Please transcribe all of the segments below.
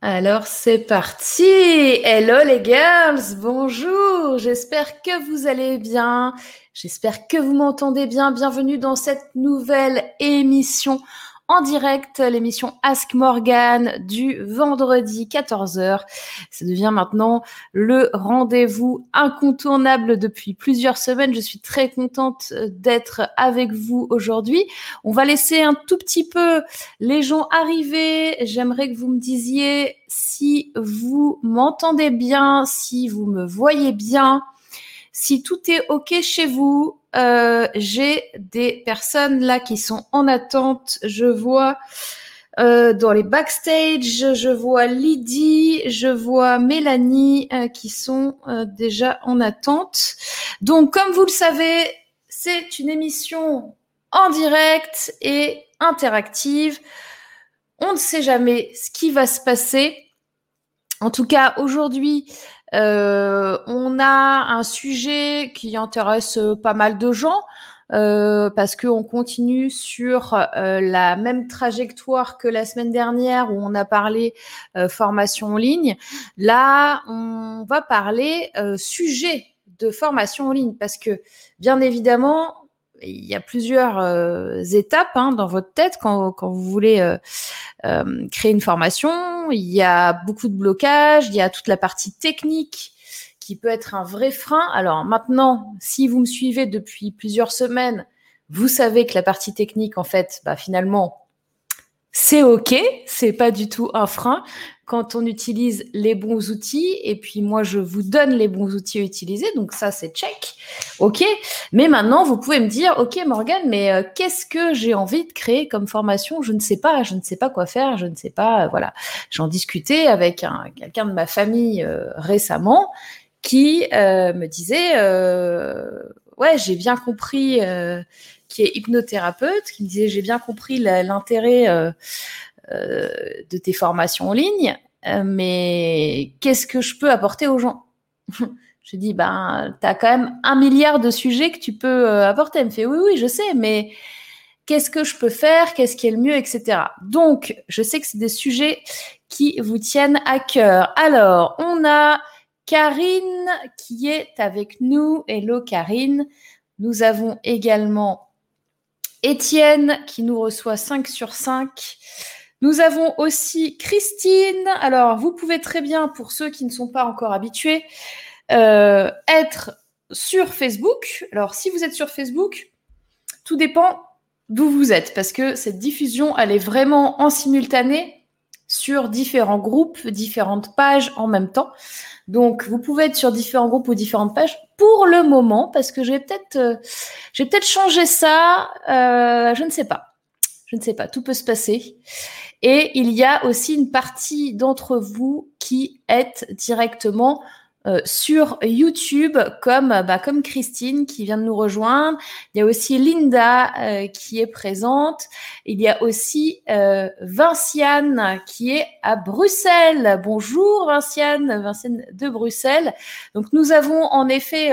Alors c'est parti. Hello les girls, bonjour. J'espère que vous allez bien. J'espère que vous m'entendez bien. Bienvenue dans cette nouvelle émission en direct, l'émission Ask Morgan du vendredi 14 heures. Ça devient maintenant le rendez-vous incontournable depuis plusieurs semaines. Je suis très contente d'être avec vous aujourd'hui. On va laisser un tout petit peu les gens arrivés. J'aimerais que vous me disiez si vous m'entendez bien, si vous me voyez bien, si tout est OK chez vous. J'ai des personnes là qui sont en attente. Je vois dans les backstage, je vois Lydie, je vois Mélanie qui sont déjà en attente. Donc, comme vous le savez, c'est une émission en direct et interactive. On ne sait jamais ce qui va se passer. En tout cas, aujourd'hui, on a un sujet qui intéresse pas mal de gens parce qu'on continue sur la même trajectoire que la semaine dernière où on a parlé formation en ligne. Là, on va parler sujet de formation en ligne parce que, bien évidemment, il y a plusieurs étapes dans votre tête quand vous voulez créer une formation. Il y a beaucoup de blocages, il y a toute la partie technique qui peut être un vrai frein. Alors maintenant, si vous me suivez depuis plusieurs semaines, vous savez que la partie technique, en fait, finalement, c'est OK, c'est pas du tout un frein quand on utilise les bons outils. Et puis moi, je vous donne les bons outils à utiliser, donc ça, c'est check. OK, mais maintenant, vous pouvez me dire, OK, Morgane, mais qu'est-ce que j'ai envie de créer comme formation? Je ne sais pas quoi faire, je ne sais pas, voilà. J'en discutais avec quelqu'un de ma famille récemment qui me disait, ouais, j'ai bien compris, qui est hypnothérapeute, qui me disait, j'ai bien compris l'intérêt de tes formations en ligne, mais qu'est-ce que je peux apporter aux gens? Je dis, t'as quand même 1 milliard de sujets que tu peux apporter. Elle me fait, oui, oui, je sais, mais qu'est-ce que je peux faire? Qu'est-ce qui est le mieux, etc. Donc, je sais que c'est des sujets qui vous tiennent à cœur. Alors, on a Karine qui est avec nous. Hello, Karine. Nous avons également Étienne qui nous reçoit 5 sur 5. Nous avons aussi Christine. Alors, vous pouvez très bien, pour ceux qui ne sont pas encore habitués, être sur Facebook. Alors, si vous êtes sur Facebook, tout dépend d'où vous êtes, parce que cette diffusion, elle est vraiment en simultané sur différents groupes, différentes pages en même temps. Donc, vous pouvez être sur différents groupes ou différentes pages pour le moment, parce que je vais peut-être changer ça. Je ne sais pas. Je ne sais pas. Tout peut se passer. Et il y a aussi une partie d'entre vous qui êtes directement sur YouTube, comme Christine qui vient de nous rejoindre. Il y a aussi Linda qui est présente. Il y a aussi Vinciane qui est à Bruxelles. Bonjour Vinciane de Bruxelles. Donc nous avons en effet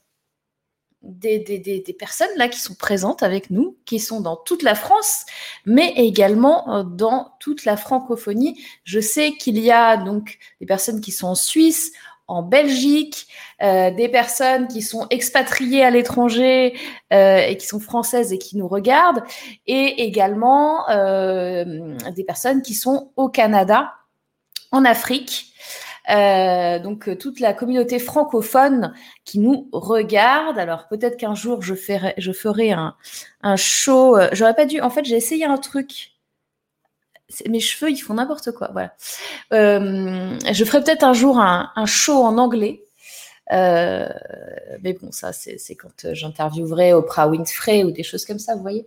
des personnes là qui sont présentes avec nous, qui sont dans toute la France, mais également dans toute la francophonie. Je sais qu'il y a donc des personnes qui sont en Suisse, en Belgique, des personnes qui sont expatriées à l'étranger et qui sont françaises et qui nous regardent, et également des personnes qui sont au Canada, en Afrique. Donc toute la communauté francophone qui nous regarde. Alors peut-être qu'un jour je ferai un show. J'aurais pas dû. En fait, j'ai essayé un truc. Mes cheveux, ils font n'importe quoi. Voilà. Je ferai peut-être un jour un show en anglais. Mais bon, ça c'est quand j'interviewerai Oprah Winfrey ou des choses comme ça, vous voyez.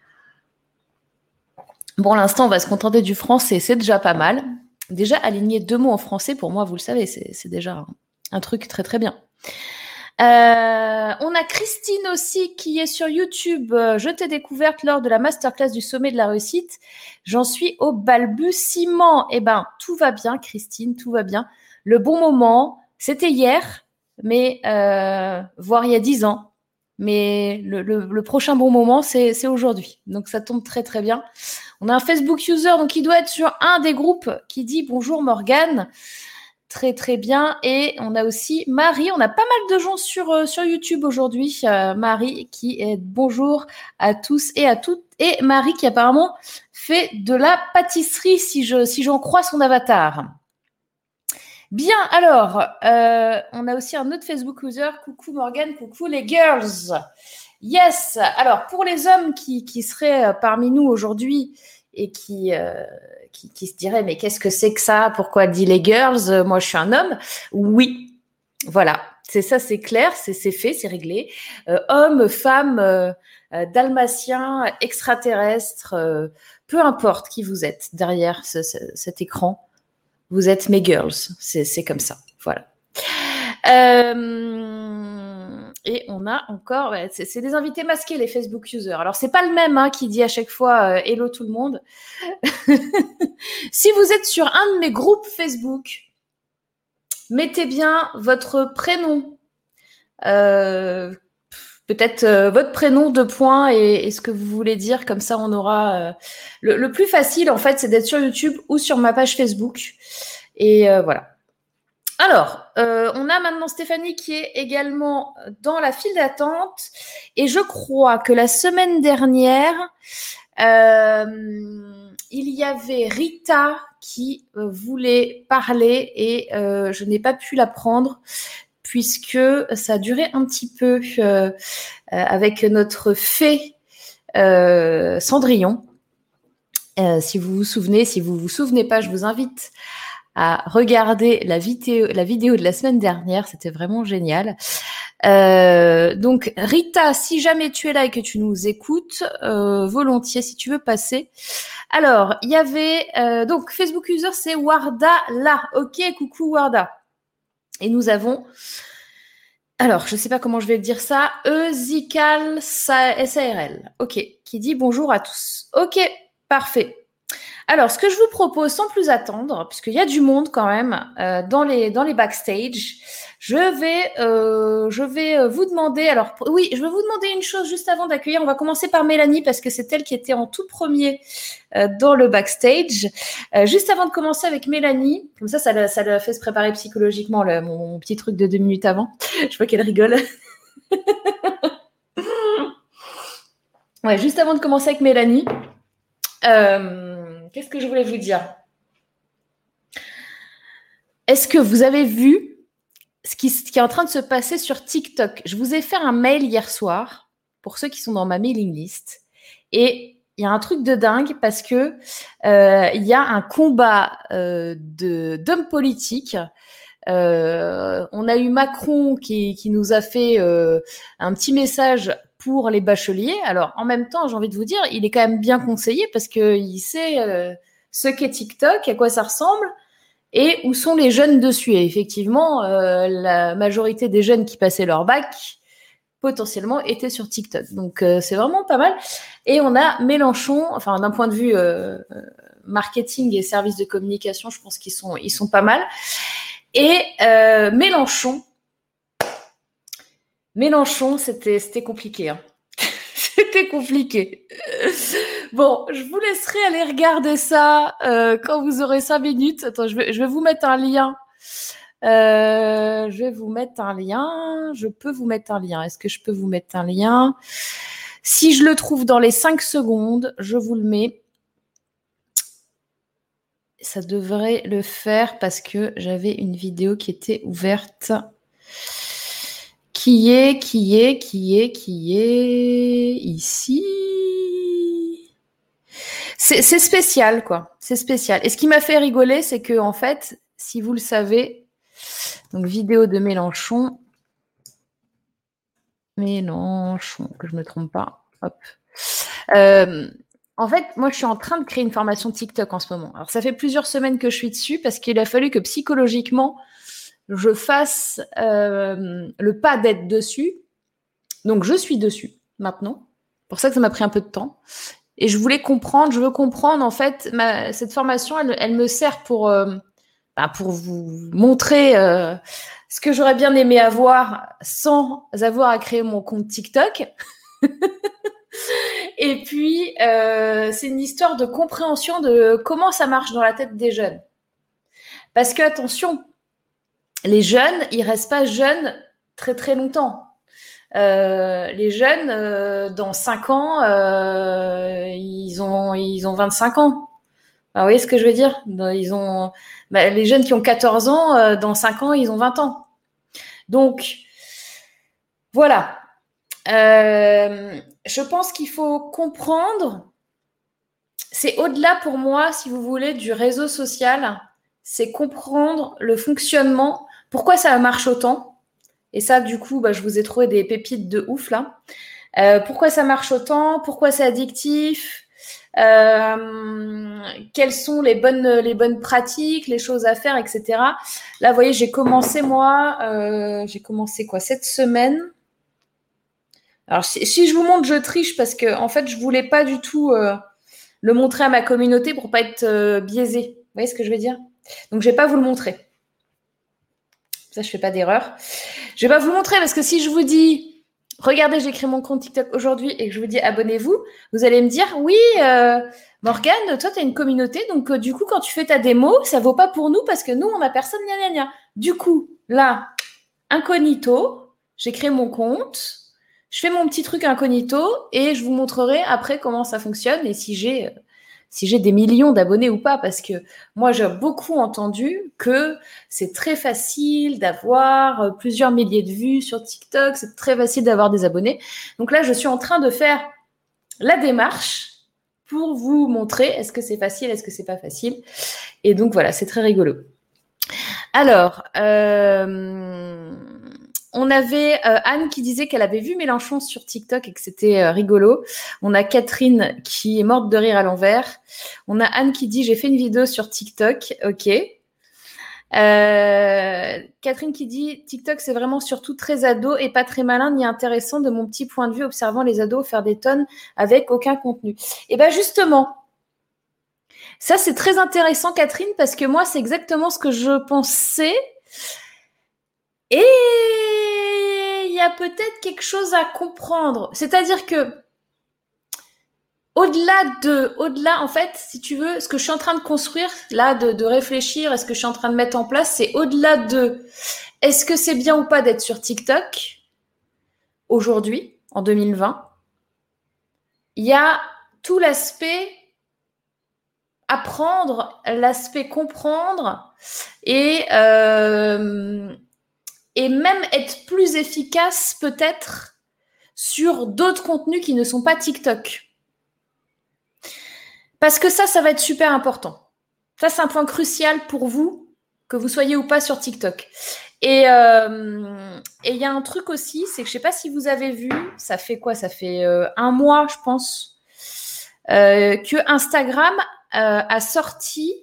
Pour l'instant, on va se contenter du français, c'est déjà pas mal. Déjà, aligner 2 mots en français, pour moi, vous le savez, c'est déjà un truc très très bien. On a Christine aussi qui est sur YouTube. Je t'ai découverte lors de la masterclass du sommet de la réussite. J'en suis au balbutiement. Eh ben, tout va bien, Christine, tout va bien. Le bon moment, c'était hier, mais voire il y a 10 ans. Mais le prochain bon moment, c'est aujourd'hui. Donc, ça tombe très, très bien. On a un Facebook user, donc il doit être sur un des groupes qui dit « Bonjour Morgane ». Très, très bien. Et on a aussi Marie. On a pas mal de gens sur YouTube aujourd'hui. Marie qui est bonjour à tous et à toutes. Et Marie qui apparemment fait de la pâtisserie si j'en crois son avatar. Bien, alors, on a aussi un autre Facebook user. Coucou Morgane, coucou les girls. Yes. Alors, pour les hommes qui seraient parmi nous aujourd'hui et qui se diraient mais qu'est-ce que c'est que ça? Pourquoi elle dit les girls? Moi, je suis un homme. Oui, voilà. C'est ça, c'est clair, c'est fait, c'est réglé. Hommes, femmes, dalmatiens, extraterrestres, peu importe qui vous êtes derrière cet écran, vous êtes mes girls. C'est comme ça. Voilà. Et on a encore, ouais, c'est des invités masqués, les Facebook users. Alors, c'est pas le même qui dit à chaque fois hello tout le monde. Si vous êtes sur un de mes groupes Facebook, mettez bien votre prénom. Peut-être votre prénom, 2 points, et ce que vous voulez dire. Comme ça, on aura... Le plus facile, en fait, c'est d'être sur YouTube ou sur ma page Facebook. Et voilà. Alors, on a maintenant Stéphanie qui est également dans la file d'attente. Et je crois que la semaine dernière, il y avait Rita qui voulait parler et je n'ai pas pu la prendre puisque ça a duré un petit peu avec notre fée Cendrillon. Si vous vous souvenez, si vous vous souvenez pas, je vous invite à regarder la vidéo de la semaine dernière. C'était vraiment génial. Donc, Rita, si jamais tu es là et que tu nous écoutes, volontiers, si tu veux passer. Alors, il y avait... donc, Facebook user, c'est Warda là. Ok, coucou Warda. Et nous avons... Alors, je ne sais pas comment je vais dire ça. Ezical SARL. Ok, qui dit bonjour à tous. Ok, parfait. Alors, ce que je vous propose, sans plus attendre, puisqu'il y a du monde quand même dans les backstage, je vais vous demander. Alors, oui, je vais vous demander une chose juste avant d'accueillir. On va commencer par Mélanie parce que c'est elle qui était en tout premier dans le backstage. Juste avant de commencer avec Mélanie, comme ça l'a fait se préparer psychologiquement mon petit truc de 2 minutes avant. Je vois qu'elle rigole. Ouais, juste avant de commencer avec Mélanie. Qu'est-ce que je voulais vous dire? Est-ce que vous avez vu ce qui est en train de se passer sur TikTok? Je vous ai fait un mail hier soir pour ceux qui sont dans ma mailing list. Et il y a un truc de dingue parce que il y a un combat d'hommes politiques. On a eu Macron qui nous a fait un petit message pour les bacheliers. Alors, en même temps, j'ai envie de vous dire, il est quand même bien conseillé parce qu'il sait ce qu'est TikTok, à quoi ça ressemble et où sont les jeunes dessus. Et effectivement, la majorité des jeunes qui passaient leur bac potentiellement étaient sur TikTok. Donc, c'est vraiment pas mal. Et on a Mélenchon, enfin, d'un point de vue marketing et services de communication, je pense qu'ils sont pas mal. Et Mélenchon, c'était compliqué. Hein. C'était compliqué. Bon, je vous laisserai aller regarder ça quand vous aurez 5 minutes. Attends, je vais vous mettre un lien. Je vais vous mettre un lien. Je peux vous mettre un lien. Est-ce que je peux vous mettre un lien? Si je le trouve dans les 5 secondes, je vous le mets. Ça devrait le faire parce que j'avais une vidéo qui était ouverte. Qui est ici. C'est spécial, quoi. C'est spécial. Et ce qui m'a fait rigoler, c'est que, en fait, si vous le savez, donc vidéo de Mélenchon, que je me trompe pas. Hop. En fait, moi, je suis en train de créer une formation TikTok en ce moment. Alors, ça fait plusieurs semaines que je suis dessus parce qu'il a fallu que psychologiquement, je fasse le pas d'être dessus. Donc, je suis dessus maintenant. C'est pour ça que ça m'a pris un peu de temps. Et je veux comprendre, en fait, cette formation, elle me sert pour pour vous montrer ce que j'aurais bien aimé avoir sans avoir à créer mon compte TikTok. Et puis, c'est une histoire de compréhension de comment ça marche dans la tête des jeunes. Parce que, attention, les jeunes, ils restent pas jeunes très très longtemps. Les jeunes, dans 5 ans, ils ont 25 ans. Vous voyez ce que je veux dire? Les jeunes qui ont 14 ans, dans 5 ans, ils ont 20 ans. Donc, voilà. Je pense qu'il faut comprendre, c'est au-delà pour moi, si vous voulez, du réseau social, c'est comprendre le fonctionnement, pourquoi ça marche autant. Et ça, du coup, je vous ai trouvé des pépites de ouf là. Pourquoi ça marche autant, pourquoi c'est addictif, quelles sont les bonnes pratiques, les choses à faire, etc. Là, vous voyez, j'ai commencé quoi cette semaine. Alors, si je vous montre, je triche parce que en fait, je voulais pas du tout le montrer à ma communauté pour pas être biaisée. Vous voyez ce que je veux dire? Donc, je vais pas vous le montrer. Ça, je fais pas d'erreur. Je vais pas vous le montrer parce que si je vous dis, regardez, j'ai créé mon compte TikTok aujourd'hui et que je vous dis abonnez-vous, vous allez me dire, oui, Morgane, toi, tu as une communauté, donc du coup, quand tu fais ta démo, ça vaut pas pour nous parce que nous, on a personne, gna gna gna. Du coup, là, incognito, j'ai créé mon compte, je fais mon petit truc incognito et je vous montrerai après comment ça fonctionne et si j'ai des millions d'abonnés ou pas, parce que moi, j'ai beaucoup entendu que c'est très facile d'avoir plusieurs milliers de vues sur TikTok, c'est très facile d'avoir des abonnés. Donc là, je suis en train de faire la démarche pour vous montrer est-ce que c'est facile, est-ce que c'est pas facile. Et donc voilà, c'est très rigolo. Alors, on avait Anne qui disait qu'elle avait vu Mélenchon sur TikTok et que c'était rigolo. On a Catherine qui est morte de rire à l'envers. On a Anne qui dit j'ai fait une vidéo sur TikTok. Ok. Catherine qui dit TikTok c'est vraiment surtout très ado et pas très malin ni intéressant de mon petit point de vue observant les ados faire des tonnes avec aucun contenu. Et ben justement, ça c'est très intéressant Catherine parce que moi c'est exactement ce que je pensais. Et il y a peut-être quelque chose à comprendre. C'est-à-dire que, au-delà, en fait, si tu veux, ce que je suis en train de construire, là, de réfléchir, est-ce que je suis en train de mettre en place, c'est au-delà de, est-ce que c'est bien ou pas d'être sur TikTok, aujourd'hui, en 2020, il y a tout l'aspect apprendre, l'aspect comprendre, et même être plus efficace peut-être sur d'autres contenus qui ne sont pas TikTok. Parce que ça va être super important. Ça, c'est un point crucial pour vous, que vous soyez ou pas sur TikTok. Et il y a un truc aussi, c'est que je ne sais pas si vous avez vu, ça fait quoi? Ça fait 1 mois, je pense, que Instagram a sorti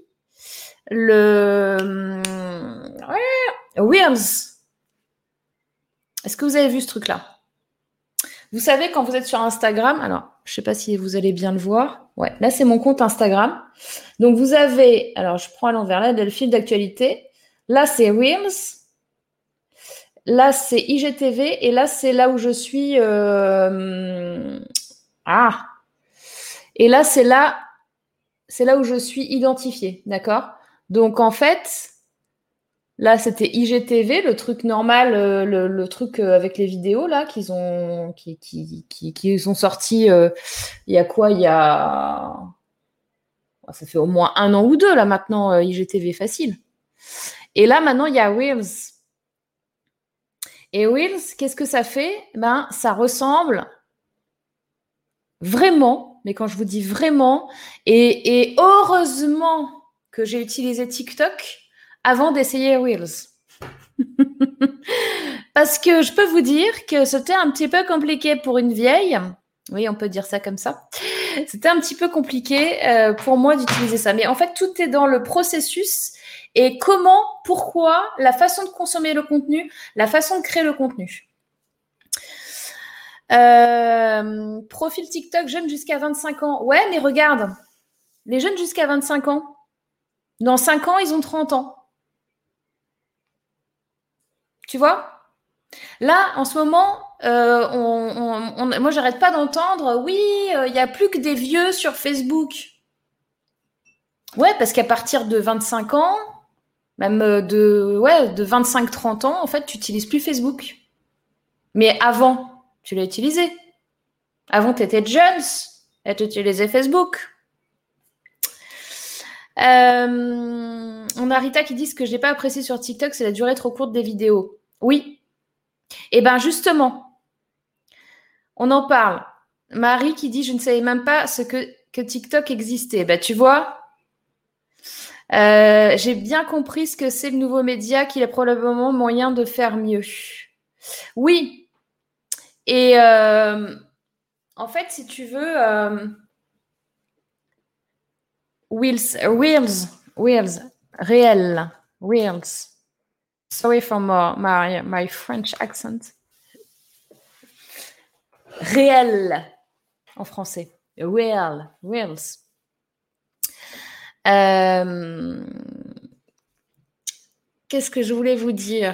le Reels. Est-ce que vous avez vu ce truc-là? Vous savez, quand vous êtes sur Instagram, alors, je ne sais pas si vous allez bien le voir. Ouais, là, c'est mon compte Instagram. Donc, vous avez, alors, je prends à l'envers, là, le fil d'actualité. Là, c'est Reels. Là, c'est IGTV. Et là, c'est là où je suis. Et là, c'est là où je suis identifiée. D'accord? Donc, en fait, là, c'était IGTV, le truc normal, le truc avec les vidéos là qui sont sortis. Il y a quoi? Ça fait au moins 1 an ou 2 là maintenant, IGTV facile. Et là maintenant il y a Reels. Et Reels, qu'est-ce que ça fait? Ça ressemble vraiment, mais quand je vous dis vraiment, et heureusement que j'ai utilisé TikTok avant d'essayer Reels. Parce que je peux vous dire que c'était un petit peu compliqué pour une vieille. Oui, on peut dire ça comme ça. C'était un petit peu compliqué pour moi d'utiliser ça. Mais en fait, tout est dans le processus et comment, pourquoi, la façon de consommer le contenu, la façon de créer le contenu. Profil TikTok, jeunes jusqu'à 25 ans. Ouais, mais regarde, les jeunes jusqu'à 25 ans, dans 5 ans, ils ont 30 ans. Tu vois? Là, en ce moment, moi, j'arrête pas d'entendre, oui, il y a plus que des vieux sur Facebook. Ouais, parce qu'à partir de 25 ans, même de 25-30 ans, en fait, tu n'utilises plus Facebook. Mais avant, tu l'as utilisé. Avant, tu étais jeune et tu utilisais Facebook. On a Rita qui dit ce que je n'ai pas apprécié sur TikTok, c'est la durée trop courte des vidéos. Oui. Et bien justement, on en parle. Marie qui dit je ne savais même pas que TikTok existait. Ben, tu vois, j'ai bien compris ce que c'est le nouveau média, qu'il a probablement moyen de faire mieux. Oui. Et en fait, si tu veux, réel, Reels. Sorry for my French accent. Réel en français. Reels. Qu'est-ce que je voulais vous dire?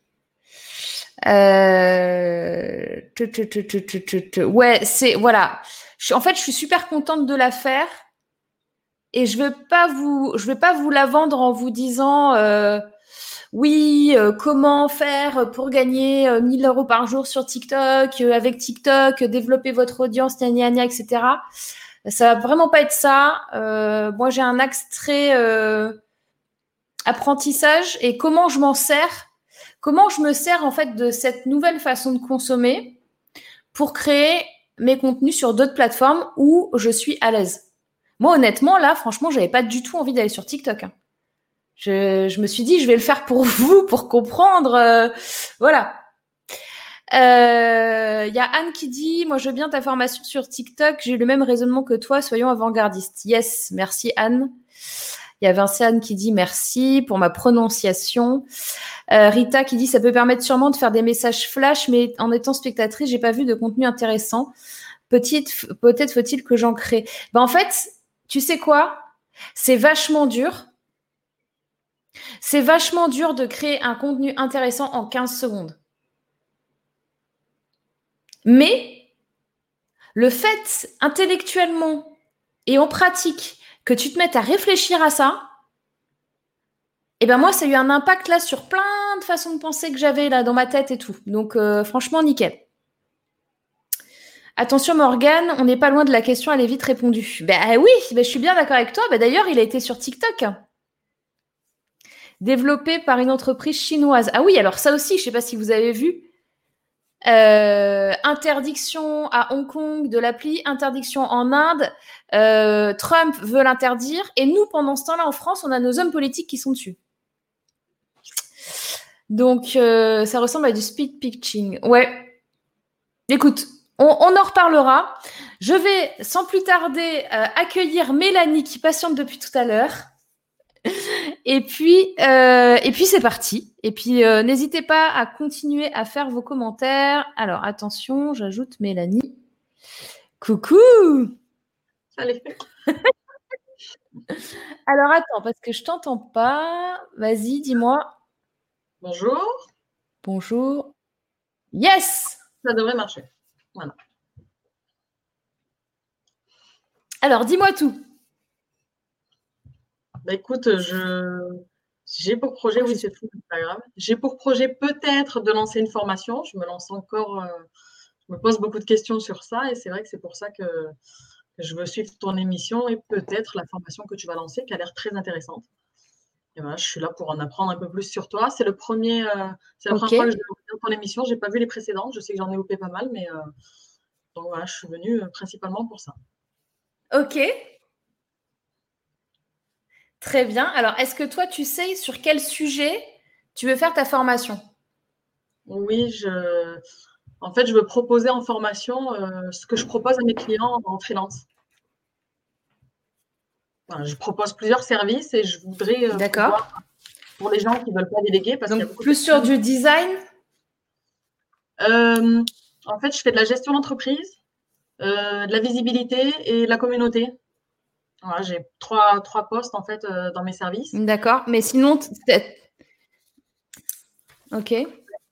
Ouais, c'est voilà. En fait, je suis super contente de la faire et je veux pas vous la vendre en vous disant oui, comment faire pour gagner 1000 € par jour sur TikTok, avec TikTok, développer votre audience, gna, gna, etc. Ça va vraiment pas être ça. Moi, j'ai un axe très apprentissage et comment je m'en sers, comment je me sers en fait de cette nouvelle façon de consommer pour créer mes contenus sur d'autres plateformes où je suis à l'aise. Moi, honnêtement, là, franchement, j'avais pas du tout envie d'aller sur TikTok. Hein. Je me suis dit, je vais le faire pour vous, pour comprendre. Voilà. Y a Anne qui dit, moi, je veux bien ta formation sur TikTok. J'ai eu le même raisonnement que toi. Soyons avant-gardistes. Yes, merci Anne. Il y a Vinciane qui dit merci pour ma prononciation. Rita qui dit ça peut permettre sûrement de faire des messages flash, mais en étant spectatrice, j'ai pas vu de contenu intéressant. Peut-être faut-il que j'en crée. En fait, tu sais quoi? C'est vachement dur. C'est vachement dur de créer un contenu intéressant en 15 secondes. Mais le fait intellectuellement et en pratique que tu te mettes à réfléchir à ça, et ben moi, ça a eu un impact là sur plein de façons de penser que j'avais là dans ma tête et tout. Donc franchement, nickel. Attention Morgane, on n'est pas loin de la question, elle est vite répondue. Ben oui, je suis bien d'accord avec toi. D'ailleurs, il a été sur TikTok. Développé par une entreprise chinoise. Ah oui, alors ça aussi, je ne sais pas si vous avez vu. Interdiction à Hong Kong de l'appli, interdiction en Inde. Trump veut l'interdire. Et nous, pendant ce temps-là, en France, on a nos hommes politiques qui sont dessus. Donc, ça ressemble à du speed pitching. Ouais. Écoute, on en reparlera. Je vais, sans plus tarder, accueillir Mélanie qui patiente depuis tout à l'heure. Et puis c'est parti. Et puis, n'hésitez pas à continuer à faire vos commentaires. Alors, attention, j'ajoute Mélanie. Coucou! Salut. Alors, attends, parce que je t'entends pas. Vas-y, dis-moi. Bonjour. Bonjour. Yes! Ça devrait marcher. Voilà. Alors, dis-moi tout. Écoute, j'ai pour projet, oui, c'est fou, c'est pas grave. J'ai pour projet peut-être de lancer une formation. Je me lance encore, je me pose beaucoup de questions sur ça et c'est vrai que c'est pour ça que je veux suivre ton émission et peut-être la formation que tu vas lancer qui a l'air très intéressante. Et voilà, je suis là pour en apprendre un peu plus sur toi. C'est la première fois que je regarde ton émission. J'ai pas vu les précédentes. Je sais que j'en ai loupé pas mal, mais donc voilà, je suis venue principalement pour ça. Ok. Très bien. Alors, est-ce que toi, tu sais sur quel sujet tu veux faire ta formation? Oui, en fait, je veux proposer en formation ce que je propose à mes clients en freelance. Enfin, je propose plusieurs services et je voudrais pouvoir, pour les gens qui ne veulent pas déléguer, parce qu'il y a Donc, beaucoup plus sur du design? En fait, je fais de la gestion d'entreprise, de la visibilité et de la communauté. Voilà, j'ai trois postes en fait dans mes services. D'accord. Mais sinon, ok.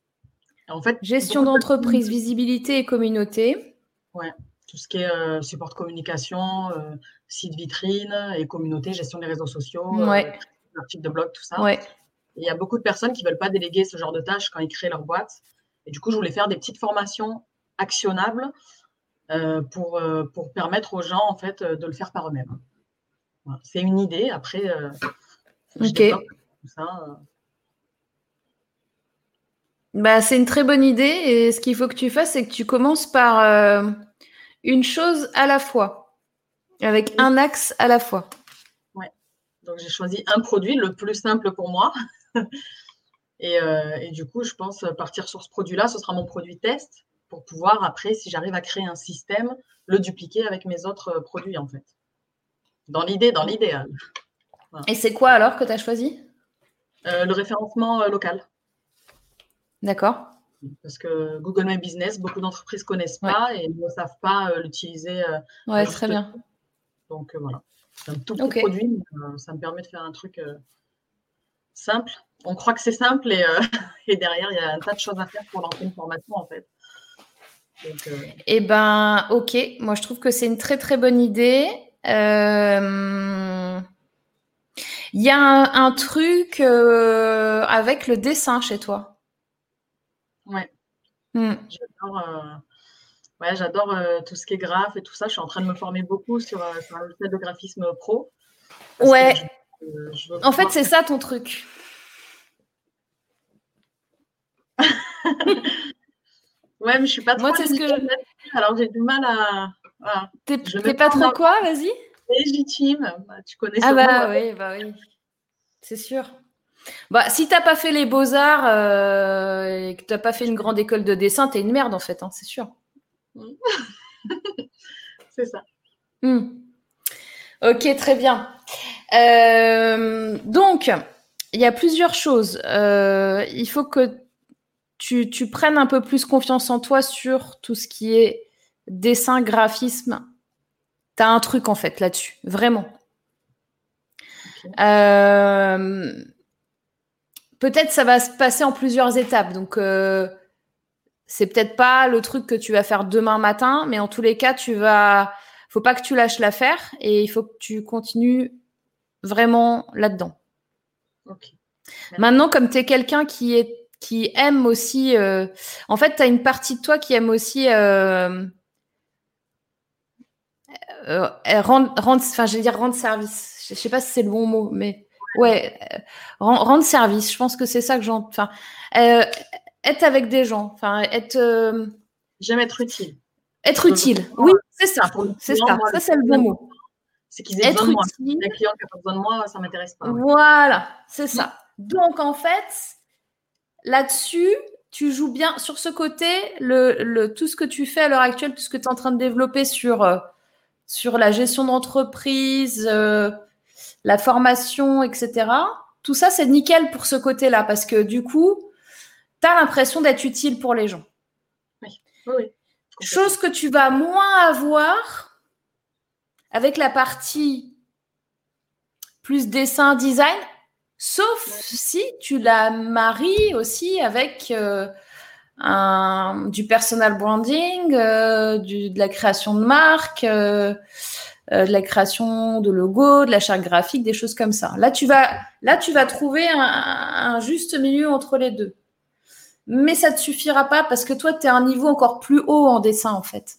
Et en fait, Gestion d'entreprise, visibilité et communauté. Ouais, tout ce qui est support de communication, site vitrine et communauté, gestion des réseaux sociaux, Ouais. articles de blog, tout ça. Ouais. Et il y a beaucoup de personnes qui ne veulent pas déléguer ce genre de tâches quand ils créent leur boîte. Et du coup, je voulais faire des petites formations actionnables pour permettre aux gens en fait, de le faire par eux-mêmes. Voilà. C'est une idée. Après, je développe tout ça. Bah, c'est une très bonne idée. Et ce qu'il faut que tu fasses, c'est que tu commences par une chose à la fois, avec un axe à la fois. Ouais. Donc, j'ai choisi un produit, le plus simple pour moi. Et du coup, je pense partir sur ce produit-là, ce sera mon produit test pour pouvoir, après, si j'arrive à créer un système, le dupliquer avec mes autres produits, en fait. Dans l'idéal. Voilà. Et c'est quoi alors que tu as choisi ? Le référencement local. D'accord. Parce que Google My Business, beaucoup d'entreprises ne connaissent pas et ne savent pas l'utiliser. Ouais, très bien. Donc, voilà. C'est un tout petit produit, mais ça me permet de faire un truc simple. On croit que c'est simple et derrière, il y a un tas de choses à faire pour lancer une formation, en fait. Donc, Eh ben, ok. Moi, je trouve que c'est une très, très bonne idée. Il y a un truc avec le dessin chez toi. Ouais. J'adore tout ce qui est graphe et tout ça. Je suis en train de me former beaucoup sur un logiciel de graphisme pro. Ouais. En fait, c'est ça ton truc. Ouais, mais je suis pas trop légitime là-dessus, alors j'ai du mal à. Voilà. T'es pas trop quoi, vas-y. Légitime, tu connais ce mot. Bah oui. C'est sûr. Bah, si t'as pas fait les beaux-arts et que t'as pas fait une grande école de dessin, t'es une merde en fait, hein, c'est sûr. C'est ça. Ok, très bien. Donc, il y a plusieurs choses. Il faut que tu prennes un peu plus confiance en toi sur tout ce qui est dessin, graphisme. T'as un truc en fait là-dessus, vraiment. Okay. Peut-être ça va se passer en plusieurs étapes. Donc, c'est peut-être pas le truc que tu vas faire demain matin, mais en tous les cas, faut pas que tu lâches l'affaire et il faut que tu continues vraiment là-dedans. Okay. Maintenant, comme tu es quelqu'un qui aime aussi, en fait, tu as une partie de toi qui aime aussi rendre service. Je sais pas si c'est le bon mot, mais ouais, rendre service. Je pense que c'est ça que enfin, être avec des gens, enfin, j'aime être utile. Être utile, oui, c'est ça. C'est ça. Ça, c'est le bon mot. C'est qu'ils aient besoin de moi. Un client qui n'a pas besoin de moi, ça m'intéresse pas. Ouais. Voilà, c'est ça. Donc, en fait, là-dessus, tu joues bien sur ce côté, tout ce que tu fais à l'heure actuelle, tout ce que tu es en train de développer sur la gestion d'entreprise, la formation, etc. Tout ça, c'est nickel pour ce côté-là parce que du coup, tu as l'impression d'être utile pour les gens. Oui, oui. Chose que tu vas moins avoir avec la partie plus dessin, design, sauf si tu la maries aussi avec du personal branding, de la création de marque, de la création de logos, de la charte graphique, des choses comme ça. Là, tu vas trouver un juste milieu entre les deux. Mais ça ne te suffira pas parce que toi, tu es à un niveau encore plus haut en dessin, en fait.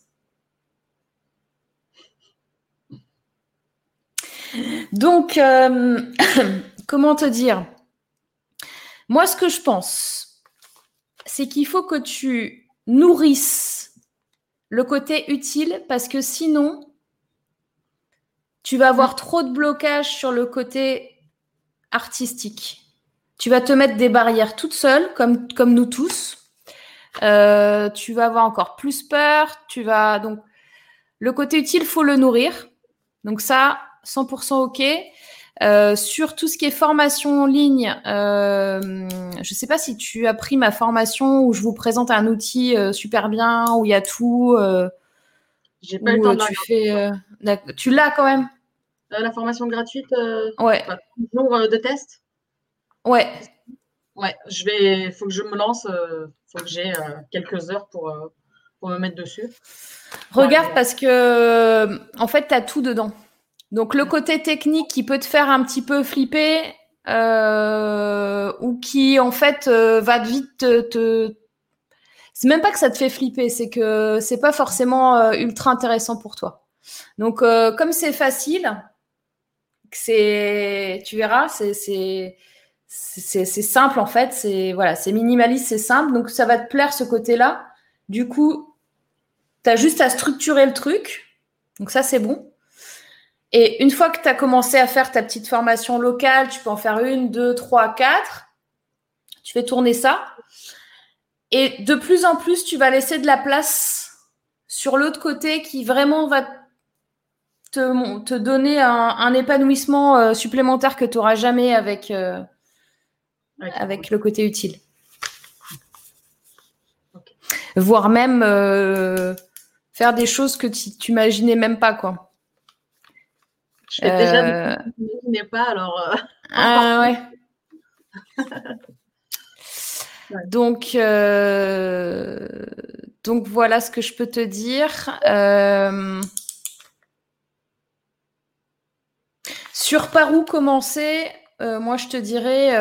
Donc, comment te dire ? Moi, ce que je pense, c'est qu'il faut que tu nourrisses le côté utile parce que sinon, tu vas avoir trop de blocage sur le côté artistique. Tu vas te mettre des barrières toute seule, comme nous tous. Tu vas avoir encore plus peur. Donc, le côté utile, faut le nourrir. Donc ça, 100% OK. Sur tout ce qui est formation en ligne, je ne sais pas si tu as pris ma formation où je vous présente un outil super bien, où il y a tout. J'ai pas eu le temps de tu l'as quand même. La formation gratuite, ouais. Jour de test. Ouais. Ouais, faut que je me lance. faut que j'ai quelques heures pour me mettre dessus. Regarde, parce que en fait, tu as tout dedans. Donc, le côté technique qui peut te faire un petit peu flipper ou qui, en fait, va vite C'est même pas que ça te fait flipper, c'est que c'est pas forcément ultra intéressant pour toi. Donc, comme c'est facile, tu verras, c'est simple en fait. C'est minimaliste, c'est simple. Donc, ça va te plaire ce côté-là. Du coup, tu as juste à structurer le truc. Donc, ça, c'est bon. Et une fois que tu as commencé à faire ta petite formation locale, tu peux en faire 1, 2, 3, 4. Tu fais tourner ça. Et de plus en plus, tu vas laisser de la place sur l'autre côté qui vraiment va te donner un épanouissement supplémentaire que tu n'auras jamais avec le côté utile. Okay. Voire même faire des choses que tu n'imaginais même pas, quoi. Je fais déjà des choses que je n'imaginais pas, alors... ouais. Ouais. Donc voilà ce que je peux te dire. Sur par où commencer, moi je te dirais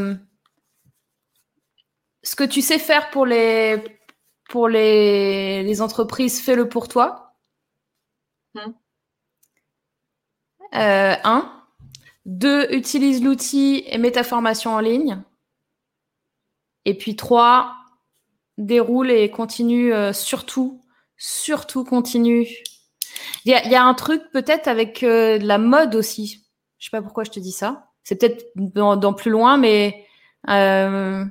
ce que tu sais faire pour les entreprises, fais-le pour toi. 1. 2. Utilise l'outil et mets ta formation en ligne. Et puis 3. Déroule et continue, surtout continue. Il y a un truc peut-être avec de la mode aussi. Je sais pas pourquoi je te dis ça. C'est peut-être dans plus loin, mais je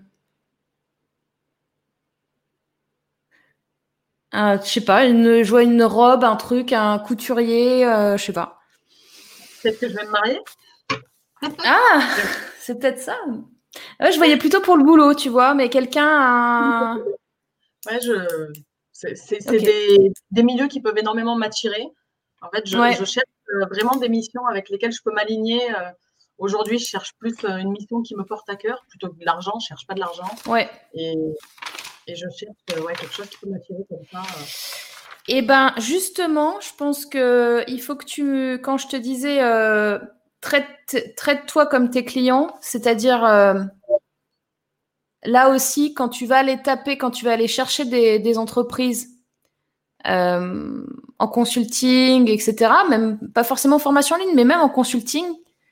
sais pas, je vois une robe, un truc, un couturier, je sais pas. Peut-être que je vais me marier. Ah, c'est peut-être ça. Ouais, je voyais plutôt pour le boulot, tu vois, mais quelqu'un. Ouais, c'est des milieux qui peuvent énormément m'attirer. En fait, je cherche vraiment des missions avec lesquelles je peux m'aligner. Aujourd'hui, je cherche plus une mission qui me porte à cœur plutôt que de l'argent. Je cherche pas de l'argent. Ouais. Et je cherche quelque chose qui peut m'attirer comme ça. Eh ben, justement, je pense que il faut que quand je te disais, traite-toi comme tes clients, c'est-à-dire là aussi, quand tu vas aller taper, quand tu vas aller chercher des entreprises en consulting, etc., même pas forcément en formation en ligne, mais même en consulting,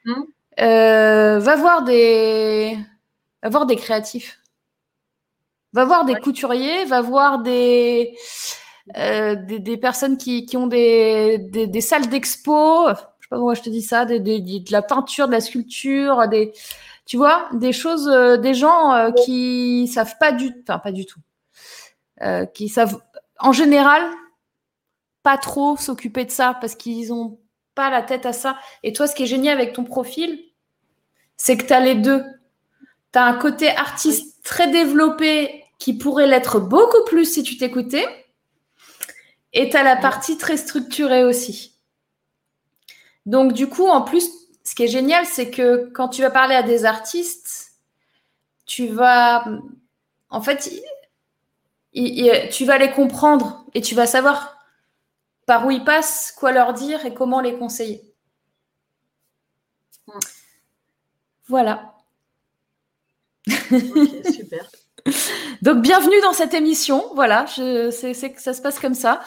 va voir des créatifs, va voir des couturiers, va voir des personnes qui ont des salles d'expo, je sais pas comment je te dis ça, de la peinture, de la sculpture, tu vois, des choses, des gens qui savent pas du tout, qui savent en général pas trop s'occuper de ça parce qu'ils ont pas la tête à ça. Et toi, ce qui est génial avec ton profil, c'est que tu as les deux. Tu as un côté artiste très développé qui pourrait l'être beaucoup plus si tu t'écoutais. Et tu as la partie très structurée aussi. Donc, du coup, en plus, ce qui est génial, c'est que quand tu vas parler à des artistes, tu vas... En fait, tu vas les comprendre et tu vas savoir par où ils passent, quoi leur dire et comment les conseiller. Voilà. Ok, super. Donc, bienvenue dans cette émission. Voilà, c'est que ça se passe comme ça.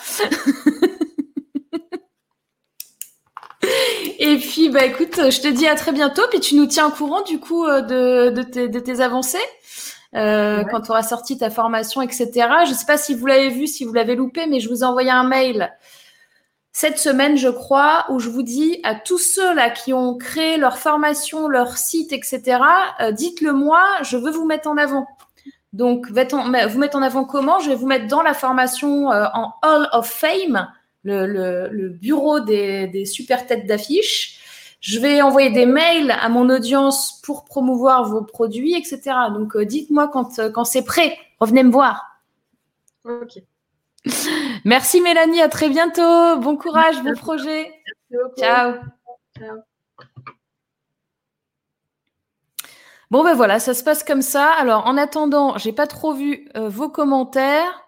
Et puis, bah, écoute, je te dis à très bientôt. Puis tu nous tiens au courant, du coup, de tes avancées. Quand tu auras sorti ta formation, etc. Je ne sais pas si vous l'avez vu, si vous l'avez loupé, mais je vous ai envoyé un mail cette semaine, je crois, où je vous dis à tous ceux là qui ont créé leur formation, leur site, etc., dites-le moi, je veux vous mettre en avant. Donc, vous mettre en avant comment? Je vais vous mettre dans la formation en Hall of Fame, le bureau des super têtes d'affiche. Je vais envoyer des mails à mon audience pour promouvoir vos produits, etc. Donc, dites-moi quand c'est prêt. Revenez me voir. Ok. Merci Mélanie, à très bientôt. Bon courage, bon projet. Merci beaucoup. Ciao. Ciao. Bon, ben voilà, ça se passe comme ça. Alors, en attendant, j'ai pas trop vu vos commentaires.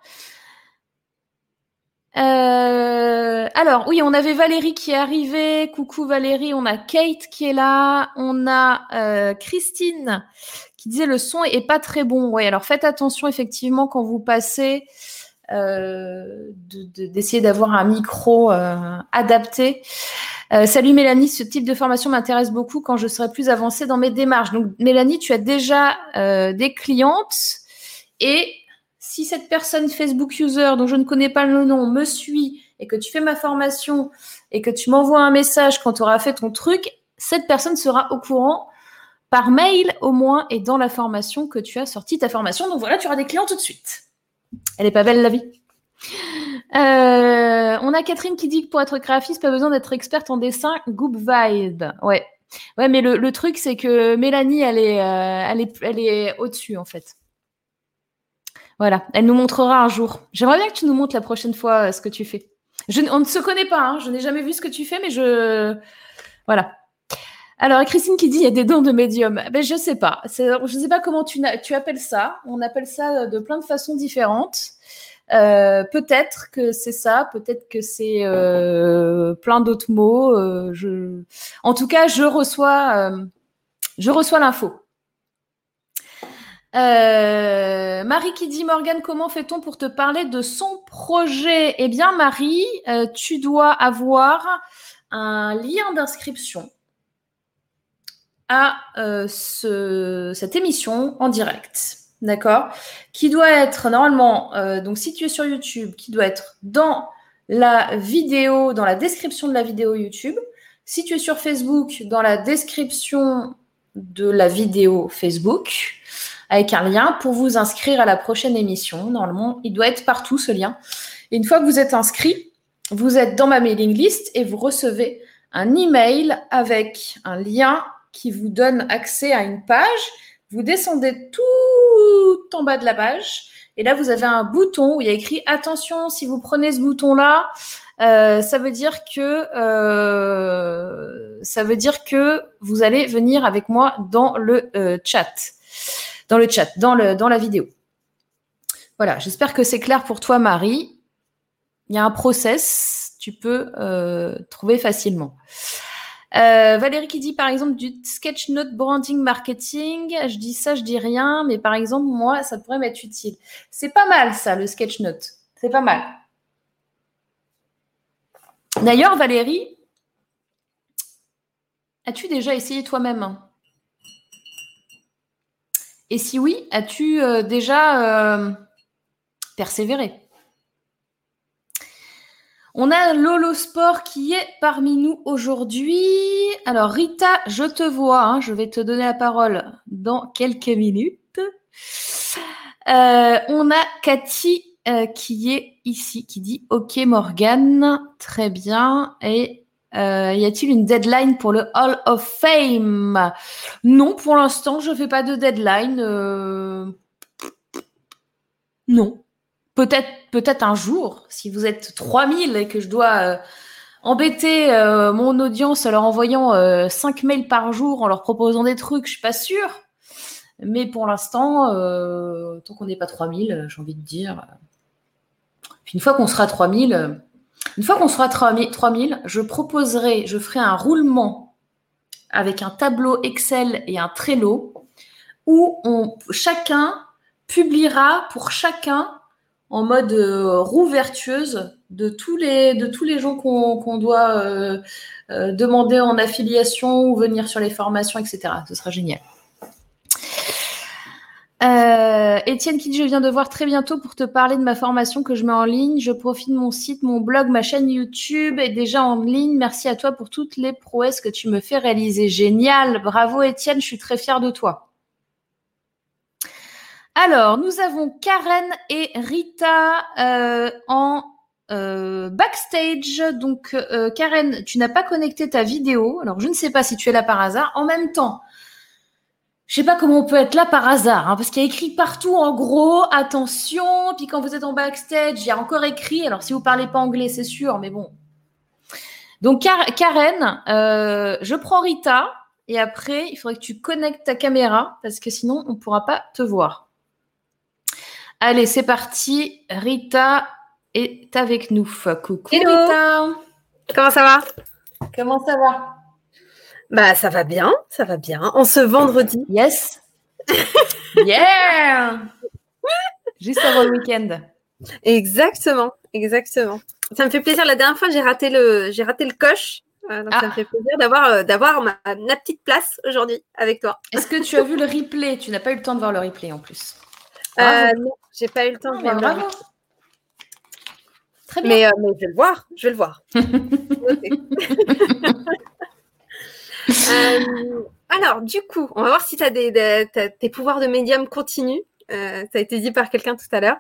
Alors, oui, on avait Valérie qui est arrivée. Coucou Valérie. On a Kate qui est là. On a Christine qui disait le son est pas très bon. Ouais, alors faites attention effectivement quand vous passez d'essayer d'avoir un micro adapté. Salut Mélanie, ce type de formation m'intéresse beaucoup quand je serai plus avancée dans mes démarches. Donc Mélanie, tu as déjà des clientes et si cette personne Facebook user dont je ne connais pas le nom me suit et que tu fais ma formation et que tu m'envoies un message quand tu auras fait ton truc, cette personne sera au courant par mail au moins et dans la formation que tu as sorti ta formation. Donc voilà, tu auras des clients tout de suite. Elle est pas belle la vie. On a Catherine qui dit que pour être graphiste, pas besoin d'être experte en dessin. Goop Vibe. Ouais, mais le truc c'est que Mélanie, elle est au-dessus en fait. Voilà, elle nous montrera un jour. J'aimerais bien que tu nous montres la prochaine fois ce que tu fais. On ne se connaît pas, hein, je n'ai jamais vu ce que tu fais, mais voilà. Alors, Christine qui dit il y a des dons de médium. Ben, je sais pas. Je ne sais pas comment tu appelles ça. On appelle ça de plein de façons différentes. Peut-être que c'est ça, peut-être que c'est plein d'autres mots. En tout cas, je reçois l'info. Marie qui dit Morgane, comment fait-on pour te parler de son projet? Eh bien, Marie, tu dois avoir un lien d'inscription à cette émission en direct, d'accord? Qui doit être normalement, donc si tu es sur YouTube, qui doit être dans la vidéo, dans la description de la vidéo YouTube. Si tu es sur Facebook, dans la description de la vidéo Facebook, avec un lien pour vous inscrire à la prochaine émission. Normalement, il doit être partout ce lien. Et une fois que vous êtes inscrit, vous êtes dans ma mailing list et vous recevez un email avec un lien qui vous donne accès à une page. Vous descendez tout en bas de la page et là, vous avez un bouton où il y a écrit « Attention, si vous prenez ce bouton-là, ça veut dire que vous allez venir avec moi dans le chat. Dans la vidéo. Voilà, j'espère que c'est clair pour toi, Marie. Il y a un process, tu peux trouver facilement. Valérie qui dit, par exemple, du sketchnote branding marketing. Je dis ça, je dis rien, mais par exemple, moi, ça pourrait m'être utile. C'est pas mal, ça, le sketchnote. C'est pas mal. D'ailleurs, Valérie, as-tu déjà essayé toi-même ? Et si oui, as-tu déjà persévéré ? On a Lolo Sport qui est parmi nous aujourd'hui. Alors Rita, je te vois, hein, je vais te donner la parole dans quelques minutes. On a Cathy qui est ici, qui dit « Ok Morgane, très bien. » Et y a-t-il une deadline pour le Hall of Fame ? Non, pour l'instant, je ne fais pas de deadline. Non. Peut-être un jour, si vous êtes 3000 et que je dois embêter mon audience en leur envoyant 5 mails par jour, en leur proposant des trucs, je suis pas sûre. Mais pour l'instant, tant qu'on n'est pas 3000, j'ai envie de dire. Puis une fois qu'on sera 3000, je ferai un roulement avec un tableau Excel et un Trello où chacun publiera pour chacun en mode roue vertueuse de tous les gens qu'on doit demander en affiliation ou venir sur les formations, etc. Ce sera génial. Étienne qui dit « Je viens de voir très bientôt pour te parler de ma formation que je mets en ligne. Je profite de mon site, mon blog, ma chaîne YouTube est déjà en ligne. Merci à toi pour toutes les prouesses que tu me fais réaliser. » Génial. Bravo Étienne, je suis très fière de toi. Alors, nous avons Karen et Rita en backstage. Donc, Karen, tu n'as pas connecté ta vidéo. Alors, je ne sais pas si tu es là par hasard. En même temps, je ne sais pas comment on peut être là par hasard, hein, parce qu'il y a écrit partout en gros, attention. Puis quand vous êtes en backstage, il y a encore écrit. Alors, si vous ne parlez pas anglais, c'est sûr, mais bon. Donc, Karen, je prends Rita Et après, il faudrait que tu connectes ta caméra parce que sinon, on ne pourra pas te voir. Allez, c'est parti. Rita est avec nous. Coucou Hello. Rita. Comment ça va? Comment ça va? Bah ça va bien, ça va bien. En ce vendredi. Yes. Yeah. Juste avant le week-end. Exactement, exactement. Ça me fait plaisir. La dernière fois, j'ai raté le coche. Donc ça me fait plaisir d'avoir ma petite place aujourd'hui avec toi. Est-ce que tu as vu le replay? Tu n'as pas eu le temps de voir le replay en plus. Non, j'ai pas eu le temps de voir. Bravo. Très bien. Mais je vais le voir. Je vais le voir. Alors, du coup, on va voir si tu as tes pouvoirs de médium continuent. Ça a été dit par quelqu'un tout à l'heure.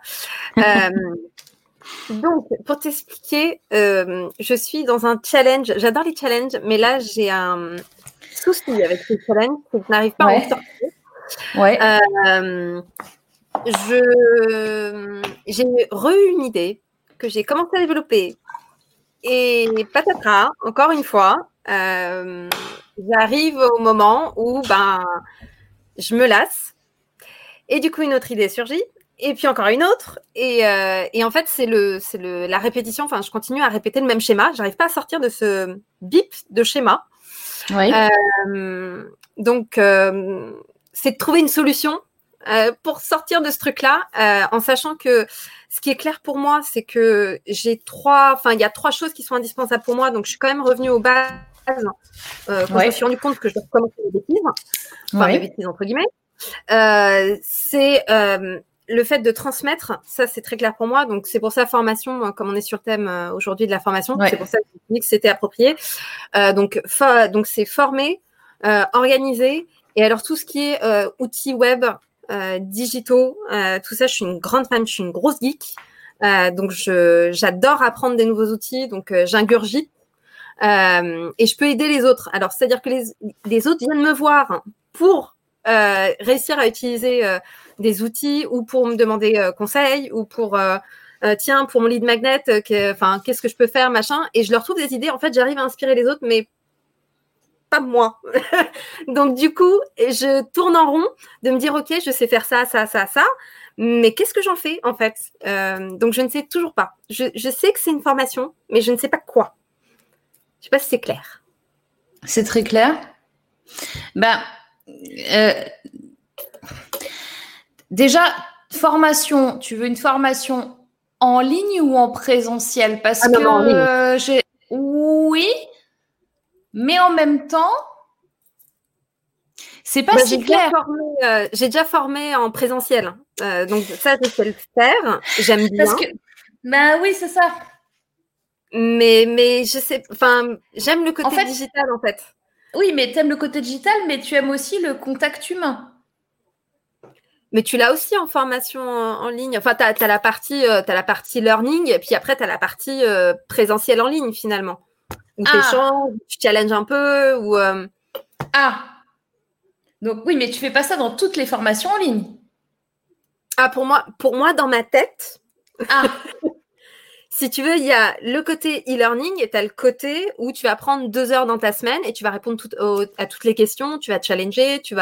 Donc, pour t'expliquer, je suis dans un challenge. J'adore les challenges, mais là, j'ai un souci avec ces challenges, c'est que je n'arrive pas à en sortir. Ouais. J'ai eu une idée que j'ai commencé à développer. Et patatras, encore une fois, j'arrive au moment où je me lasse. Et du coup, une autre idée surgit. Et puis encore une autre. Et en fait, c'est la répétition. Enfin, je continue à répéter le même schéma. J'arrive pas à sortir de ce bip de schéma. Oui. Donc, c'est de trouver une solution pour sortir de ce truc-là, en sachant que ce qui est clair pour moi, c'est que il y a 3 choses qui sont indispensables pour moi. Donc, je suis quand même revenue aux bases. Quand je me suis rendu compte que je dois recommencer les bêtises, enfin les bêtises entre guillemets, c'est le fait de transmettre. Ça, c'est très clair pour moi. Donc, c'est pour ça formation, comme on est sur le thème aujourd'hui de la formation, c'est pour ça que je me dis que c'était approprié. Donc, c'est former, organiser, et alors tout ce qui est outils web, digitaux, tout ça, je suis une grande fan, je suis une grosse geek. Donc, j'adore apprendre des nouveaux outils, donc j'ingurgite. Et je peux aider les autres. Alors, c'est-à-dire que les autres viennent me voir pour réussir à utiliser des outils ou pour me demander conseil ou pour tiens, pour mon lead magnet, qu'est-ce que je peux faire, machin. Et je leur trouve des idées. En fait, j'arrive à inspirer les autres, mais pas moi. Donc, du coup, je tourne en rond de me dire, OK, je sais faire ça, ça, ça, ça. Mais qu'est-ce que j'en fais, en fait? Donc, je ne sais toujours pas. Je sais que c'est une formation, mais je ne sais pas quoi. Je ne sais pas si c'est clair. C'est très clair. Déjà, formation, tu veux une formation en ligne ou en présentiel? Parce que non, en ligne. Oui, mais en même temps, c'est pas si clair. J'ai déjà formé en présentiel. Donc ça, je sais le faire. J'aime bien. Oui, c'est ça. Mais je sais, j'aime le côté digital en fait. Oui, mais tu aimes le côté digital, mais tu aimes aussi le contact humain. Mais tu l'as aussi en formation en ligne. Enfin, tu as la partie learning, et puis après, tu as la partie présentielle en ligne finalement. Où tu échanges, tu challenges un peu. Donc oui, mais tu fais pas ça dans toutes les formations en ligne. Pour moi, dans ma tête. Si tu veux, il y a le côté e-learning et tu as le côté où tu vas prendre 2 heures dans ta semaine et tu vas répondre à toutes les questions, tu vas te challenger, coup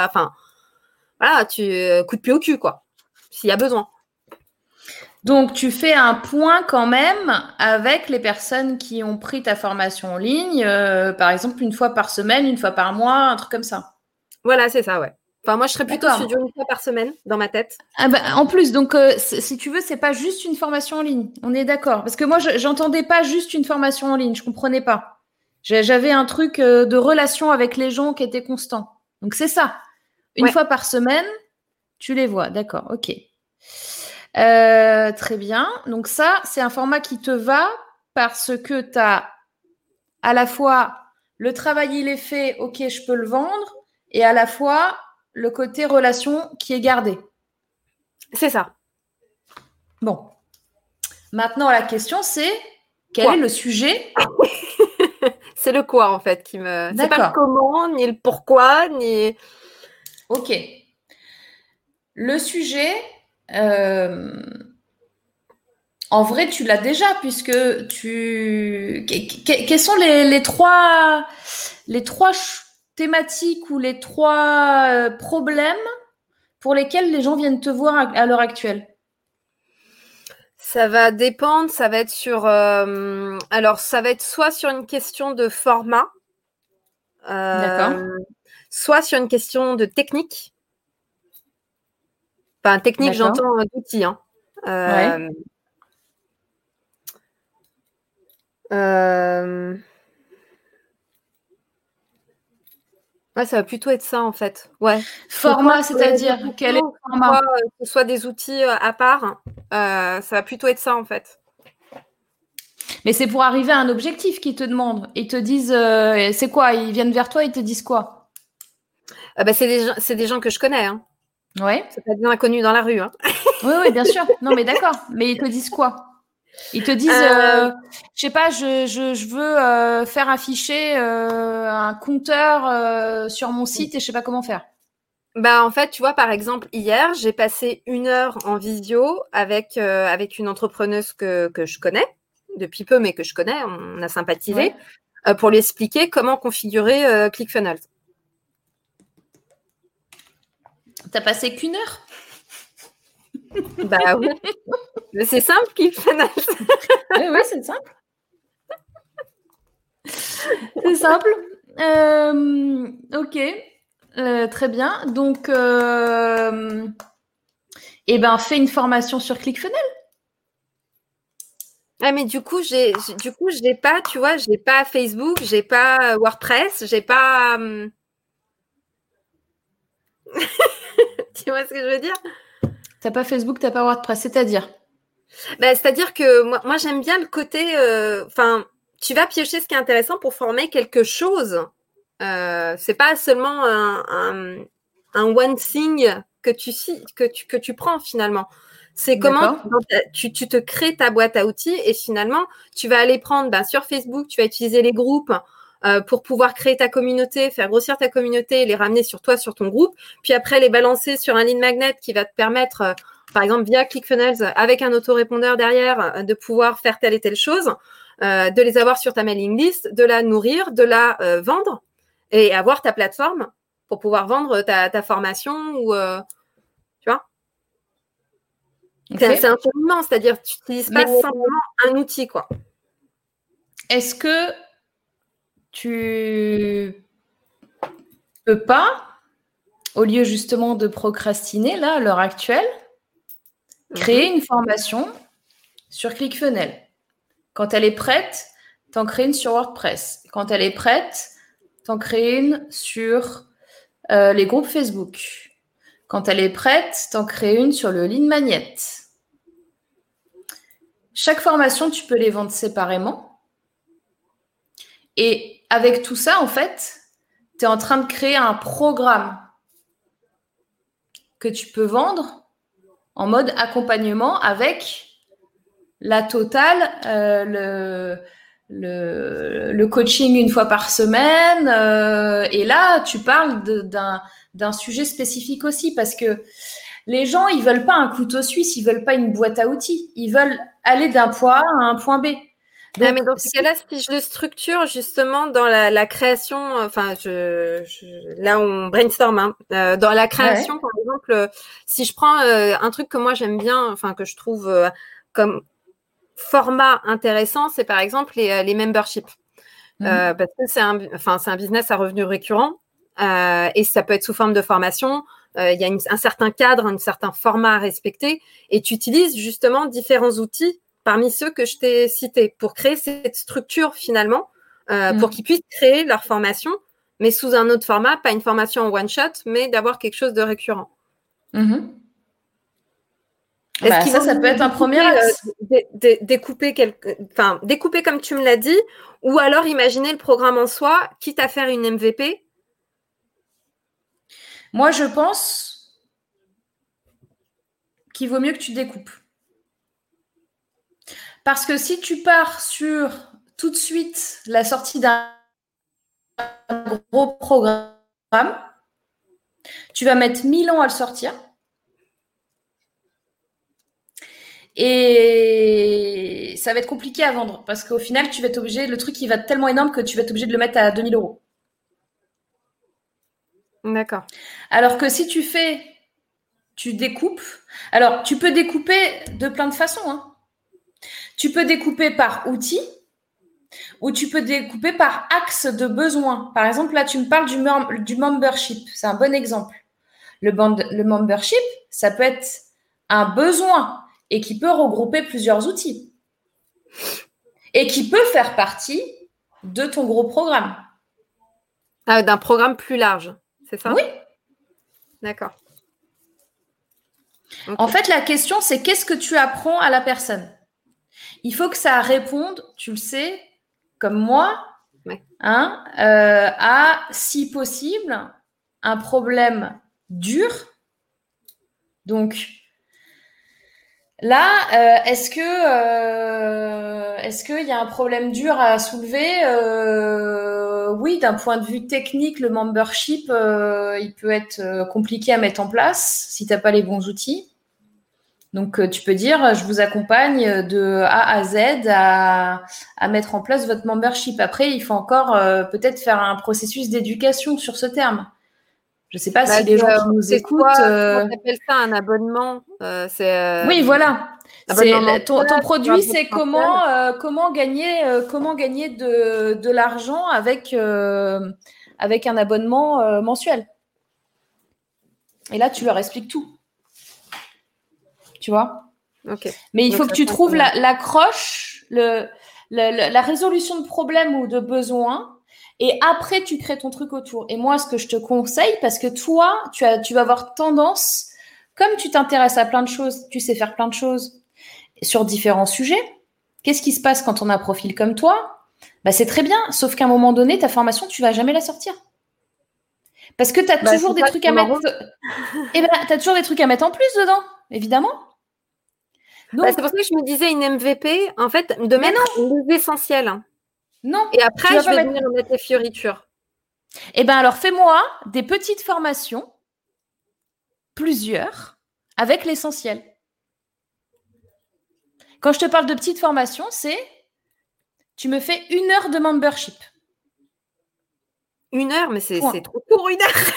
de pied au cul, quoi, s'il y a besoin. Donc, tu fais un point quand même avec les personnes qui ont pris ta formation en ligne, par exemple, une fois par semaine, une fois par mois, un truc comme ça. Voilà, c'est ça, ouais. Enfin, moi, je serais plutôt sur une fois par semaine dans ma tête. En plus, donc, si tu veux, c'est pas juste une formation en ligne. On est d'accord. Parce que moi, j'entendais pas juste une formation en ligne. Je comprenais pas. J'avais un truc de relation avec les gens qui était constant. Donc, c'est ça. Une fois par semaine, tu les vois. D'accord. OK. Très bien. Donc, ça, c'est un format qui te va parce que tu as à la fois le travail, il est fait. OK, je peux le vendre. Et à la fois le côté relation qui est gardé. C'est ça. Bon. Maintenant, la question, c'est quel est le sujet? C'est le quoi, en fait, qui me... D'accord. C'est pas le comment, ni le pourquoi, ni... OK. Le sujet, en vrai, tu l'as déjà, puisque tu... Quels sont les trois thématiques ou les 3 problèmes pour lesquels les gens viennent te voir à l'heure actuelle? Ça va dépendre, ça va être sur... alors, ça va être soit sur une question de format, D'accord. soit sur une question de technique. Enfin, technique, D'accord. j'entends d'outils. Hein. Ouais. Ouais, ça va plutôt être ça, en fait. Ouais. Format, c'est-à-dire quel est le format? Que ce soit des outils à part, ça va plutôt être ça, en fait. Mais c'est pour arriver à un objectif qu'ils te demandent. Ils te disent, c'est quoi? Ils viennent vers toi, ils te disent quoi? Bah, c'est des gens que je connais. Hein. Ouais. C'est pas bien inconnu dans la rue. Hein. Oui, bien sûr. Non, mais d'accord. Mais ils te disent quoi? Ils te disent, je sais pas, je veux faire afficher un compteur sur mon site et je sais pas comment faire. Bah, en fait, tu vois, par exemple, hier, j'ai passé 1 heure en visio avec une entrepreneuse que je connais depuis peu, mais que je connais, on a sympathisé, pour lui expliquer comment configurer ClickFunnels. T'as passé qu'1 heure? Bah oui. Mais c'est simple, ClickFunnels. Oui, c'est simple. C'est simple. Ok. Très bien. Donc, fais une formation sur ClickFunnels. Ah, mais du coup, j'ai pas, tu vois, j'ai pas Facebook, j'ai pas WordPress, j'ai pas. Tu vois ce que je veux dire? T'as pas Facebook, t'as pas WordPress, c'est-à-dire? Bah, c'est-à-dire que moi j'aime bien le côté. Enfin, tu vas piocher ce qui est intéressant pour former quelque chose. C'est pas seulement un one thing que tu prends finalement. C'est comment tu te crées ta boîte à outils et finalement tu vas aller prendre sur Facebook, tu vas utiliser les groupes pour pouvoir créer ta communauté, faire grossir ta communauté, les ramener sur toi, sur ton groupe, puis après les balancer sur un lead magnet qui va te permettre, par exemple via ClickFunnels, avec un autorépondeur derrière, de pouvoir faire telle et telle chose, de les avoir sur ta mailing list, de la nourrir, de la vendre et avoir ta plateforme pour pouvoir vendre ta formation ou tu vois. Okay. C'est un cheminement, c'est-à-dire tu n'utilises pas simplement un outil, quoi. Est-ce que tu peux pas, au lieu justement de procrastiner là à l'heure actuelle, créer une formation sur ClickFunnels? Quand elle est prête, t'en crées une sur WordPress. Quand elle est prête, t'en crées une sur les groupes Facebook. Quand elle est prête, t'en crées une sur le lead magnet. Chaque formation, tu peux les vendre séparément. Et avec tout ça, en fait, tu es en train de créer un programme que tu peux vendre en mode accompagnement avec la totale, le coaching une fois par semaine. Et là, tu parles d'un sujet spécifique aussi parce que les gens, ils veulent pas un couteau suisse, ils veulent pas une boîte à outils. Ils veulent aller d'un point A à un point B. Donc, mais dans ce cas-là, si je le structure justement dans la création, enfin, là on brainstorm, hein, dans la création, par exemple, si je prends un truc que moi j'aime bien, enfin que je trouve comme format intéressant, c'est par exemple les memberships, parce que c'est un business à revenus récurrents et ça peut être sous forme de formation. Il y a un certain cadre, un certain format à respecter, et tu utilises justement différents outils parmi ceux que je t'ai cités pour créer cette structure finalement, pour qu'ils puissent créer leur formation, mais sous un autre format, pas une formation en one shot, mais d'avoir quelque chose de récurrent. Ça peut être un premier axe. Découper comme tu me l'as dit, ou alors imaginer le programme en soi, quitte à faire une MVP. Moi, je pense qu'il vaut mieux que tu découpes. Parce que si tu pars sur tout de suite la sortie d'un gros programme, tu vas mettre 1000 ans à le sortir. Et ça va être compliqué à vendre parce qu'au final, tu vas être obligé, le truc il va être tellement énorme que tu vas être obligé de le mettre à 2000 €. D'accord. Alors que si tu découpes. Alors, tu peux découper de plein de façons. Hein. Tu peux découper par outils ou tu peux découper par axe de besoin. Par exemple, là, tu me parles du membership. C'est un bon exemple. Le membership, ça peut être un besoin et qui peut regrouper plusieurs outils et qui peut faire partie de ton gros programme. Ah, d'un programme plus large, c'est ça? Oui. D'accord. Okay. En fait, la question, c'est qu'est-ce que tu apprends à la personne? Il faut que ça réponde, tu le sais, comme moi, ouais. Hein, à, si possible, un problème dur. Donc, là, est-ce qu'il y a un problème dur à soulever? Oui, d'un point de vue technique, le membership, il peut être compliqué à mettre en place si tu n'as pas les bons outils. Donc, tu peux dire, je vous accompagne de A à Z à mettre en place votre membership. Après, il faut encore peut-être faire un processus d'éducation sur ce terme. Je ne sais pas si les gens qui nous écoutent… Comment t'appelles ça, un abonnement Oui, voilà. Ton produit, c'est comment gagner de l'argent avec un abonnement mensuel. Et là, tu leur expliques tout. Tu vois? Okay. Mais il faut que tu trouves l'accroche, la résolution de problèmes ou de besoins, et après, tu crées ton truc autour. Et moi, ce que je te conseille, parce que toi, tu vas avoir tendance, comme tu t'intéresses à plein de choses, tu sais faire plein de choses sur différents sujets, qu'est-ce qui se passe quand on a un profil comme toi? Bah, c'est très bien, sauf qu'à un moment donné, ta formation, tu vas jamais la sortir. Parce que tu as toujours des trucs à mettre… tu as toujours des trucs à mettre en plus dedans, évidemment. Donc, c'est pour ça que je me disais une MVP, en fait, de mettre les essentiels. Non. Et après, je vais venir mettre les fioritures. Eh bien, alors, fais-moi des petites formations, plusieurs, avec l'essentiel. Quand je te parle de petites formations, c'est tu me fais 1 heure de membership. 1 heure, mais c'est trop court, 1 heure.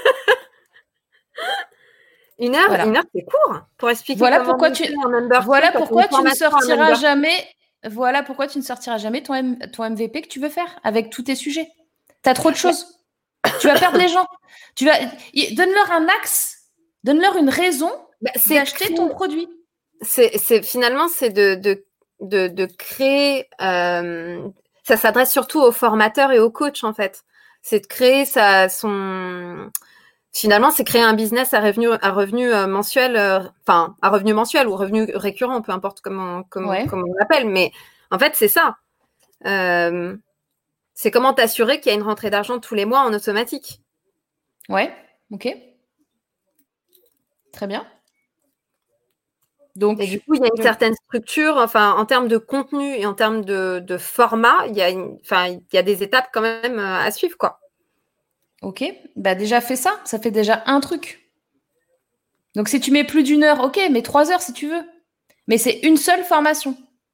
1 heure, voilà. 1 heure, c'est court pour expliquer voilà comment pourquoi tu ne sortiras jamais. Voilà pourquoi tu ne sortiras jamais ton MVP que tu veux faire avec tous tes sujets. Tu as trop de choses. Tu vas perdre les gens. Donne-leur un axe, donne-leur une raison d'acheter ton produit. Finalement, c'est de créer. Ça s'adresse surtout aux formateurs et aux coachs, en fait. C'est de créer Finalement, c'est créer un business à revenu mensuel, à revenu mensuel ou revenu récurrent, peu importe comment on l'appelle. Mais en fait, c'est ça. C'est comment t'assurer qu'il y a une rentrée d'argent tous les mois en automatique. Ouais, ok. Très bien. Donc, et du coup, il y a une certaine structure, en termes de contenu et en termes de format, il y a des étapes quand même à suivre, quoi. Ok, bah déjà fais ça fait déjà un truc. Donc si tu mets plus d'1 heure, ok, mais 3 heures si tu veux. Mais c'est une seule formation.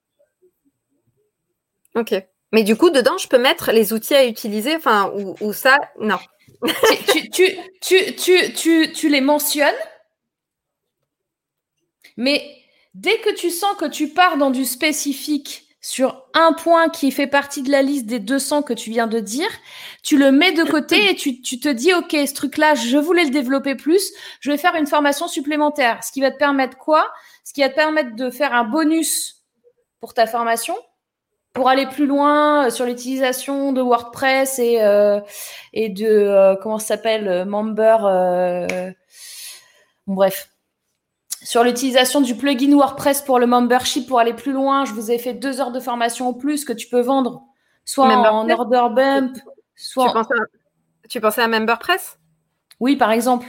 Ok. Mais du coup, dedans, je peux mettre les outils à utiliser, ou ça, non. tu les mentionnes, mais dès que tu sens que tu pars dans du spécifique sur un point qui fait partie de la liste des 200 que tu viens de dire, tu le mets de côté et tu te dis, ok, ce truc-là, je voulais le développer plus, je vais faire une formation supplémentaire. Ce qui va te permettre quoi? Ce qui va te permettre de faire un bonus pour ta formation, pour aller plus loin sur l'utilisation de WordPress et de, comment ça s'appelle, Member, bref. Sur l'utilisation du plugin WordPress pour le membership, pour aller plus loin, je vous ai fait 2 heures de formation en plus que tu peux vendre, soit en order bump, soit… Tu pensais à MemberPress? Oui, par exemple.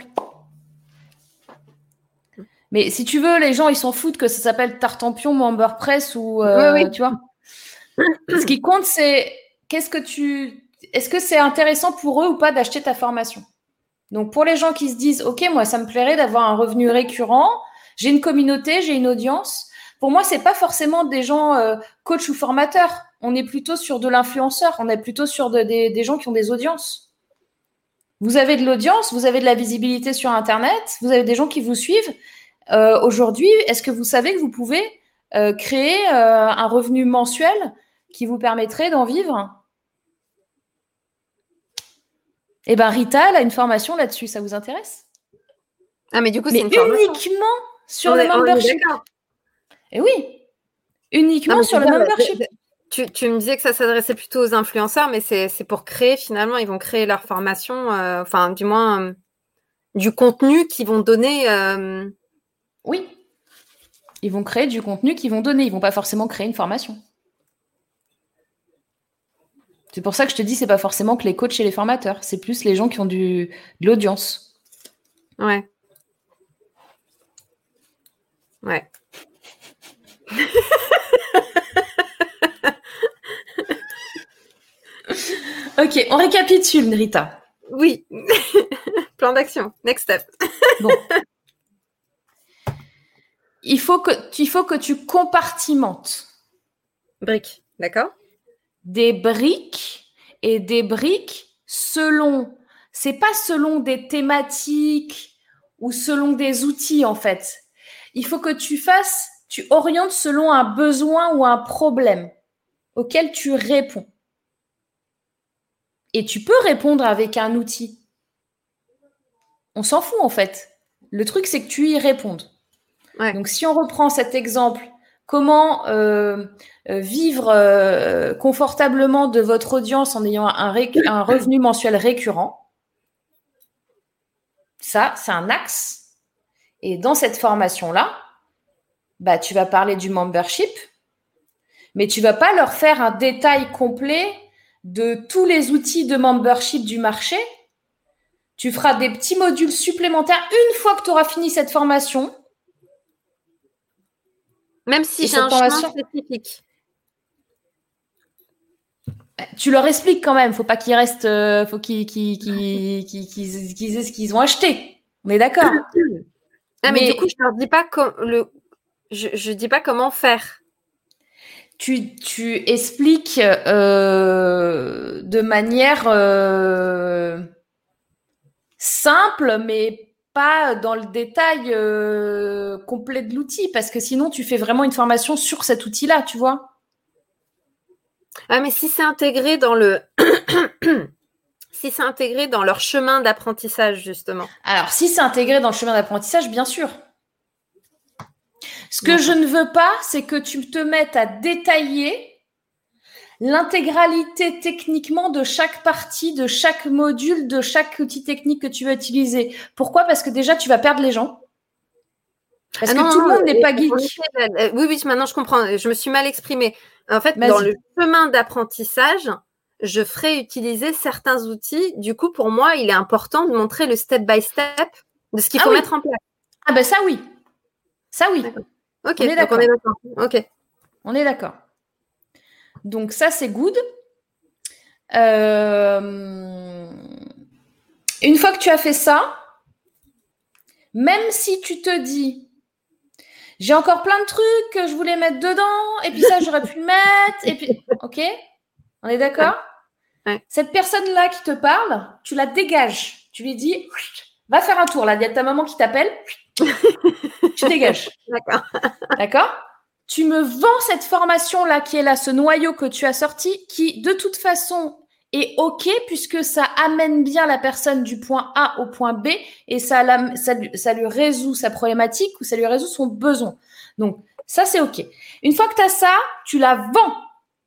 Mais si tu veux, les gens, ils s'en foutent que ça s'appelle Tartampion, MemberPress ou… oui. Tu vois. Ce qui compte, c'est est-ce que c'est intéressant pour eux ou pas d'acheter ta formation? Donc, pour les gens qui se disent, OK, moi, ça me plairait d'avoir un revenu récurrent, j'ai une communauté, j'ai une audience. Pour moi, c'est pas forcément des gens coach ou formateurs. On est plutôt sur de l'influenceur. On est plutôt sur des gens qui ont des audiences. Vous avez de l'audience, vous avez de la visibilité sur Internet, vous avez des gens qui vous suivent. Aujourd'hui, est-ce que vous savez que vous pouvez créer un revenu mensuel qui vous permettrait d'en vivre? Eh bien, Rita, elle a une formation là-dessus. Ça vous intéresse? Ah, mais du coup, Mais c'est une formation. uniquement sur le membership. Eh oui, uniquement sur le membership. Tu me disais que ça s'adressait plutôt aux influenceurs, mais c'est pour créer, finalement, ils vont créer leur formation, enfin, du moins, du contenu qu'ils vont donner. Oui, ils vont créer du contenu qu'ils vont donner. Ils vont pas forcément créer une formation. C'est pour ça que je te dis, c'est pas forcément que les coachs et les formateurs. C'est plus les gens qui ont de l'audience. Ouais. Ouais. Ok, on récapitule, Rita. Oui. Plan d'action. Next step. Bon. Il faut que tu compartimentes. Briques, d'accord? Des briques et des briques selon, c'est pas selon des thématiques ou selon des outils en fait. Il faut que tu orientes selon un besoin ou un problème auquel tu réponds. Et tu peux répondre avec un outil. On s'en fout en fait. Le truc, c'est que tu y répondes. Ouais. Donc, si on reprend cet exemple, comment vivre confortablement de votre audience en ayant un revenu mensuel récurrent, ça, c'est un axe. Et dans cette formation-là, bah, tu vas parler du membership, mais tu ne vas pas leur faire un détail complet de tous les outils de membership du marché. Tu feras des petits modules supplémentaires une fois que tu auras fini cette formation. Même si j'ai un chemin spécifique. Tu leur expliques quand même. Faut pas qu'ils restent. Faut qu'ils aient ce qu'ils ont acheté. On est d'accord. Ah, mais du coup, je leur dis pas je dis pas comment faire. Tu expliques de manière simple, mais pas dans le détail complet de l'outil, parce que sinon tu fais vraiment une formation sur cet outil-là, tu vois. Ah, mais si c'est intégré dans si c'est intégré dans leur chemin d'apprentissage, justement. Alors, si c'est intégré dans le chemin d'apprentissage, bien sûr. Ce que je ne veux pas, c'est que tu te mettes à détailler l'intégralité techniquement de chaque partie, de chaque module, de chaque outil technique que tu vas utiliser. Pourquoi? Parce que déjà, tu vas perdre les gens. Parce que tout le monde n'est pas geek. Oui, maintenant je comprends. Je me suis mal exprimée. En fait, dans le chemin d'apprentissage, je ferai utiliser certains outils. Du coup, pour moi, il est important de montrer le step by step de ce qu'il faut mettre en place. Ah ben ça oui. Ça oui. Ok, on est d'accord. Ok. On est d'accord. Donc ça, c'est good. Une fois que tu as fait ça, même si tu te dis, j'ai encore plein de trucs que je voulais mettre dedans, et puis ça, j'aurais pu le mettre, et puis, ok, on est d'accord? Ouais. Cette personne-là qui te parle, tu la dégages. Tu lui dis, va faire un tour, là, il y a ta maman qui t'appelle, tu dégages. D'accord. D'accord? Tu me vends cette formation-là qui est là, ce noyau que tu as sorti, qui, de toute façon, est OK puisque ça amène bien la personne du point A au point B et ça lui résout sa problématique ou ça lui résout son besoin. Donc, ça, c'est OK. Une fois que tu as ça, tu la vends.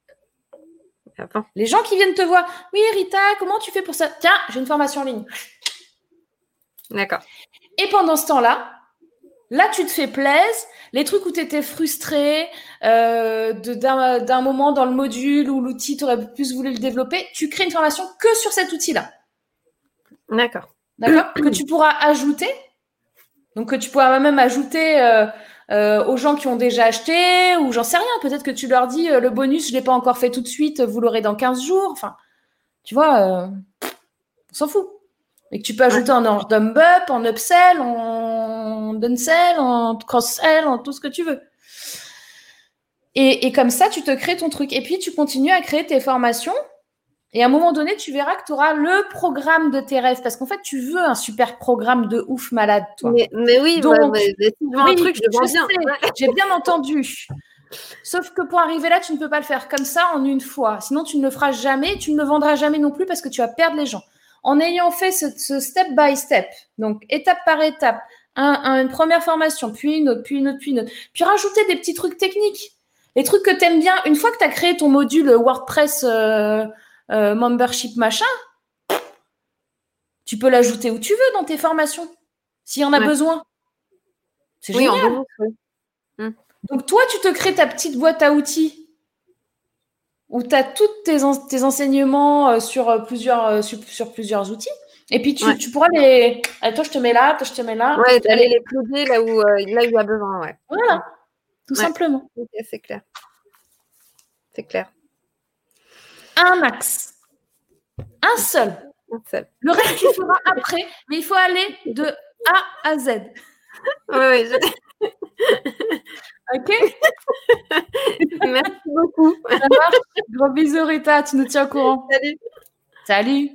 Les gens qui viennent te voir, oui, Rita, comment tu fais pour ça? Tiens, j'ai une formation en ligne. D'accord. Et pendant ce temps-là, là, tu te fais plaisir. Les trucs où tu étais frustré d'un moment dans le module où l'outil, tu aurais plus voulu le développer, tu crées une formation que sur cet outil-là. D'accord. D'accord. Que tu pourras ajouter. Donc, que tu pourras même ajouter aux gens qui ont déjà acheté ou j'en sais rien. Peut-être que tu leur dis le bonus, je ne l'ai pas encore fait tout de suite, vous l'aurez dans 15 jours. Enfin, tu vois, on s'en fout. Et que tu peux ajouter en dump up, en upsell, en downsell, en cross-sell, en tout ce que tu veux. Et comme ça, tu te crées ton truc. Et puis, tu continues à créer tes formations Et à un moment donné, tu verras que tu auras le programme de tes rêves. Parce qu'en fait, tu veux un super programme de ouf malade, toi. Mais oui, Donc, si je vends un truc, je le vends bien. Sais, j'ai bien entendu. Sauf que pour arriver là, tu ne peux pas le faire comme ça en une fois. Sinon, tu ne le feras jamais. Tu ne le vendras jamais non plus parce que tu vas perdre les gens. En ayant fait ce step by step, donc étape par étape, une première formation, puis une autre, puis une autre, puis une autre, puis rajouter des petits trucs techniques. Les trucs que tu aimes bien. Une fois que tu as créé ton module WordPress membership machin, tu peux l'ajouter où tu veux dans tes formations, s'il y en a besoin. C'est génial. Donc, toi, tu te crées ta petite boîte à outils où tu as tous tes enseignements sur plusieurs outils. Et puis, tu pourras les... Toi, je te mets là, toi, je te mets là. Ouais, d'aller les plugger là où il y a besoin. Ouais. Voilà, tout simplement. Ok, c'est clair. C'est clair. Un axe. Un seul. Le reste, tu feras après, mais il faut aller de A à Z. Oui. Ok. Merci beaucoup. Ça marche. Gros bisous, Rita. Tu nous tiens au courant. Salut.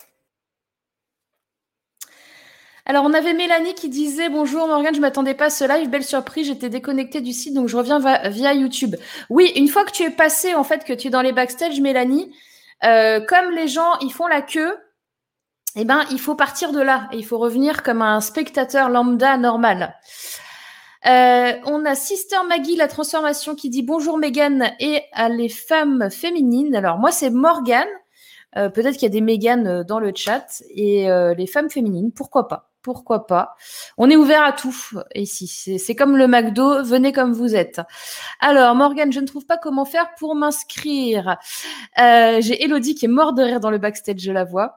Alors, on avait Mélanie qui disait « Bonjour Morgane, je ne m'attendais pas à ce live. Belle surprise, j'étais déconnectée du site, donc je reviens via YouTube. » Oui, une fois que tu es passé, en fait, que tu es dans les backstage, Mélanie, comme les gens, ils font la queue, eh ben, il faut partir de là. Et il faut revenir comme un spectateur lambda normal. On a Sister Maggie, la transformation, qui dit « Bonjour Mégane et à les femmes féminines. » Alors, moi, c'est Morgane. Peut-être qu'il y a des Mégane dans le chat. Et les femmes féminines, pourquoi pas? Pourquoi pas? On est ouvert à tout ici. C'est comme le McDo, venez comme vous êtes. Alors, Morgane, je ne trouve pas comment faire pour m'inscrire. J'ai Elodie qui est morte de rire dans le backstage, je la vois.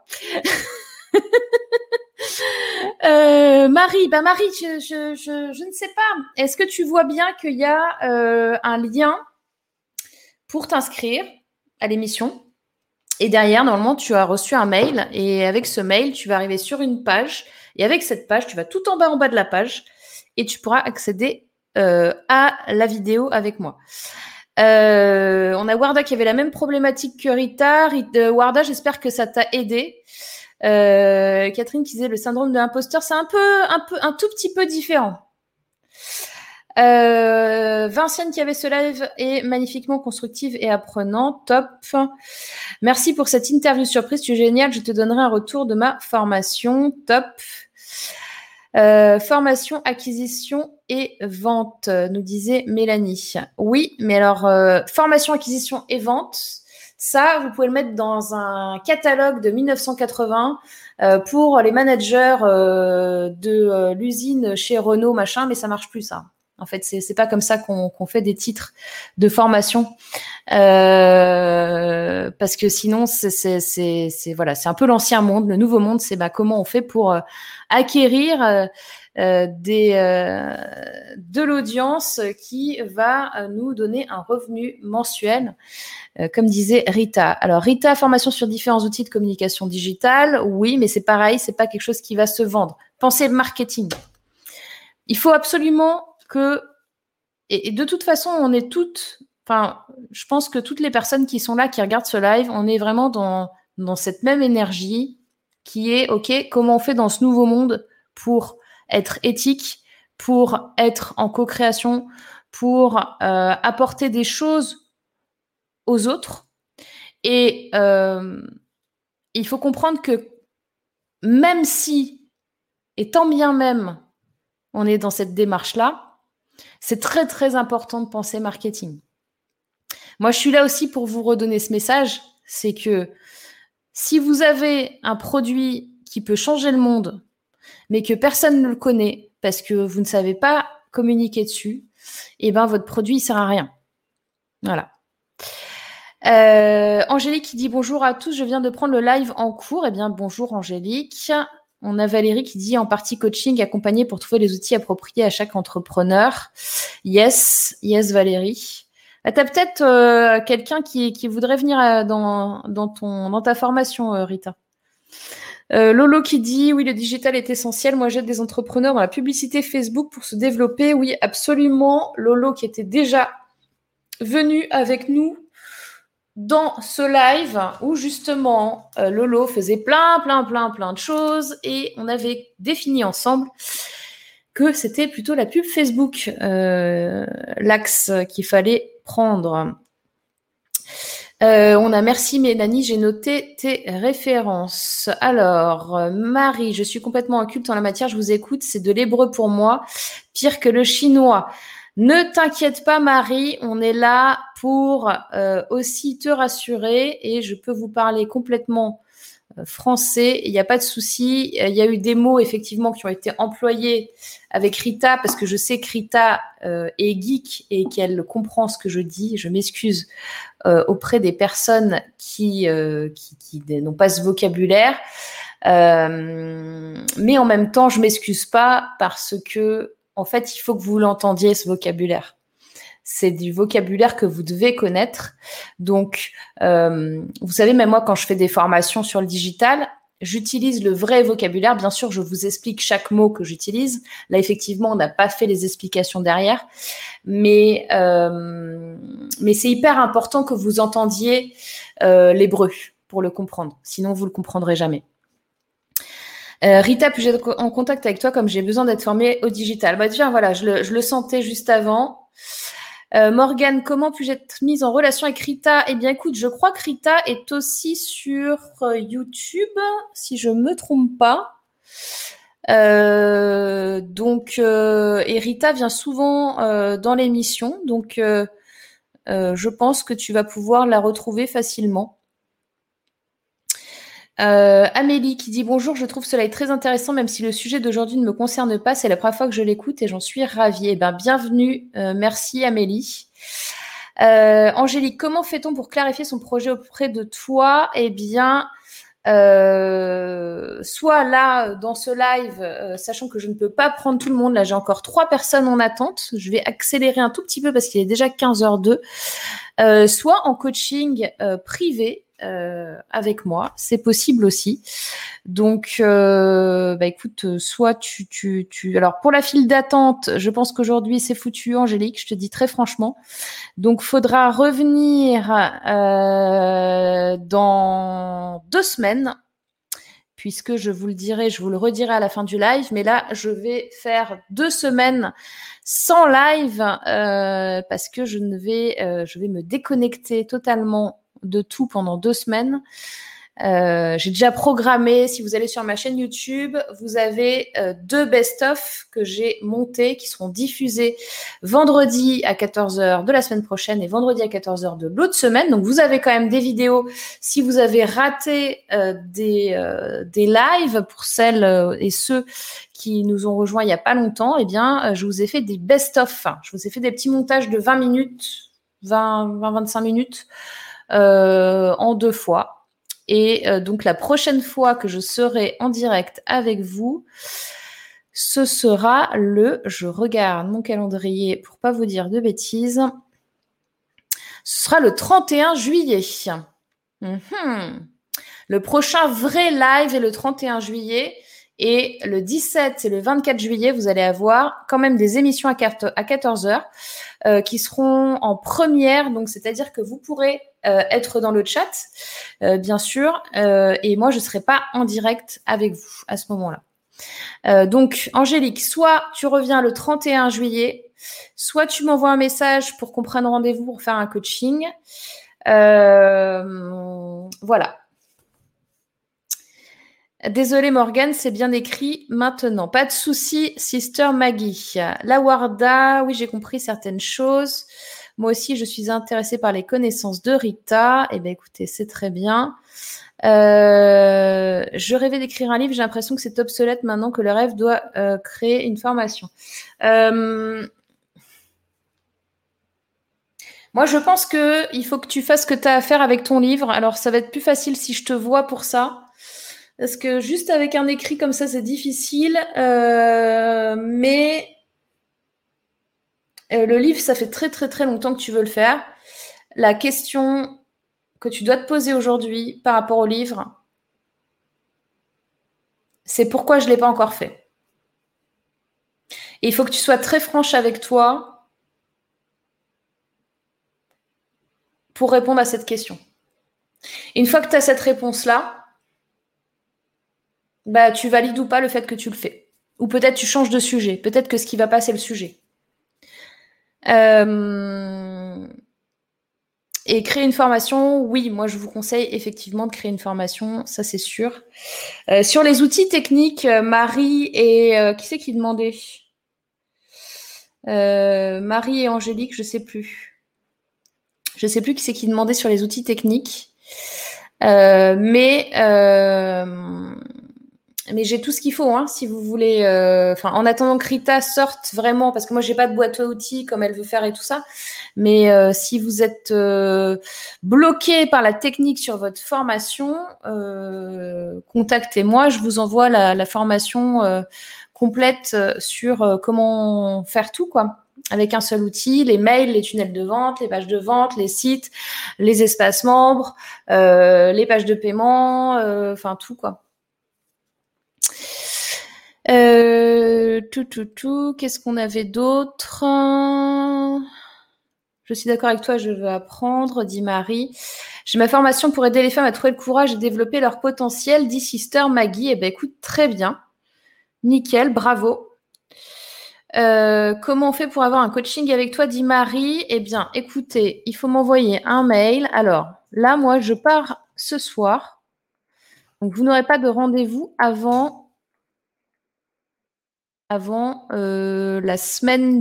Marie, je ne sais pas. Est-ce que tu vois bien qu'il y a un lien pour t'inscrire à l'émission? Et derrière, normalement, tu as reçu un mail. Et avec ce mail, tu vas arriver sur une page. Et avec cette page, tu vas tout en bas de la page et tu pourras accéder à la vidéo avec moi. On a Warda qui avait la même problématique que Rita. Warda, j'espère que ça t'a aidé. Catherine qui disait le syndrome de l'imposteur, c'est un tout petit peu différent. Vinciane qui avait ce live est magnifiquement constructive et apprenant. Top. Merci pour cette interview surprise. Tu es génial. Je te donnerai un retour de ma formation. Top. Formation, acquisition et vente, nous disait Mélanie. Oui, mais alors, formation, acquisition et vente, ça, vous pouvez le mettre dans un catalogue de 1980 pour les managers de l'usine chez Renault, machin, mais ça marche plus, ça. En fait, c'est pas comme ça qu'on fait des titres de formation, parce que sinon voilà, c'est un peu l'ancien monde. Le nouveau monde, c'est comment on fait pour acquérir de l'audience qui va nous donner un revenu mensuel, comme disait Rita. Alors Rita, formation sur différents outils de communication digitale, oui, mais c'est pareil, c'est pas quelque chose qui va se vendre. Pensez marketing. Il faut absolument que, et de toute façon, on est toutes, je pense que toutes les personnes qui sont là, qui regardent ce live, on est vraiment dans cette même énergie qui est, OK, comment on fait dans ce nouveau monde pour être éthique, pour être en co-création, pour apporter des choses aux autres. Et il faut comprendre que même si, et tant bien même, on est dans cette démarche-là, c'est très, très important de penser marketing. Moi, je suis là aussi pour vous redonner ce message, c'est que si vous avez un produit qui peut changer le monde, mais que personne ne le connaît parce que vous ne savez pas communiquer dessus, eh ben, votre produit ne sert à rien. Voilà. Angélique qui dit bonjour à tous, je viens de prendre le live en cours. Eh bien, bonjour Angélique. On a Valérie qui dit en partie coaching accompagné pour trouver les outils appropriés à chaque entrepreneur. Yes Valérie. Tu as peut-être quelqu'un qui voudrait venir dans ta formation, Rita. Lolo qui dit oui, le digital est essentiel. Moi, j'aide des entrepreneurs dans la publicité Facebook pour se développer. Oui, absolument. Lolo qui était déjà venu avec nous dans ce live où justement Lolo faisait plein de choses et on avait défini ensemble que c'était plutôt la pub Facebook, l'axe qu'il fallait prendre. On a merci Mélanie, j'ai noté tes références. Alors, Marie, je suis complètement inculte en la matière, je vous écoute, c'est de l'hébreu pour moi, pire que le chinois. Ne t'inquiète pas Marie, on est là pour aussi te rassurer et je peux vous parler complètement français, il n'y a pas de souci. Il y a eu des mots effectivement qui ont été employés avec Rita parce que je sais que Rita est geek et qu'elle comprend ce que je dis. Je m'excuse auprès des personnes qui n'ont pas ce vocabulaire. Mais en même temps, je m'excuse pas parce que en fait, il faut que vous l'entendiez ce vocabulaire. C'est du vocabulaire que vous devez connaître. Donc, vous savez, même moi, quand je fais des formations sur le digital, j'utilise le vrai vocabulaire. Bien sûr, je vous explique chaque mot que j'utilise. Là, effectivement, on n'a pas fait les explications derrière. Mais c'est hyper important que vous entendiez l'hébreu pour le comprendre. Sinon, vous ne le comprendrez jamais. Rita, puis-je être en contact avec toi comme j'ai besoin d'être formée au digital? Bah, déjà, voilà, je le sentais juste avant. Morgane, comment puis-je être mise en relation avec Rita? Eh bien, écoute, je crois que Rita est aussi sur YouTube, si je me trompe pas. Et Rita vient souvent dans l'émission, donc je pense que tu vas pouvoir la retrouver facilement. Amélie qui dit bonjour, je trouve cela est très intéressant même si le sujet d'aujourd'hui ne me concerne pas, c'est la première fois que je l'écoute et j'en suis ravie. Eh bien, bienvenue, merci Amélie. Angélique, comment fait-on pour clarifier son projet auprès de toi? Eh bien, soit là dans ce live, sachant que je ne peux pas prendre tout le monde, là j'ai encore 3 personnes en attente, je vais accélérer un tout petit peu parce qu'il est déjà 15h02, soit en coaching privé avec moi, c'est possible aussi. Donc, écoute, soit tu. Alors pour la file d'attente, je pense qu'aujourd'hui c'est foutu, Angélique. Je te dis très franchement. Donc, faudra revenir dans 2 semaines, puisque je vous le redirai à la fin du live. Mais là, je vais faire 2 semaines sans live parce que je vais me déconnecter totalement de tout pendant 2 semaines. J'ai déjà programmé, si vous allez sur ma chaîne YouTube, vous avez 2 best-of que j'ai montés qui seront diffusés vendredi à 14h de la semaine prochaine et vendredi à 14h de l'autre semaine. Donc vous avez quand même des vidéos si vous avez raté des lives pour celles et ceux qui nous ont rejoints il n'y a pas longtemps. Eh bien, je vous ai fait des best-of. Je vous ai fait des petits montages de 20 minutes, 20-25 minutes en 2 fois. Et donc, la prochaine fois que je serai en direct avec vous, ce sera je regarde mon calendrier pour pas vous dire de bêtises, ce sera le 31 juillet. Le prochain vrai live est le 31 juillet. Et le 17 et le 24 juillet, vous allez avoir quand même des émissions à 14h qui seront en première. Donc, c'est-à-dire que vous pourrez être dans le chat, bien sûr. Et moi, je ne serai pas en direct avec vous à ce moment-là. Donc, Angélique, soit tu reviens le 31 juillet, soit tu m'envoies un message pour qu'on prenne rendez-vous pour faire un coaching. Voilà. Désolée Morgane, c'est bien écrit maintenant. Pas de souci, Sister Maggie. La Warda, oui, j'ai compris certaines choses. Moi aussi, je suis intéressée par les connaissances de Rita. Eh bien, écoutez, c'est très bien. Je rêvais d'écrire un livre. J'ai l'impression que c'est obsolète maintenant que le rêve doit créer une formation. Moi, je pense qu'il faut que tu fasses ce que tu as à faire avec ton livre. Alors, ça va être plus facile si je te vois pour ça. Parce que juste avec un écrit comme ça, c'est difficile. Mais le livre, ça fait très, très, très longtemps que tu veux le faire. La question que tu dois te poser aujourd'hui par rapport au livre, c'est pourquoi je ne l'ai pas encore fait. Et il faut que tu sois très franche avec toi pour répondre à cette question. Une fois que tu as cette réponse-là, bah, tu valides ou pas le fait que tu le fais. Ou peut-être tu changes de sujet. Peut-être que ce qui va pas, c'est le sujet. Et créer une formation, oui, moi je vous conseille effectivement de créer une formation, ça c'est sûr. Sur les outils techniques, Marie et qui c'est qui demandait Marie et Angélique, je sais plus. Je sais plus qui c'est qui demandait sur les outils techniques. Mais j'ai tout ce qu'il faut, hein, si vous voulez. En attendant que Rita sorte vraiment, parce que moi j'ai pas de boîte à outils comme elle veut faire et tout ça. Mais si vous êtes bloqué par la technique sur votre formation, contactez-moi. Je vous envoie la formation complète sur comment faire tout, quoi. Avec un seul outil, les mails, les tunnels de vente, les pages de vente, les sites, les espaces membres, les pages de paiement, tout, quoi. Qu'est-ce qu'on avait d'autre? Je suis d'accord avec toi, je veux apprendre, dit Marie. J'ai ma formation pour aider les femmes à trouver le courage et développer leur potentiel, dit Sister Maggie. Eh ben, écoute, très bien. Nickel, bravo. Comment on fait pour avoir un coaching avec toi, dit Marie? Eh bien, écoutez, il faut m'envoyer un mail. Alors, là, moi, je pars ce soir. Donc, vous n'aurez pas de rendez-vous avant la semaine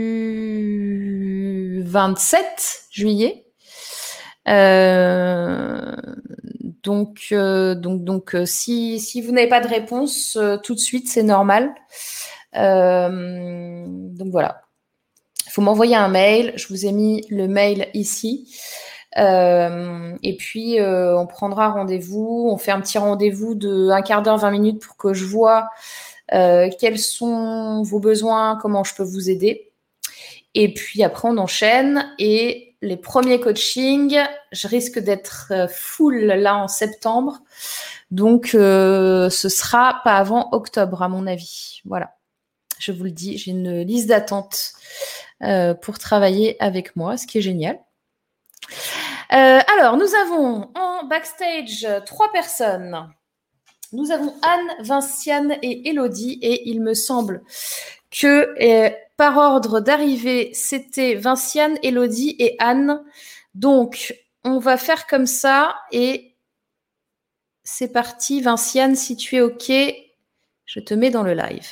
du 27 juillet. Donc, si vous n'avez pas de réponse tout de suite, c'est normal. Donc voilà. Il faut m'envoyer un mail. Je vous ai mis le mail ici. Et puis, on prendra rendez-vous. On fait un petit rendez-vous de 1 quart d'heure, 20 minutes pour que je vois quels sont vos besoins, comment je peux vous aider. Et puis après, on enchaîne. Et les premiers coachings, je risque d'être full là en septembre. Donc, ce sera pas avant octobre, à mon avis. Voilà. Je vous le dis, j'ai une liste d'attente pour travailler avec moi, ce qui est génial. Alors, nous avons en backstage 3 personnes. Nous avons Anne, Vinciane et Elodie. Et il me semble que par ordre d'arrivée, c'était Vinciane, Elodie et Anne. Donc, on va faire comme ça. Et c'est parti. Vinciane, si tu es OK, je te mets dans le live.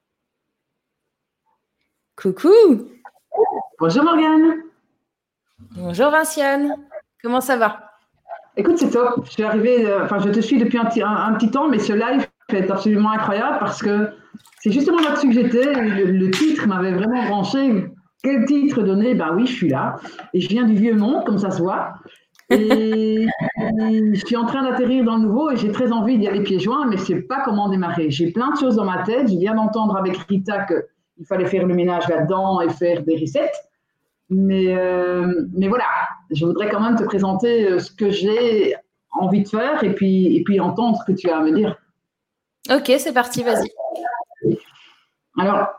Coucou. Bonjour Morgane. Bonjour Vinciane. Comment ça va? Écoute, c'est top. Je suis arrivée, je te suis depuis un petit temps, mais ce live est absolument incroyable parce que c'est justement là-dessus que j'étais. Le titre m'avait vraiment branché. Quel titre donner? Ben oui, je suis là. Et je viens du vieux monde, comme ça se voit. Et je suis en train d'atterrir dans le nouveau et j'ai très envie d'y aller pieds joints, mais je ne sais pas comment démarrer. J'ai plein de choses dans ma tête. Je viens d'entendre avec Rita qu'il fallait faire le ménage là-dedans et faire des recettes. Mais voilà, je voudrais quand même te présenter ce que j'ai envie de faire et puis entendre ce que tu as à me dire. Ok, c'est parti, vas-y. Alors,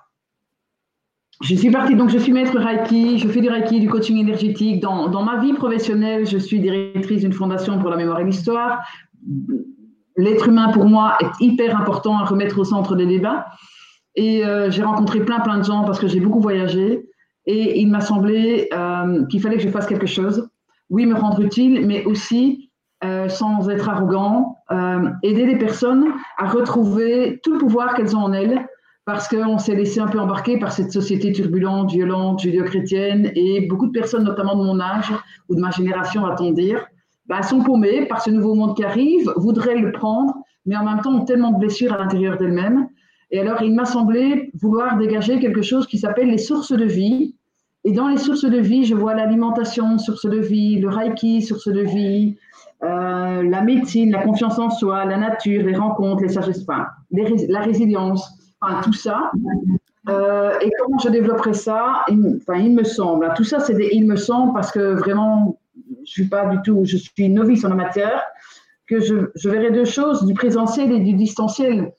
je suis partie, donc je suis maître Reiki, je fais du Reiki, du coaching énergétique. Dans ma vie professionnelle, je suis directrice d'une fondation pour la mémoire et l'histoire. L'être humain, pour moi, est hyper important à remettre au centre des débats. Et j'ai rencontré plein de gens parce que j'ai beaucoup voyagé. Et il m'a semblé qu'il fallait que je fasse quelque chose. Oui, me rendre utile, mais aussi, sans être arrogant, aider les personnes à retrouver tout le pouvoir qu'elles ont en elles, parce qu'on s'est laissé un peu embarquer par cette société turbulente, violente, judéo-chrétienne, et beaucoup de personnes, notamment de mon âge ou de ma génération, va-t-on dire, sont paumées par ce nouveau monde qui arrive, voudraient le prendre, mais en même temps ont tellement de blessures à l'intérieur d'elles-mêmes. Et alors, il m'a semblé vouloir dégager quelque chose qui s'appelle les sources de vie. Et dans les sources de vie, je vois l'alimentation, source de vie, le Reiki, source de vie, la médecine, la confiance en soi, la nature, les rencontres, les sagesses, la résilience, tout ça. Et comment je développerai ça? Il me semble. Tout ça, c'est des il me semble parce que vraiment, je suis novice en la matière, que je verrai 2 choses, du présentiel et du distanciel.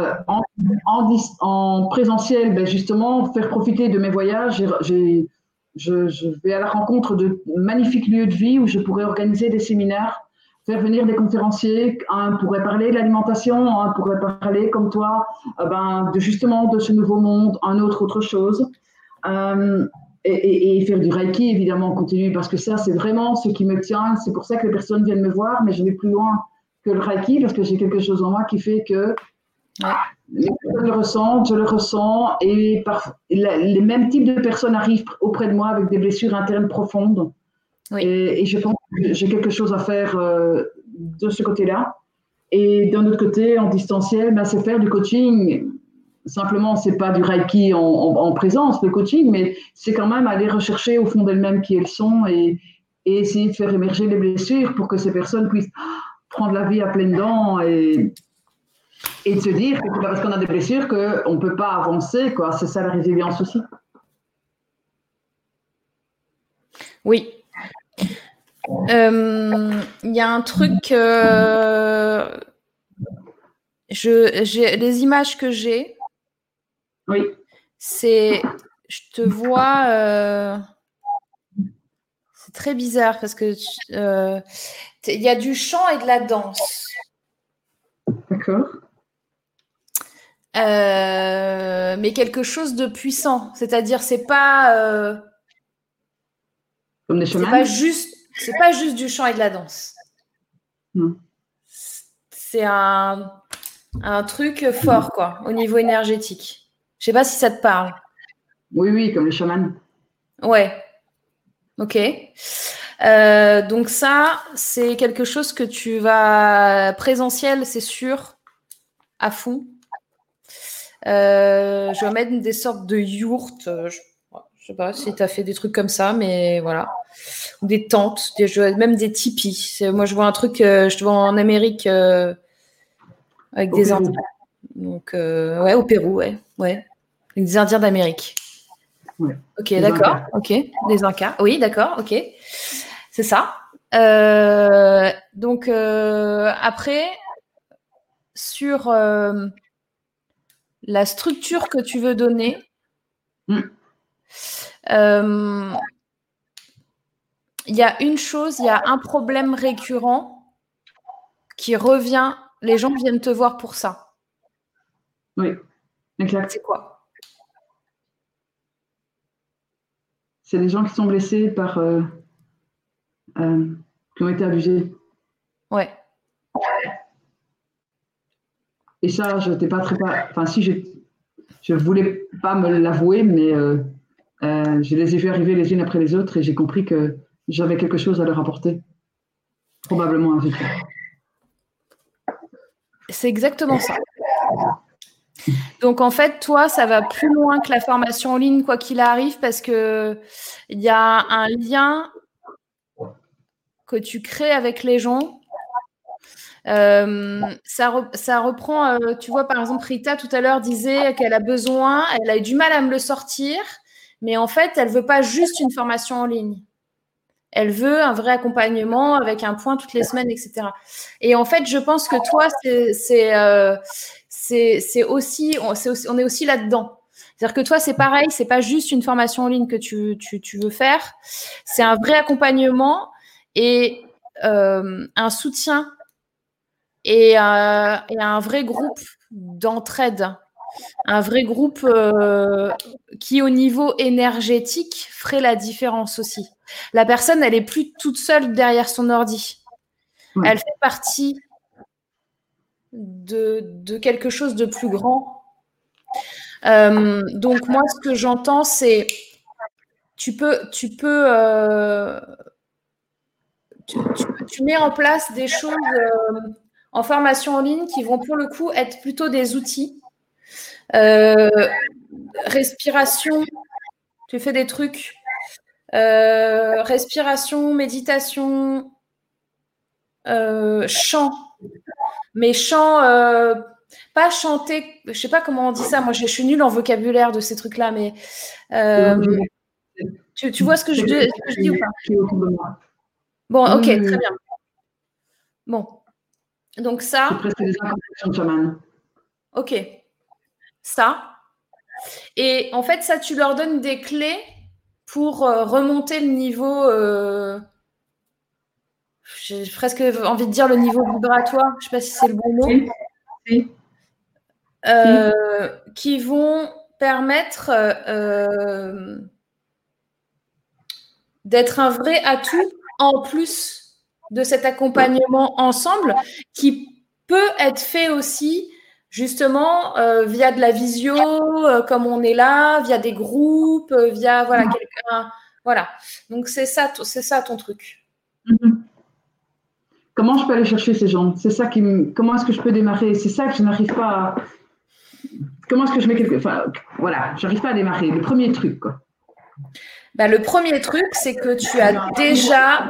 En présentiel, justement, faire profiter de mes voyages. je vais à la rencontre de magnifiques lieux de vie où je pourrais organiser des séminaires, faire venir des conférenciers. Un pourrait parler de l'alimentation, un pourrait parler, comme toi, justement de ce nouveau monde, un autre chose. Et faire du Reiki, évidemment, en continu, parce que ça, c'est vraiment ce qui me tient. C'est pour ça que les personnes viennent me voir, mais je vais plus loin que le Reiki, parce que j'ai quelque chose en moi qui fait que les personnes le ressentent, je le ressens, et les mêmes types de personnes arrivent auprès de moi avec des blessures internes profondes. Oui. Et je pense que j'ai quelque chose à faire de ce côté-là. Et d'un autre côté, en distanciel, c'est faire du coaching. Simplement, c'est pas du Reiki en présence, le coaching, mais c'est quand même aller rechercher au fond d'elles-mêmes qui elles sont et essayer de faire émerger les blessures pour que ces personnes puissent prendre la vie à pleines dents et de se dire que c'est pas parce qu'on a des blessures qu'on ne peut pas avancer, quoi. C'est ça la résilience aussi. Oui. Il y a un truc, les images que j'ai, oui. Je te vois, c'est très bizarre parce que il y a du chant et de la danse. D'accord. Mais quelque chose de puissant, c'est-à-dire c'est pas comme des chemins. C'est pas juste du chant et de la danse. Non. C'est un truc fort, quoi, au niveau énergétique. Je sais pas si ça te parle. Oui, comme les chamans. Ouais. Ok. Donc ça, c'est quelque chose que tu vas présentiel, c'est sûr, à fond. Je vais mettre des sortes de yourtes. Je sais pas si tu as fait des trucs comme ça, mais voilà. Des tentes, même des tipis. Moi, je vois un truc, je te vois en Amérique avec des Indiens. Donc, au Pérou, ouais. Avec des Indiens d'Amérique. Ouais. Ok, d'accord. Ok, des Incas. Oui, d'accord. Ok, c'est ça. Donc après, sur la structure que tu veux donner, il y a une chose, il y a un problème récurrent qui revient. Les gens viennent te voir pour ça. Oui, exact. C'est quoi? C'est les gens qui sont blessés par qui ont été abusés. Ouais. Et ça, je n'étais pas très... Enfin, si, je ne voulais pas me l'avouer, mais je les ai vus arriver les unes après les autres et j'ai compris que j'avais quelque chose à leur apporter. Probablement un vécu. C'est exactement ça. Donc, en fait, toi, ça va plus loin que la formation en ligne, quoi qu'il arrive, parce qu'il y a un lien que tu crées avec les gens. Ça reprend, tu vois, par exemple, Rita, tout à l'heure, disait qu'elle a besoin, elle a eu du mal à me le sortir, mais en fait, elle ne veut pas juste une formation en ligne. Elle veut un vrai accompagnement avec un point toutes les semaines, etc. Et en fait, je pense que toi, on est aussi là-dedans. C'est-à-dire que toi, c'est pareil, c'est pas juste une formation en ligne que tu veux faire, c'est un vrai accompagnement et un soutien et un vrai groupe d'entraide, un vrai groupe qui, au niveau énergétique, ferait la différence aussi. La personne, elle est plus toute seule derrière son ordi. Ouais. Elle fait partie de quelque chose de plus grand. Donc, moi, ce que j'entends, c'est tu mets en place des choses en formation en ligne qui vont, pour le coup, être plutôt des outils. Respiration, tu fais des trucs. Respiration, méditation, chant. Mais chant, pas chanter, je sais pas comment on dit ça, moi je suis nulle en vocabulaire de ces trucs-là, mais tu vois ce que je dis ou pas? Bon, ok, très bien. Bon, donc ça. C'est presque des incantations de chaman. Ok, ça. Et en fait, ça, tu leur donnes des clés pour remonter le niveau, j'ai presque envie de dire le niveau vibratoire, je ne sais pas si c'est le bon mot, Si. qui vont permettre d'être un vrai atout en plus de cet accompagnement ensemble qui peut être fait aussi justement via de la visio, comme on est là, via des groupes, via voilà quelqu'un. Voilà. Donc c'est ça ton truc. Comment je peux aller chercher ces gens? C'est ça comment est-ce que je peux démarrer? C'est ça que je n'arrive pas à. Comment est-ce que je mets voilà, j'arrive pas à démarrer. Le premier truc, quoi. Bah, le premier truc, c'est que tu as déjà.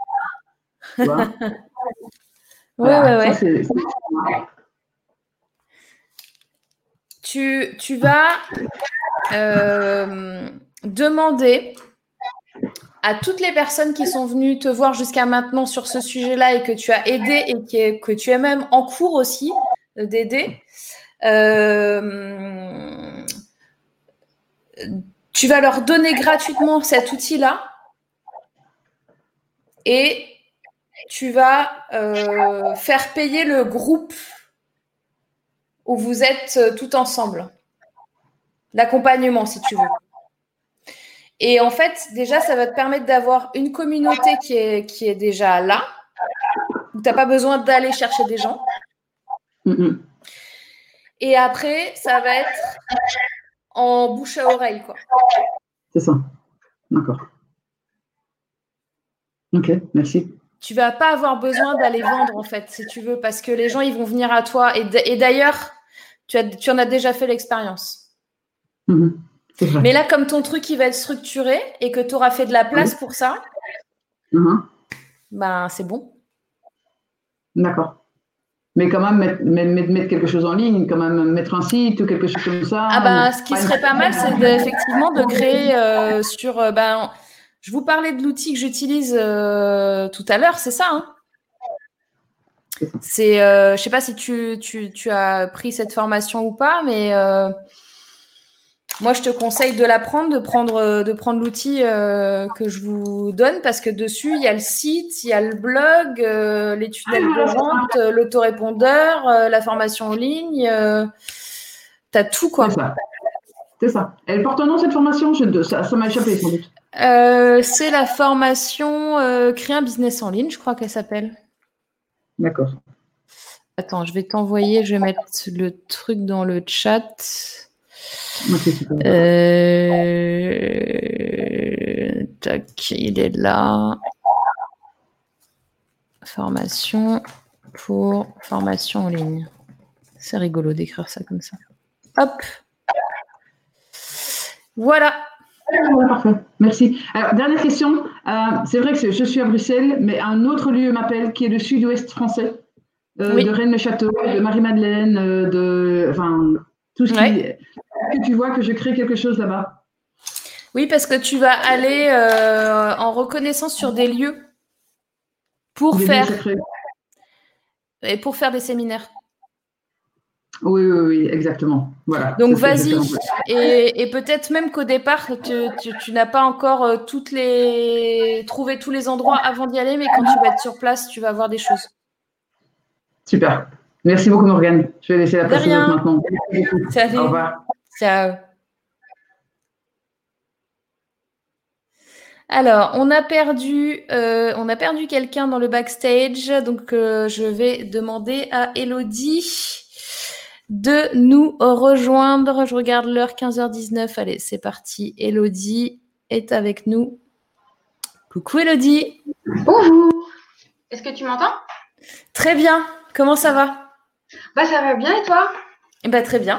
Ouais. Tu vas demander à toutes les personnes qui sont venues te voir jusqu'à maintenant sur ce sujet-là et que tu as aidé et que tu es même en cours aussi d'aider, tu vas leur donner gratuitement cet outil-là et tu vas faire payer le groupe où vous êtes tout ensemble. L'accompagnement, si tu veux. Et en fait, déjà, ça va te permettre d'avoir une communauté qui est déjà là, où tu n'as pas besoin d'aller chercher des gens. Et après, ça va être en bouche à oreille, quoi. C'est ça. D'accord. Ok, merci. Tu vas pas avoir besoin d'aller vendre, en fait, si tu veux, parce que les gens, ils vont venir à toi. Et d'ailleurs, tu en as déjà fait l'expérience. Mais là, comme ton truc, il va être structuré et que tu auras fait de la place pour ça, ben, c'est bon. D'accord. Mais quand même, mettre quelque chose en ligne, quand même mettre un site ou quelque chose comme ça. Ah ben, ce qui serait pas mal, c'est effectivement de créer sur... je vous parlais de l'outil que j'utilise tout à l'heure, c'est ça, hein? C'est, je sais pas si tu as pris cette formation ou pas, mais moi, je te conseille de l'apprendre, de prendre l'outil que je vous donne parce que dessus, il y a le site, il y a le blog, les tunnels de vente, l'autorépondeur, la formation en ligne. Tu as tout, quoi. C'est ça. Elle porte un nom, cette formation? Ça m'a échappé, sans doute. C'est la formation Créer un business en ligne, je crois qu'elle s'appelle. D'accord. Attends, je vais t'envoyer, je vais mettre le truc dans le chat. Tac, il est là. Formation pour formation en ligne. C'est rigolo d'écrire ça comme ça. Hop. Voilà. Parfait, merci. Alors, dernière question. C'est vrai que je suis à Bruxelles, mais un autre lieu m'appelle qui est le sud-ouest français, de Rennes-le-Château, de Marie-Madeleine, tout ce qui. Est-ce que tu vois que je crée quelque chose là-bas? Oui, parce que tu vas aller en reconnaissance sur des lieux pour faire des séminaires. Oui, exactement. Voilà. Donc vas-y, et peut-être même qu'au départ, tu n'as pas encore trouvé tous les endroits avant d'y aller, mais quand tu vas être sur place, tu vas voir des choses. Super. Merci beaucoup, Morgane. Je vais laisser la place aux autres maintenant. Salut. Au revoir. Ciao. Alors, on a perdu quelqu'un dans le backstage, donc je vais demander à Elodie de nous rejoindre. Je regarde l'heure, 15h19. Allez, c'est parti. Elodie est avec nous. Coucou Elodie. Bonjour. Est-ce que tu m'entends? Très bien. Comment ça va? Ça va bien et toi? Très bien.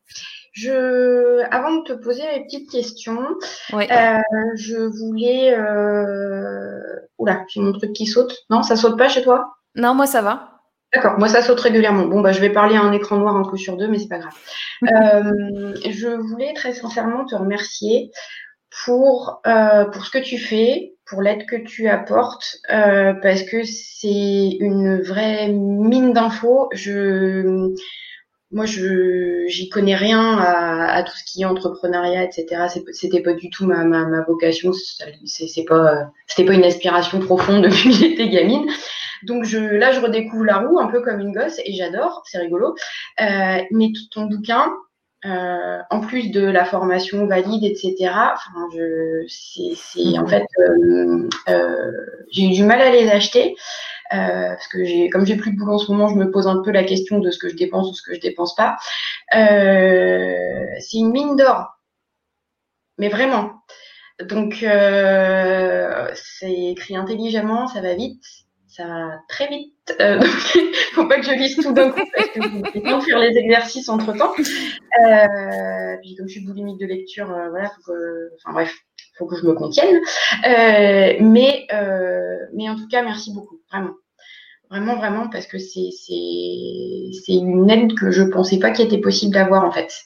Avant de te poser mes petites questions, je voulais... Oula, j'ai mon truc qui saute. Non, ça saute pas chez toi? Non, moi ça va. D'accord, moi ça saute régulièrement. Bon, je vais parler à un écran noir un coup sur deux, mais c'est pas grave. Je voulais très sincèrement te remercier pour ce que tu fais, pour l'aide que tu apportes, parce que c'est une vraie mine d'infos. moi, j'y connais rien à tout ce qui est entrepreneuriat, etc. C'était pas du tout ma vocation. C'était pas une aspiration profonde depuis que j'étais gamine. Donc là, je redécouvre la roue un peu comme une gosse et j'adore, c'est rigolo. Mais tout ton bouquin, en plus de la formation valide, etc. Enfin, en fait, j'ai eu du mal à les acheter. Parce que comme j'ai plus de boulot en ce moment, je me pose un peu la question de ce que je dépense ou ce que je dépense pas. C'est une mine d'or, mais vraiment. Donc c'est écrit intelligemment, ça va vite, ça va très vite. Donc, faut pas que je lise tout d'un coup parce que j'ai besoin de faire les exercices entre temps. Puis comme je suis boulimique de lecture, voilà, faut que je me contienne. Mais en tout cas, merci beaucoup, vraiment. Vraiment, parce que c'est une aide que je pensais pas qu'il était possible d'avoir, en fait.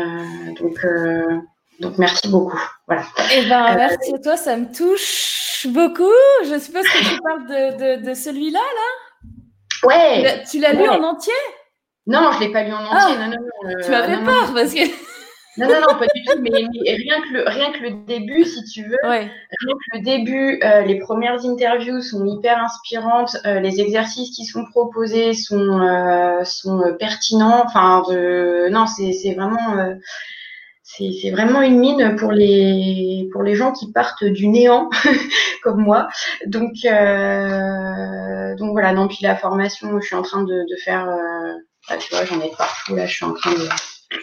Donc merci beaucoup. Voilà. Eh ben, merci à toi, ça me touche beaucoup. Je suppose que tu parles de celui-là, là? Ouais. Tu l'as lu en entier? Non, je l'ai pas lu en entier. Non. Tu m'as fait peur parce que. Non, pas du tout. Mais rien que le début, si tu veux. Ouais. Rien que le début, les premières interviews sont hyper inspirantes. Les exercices qui sont proposés sont pertinents. Enfin, non, c'est vraiment. C'est vraiment une mine pour les gens qui partent du néant comme moi. Donc voilà. Non, puis la formation, je suis en train de faire. Tu vois, j'en ai partout là. Je suis en train de.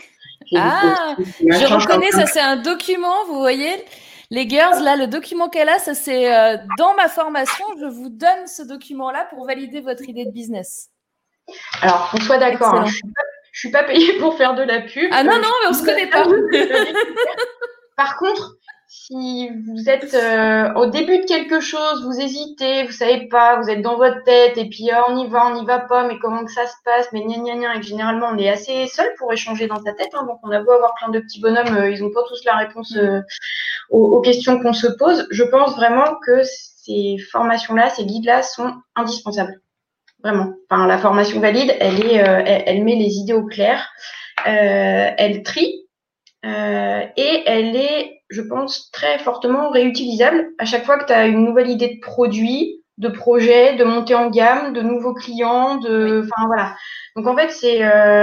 Je reconnais, ça c'est un document, vous voyez, les girls, là, le document qu'elle a, ça c'est dans ma formation, je vous donne ce document-là pour valider votre idée de business. Alors, qu'on soit d'accord, hein, je suis pas payée pour faire de la pub. Ah non, mais on se connaît pas. Par contre, si vous êtes au début de quelque chose, vous hésitez, vous savez pas, vous êtes dans votre tête, et puis on y va pas, mais comment que ça se passe, mais gna, et que généralement on est assez seul pour échanger dans sa tête, hein, donc on a beau avoir plein de petits bonhommes, ils ont pas tous la réponse aux questions qu'on se pose. Je pense vraiment que ces formations-là, ces guides-là sont indispensables. Vraiment. Enfin, la formation valide, elle met les idées au clair, elle trie, et elle est, je pense, très fortement réutilisable à chaque fois que tu as une nouvelle idée de produit, de projet, de montée en gamme, de nouveaux clients, enfin voilà. Donc en fait, c'est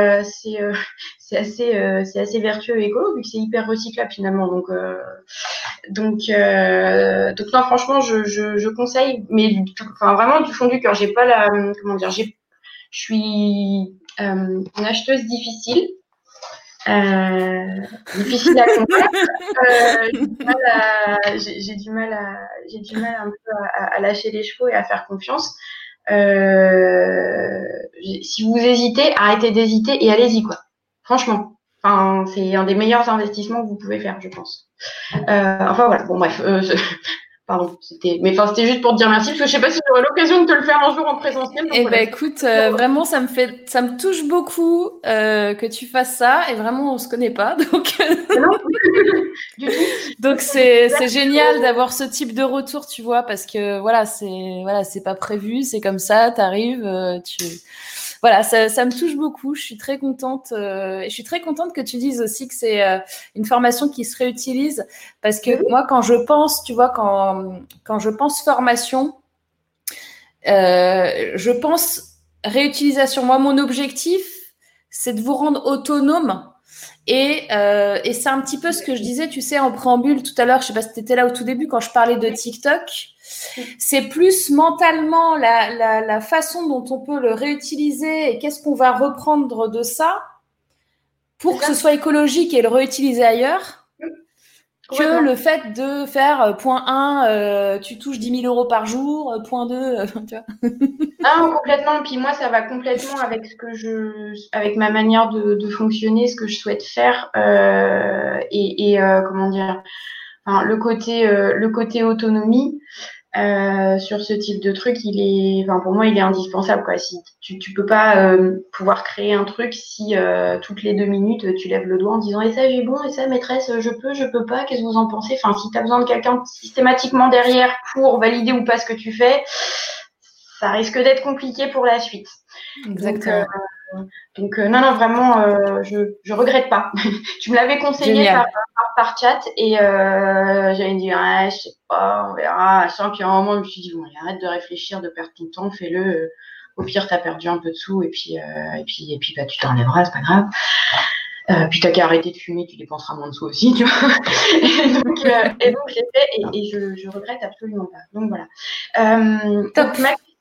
assez vertueux et écolo vu que c'est hyper recyclable finalement. Donc non, franchement, je conseille, mais enfin vraiment du fond du cœur. J'ai pas je suis une acheteuse difficile. Difficile à convaincre. J'ai du mal un peu à lâcher les chevaux et à faire confiance. Si vous hésitez, arrêtez d'hésiter et allez-y, quoi. Franchement. Enfin, c'est un des meilleurs investissements que vous pouvez faire, je pense. Enfin voilà. Bon bref. Pardon, c'était juste pour te dire merci parce que je sais pas si j'aurai l'occasion de te le faire un jour en présentiel. Eh ben écoute, vraiment ça me touche beaucoup que tu fasses ça et vraiment on se connaît pas donc donc c'est génial d'avoir ce type de retour, tu vois, parce que c'est pas prévu, c'est comme ça, t'arrives, voilà, ça me touche beaucoup. Je suis très contente. Et je suis très contente que tu dises aussi que c'est une formation qui se réutilise. Parce que moi, quand je pense, tu vois, quand je pense formation, je pense réutilisation. Moi, mon objectif, c'est de vous rendre autonome. Et c'est un petit peu ce que je disais, tu sais, en préambule tout à l'heure. Je sais pas si tu étais là au tout début quand je parlais de TikTok. C'est plus mentalement la façon dont on peut le réutiliser et qu'est-ce qu'on va reprendre de ça pour que ce soit écologique et le réutiliser ailleurs que le fait de faire point 1, tu touches 10 000 euros par jour, point 2, tu vois. Ah, complètement. Puis moi, ça va complètement avec avec ma manière de fonctionner, ce que je souhaite faire comment dire, enfin, le côté autonomie. Sur ce type de truc, pour moi, il est indispensable, quoi. Si tu peux pas pouvoir créer un truc si toutes les 2 minutes tu lèves le doigt en disant et ça j'ai bon et ça maîtresse je peux pas, qu'est-ce que vous en pensez? Enfin, si tu as besoin de quelqu'un systématiquement derrière pour valider ou pas ce que tu fais, ça risque d'être compliqué pour la suite. Exactement. Donc, non, vraiment, je regrette pas. Tu me l'avais conseillé par chat et j'avais dit, je sais pas, on verra. Puis à un moment, je me suis dit, bon, arrête de réfléchir, de perdre ton temps, fais-le. Au pire, t'as perdu un peu de sous et puis bah, tu t'enlèveras, c'est pas grave. Puis t'as qu'à arrêter de fumer, tu dépenseras moins de sous aussi, tu vois. et donc j'ai fait et je regrette absolument pas. Donc voilà. Donc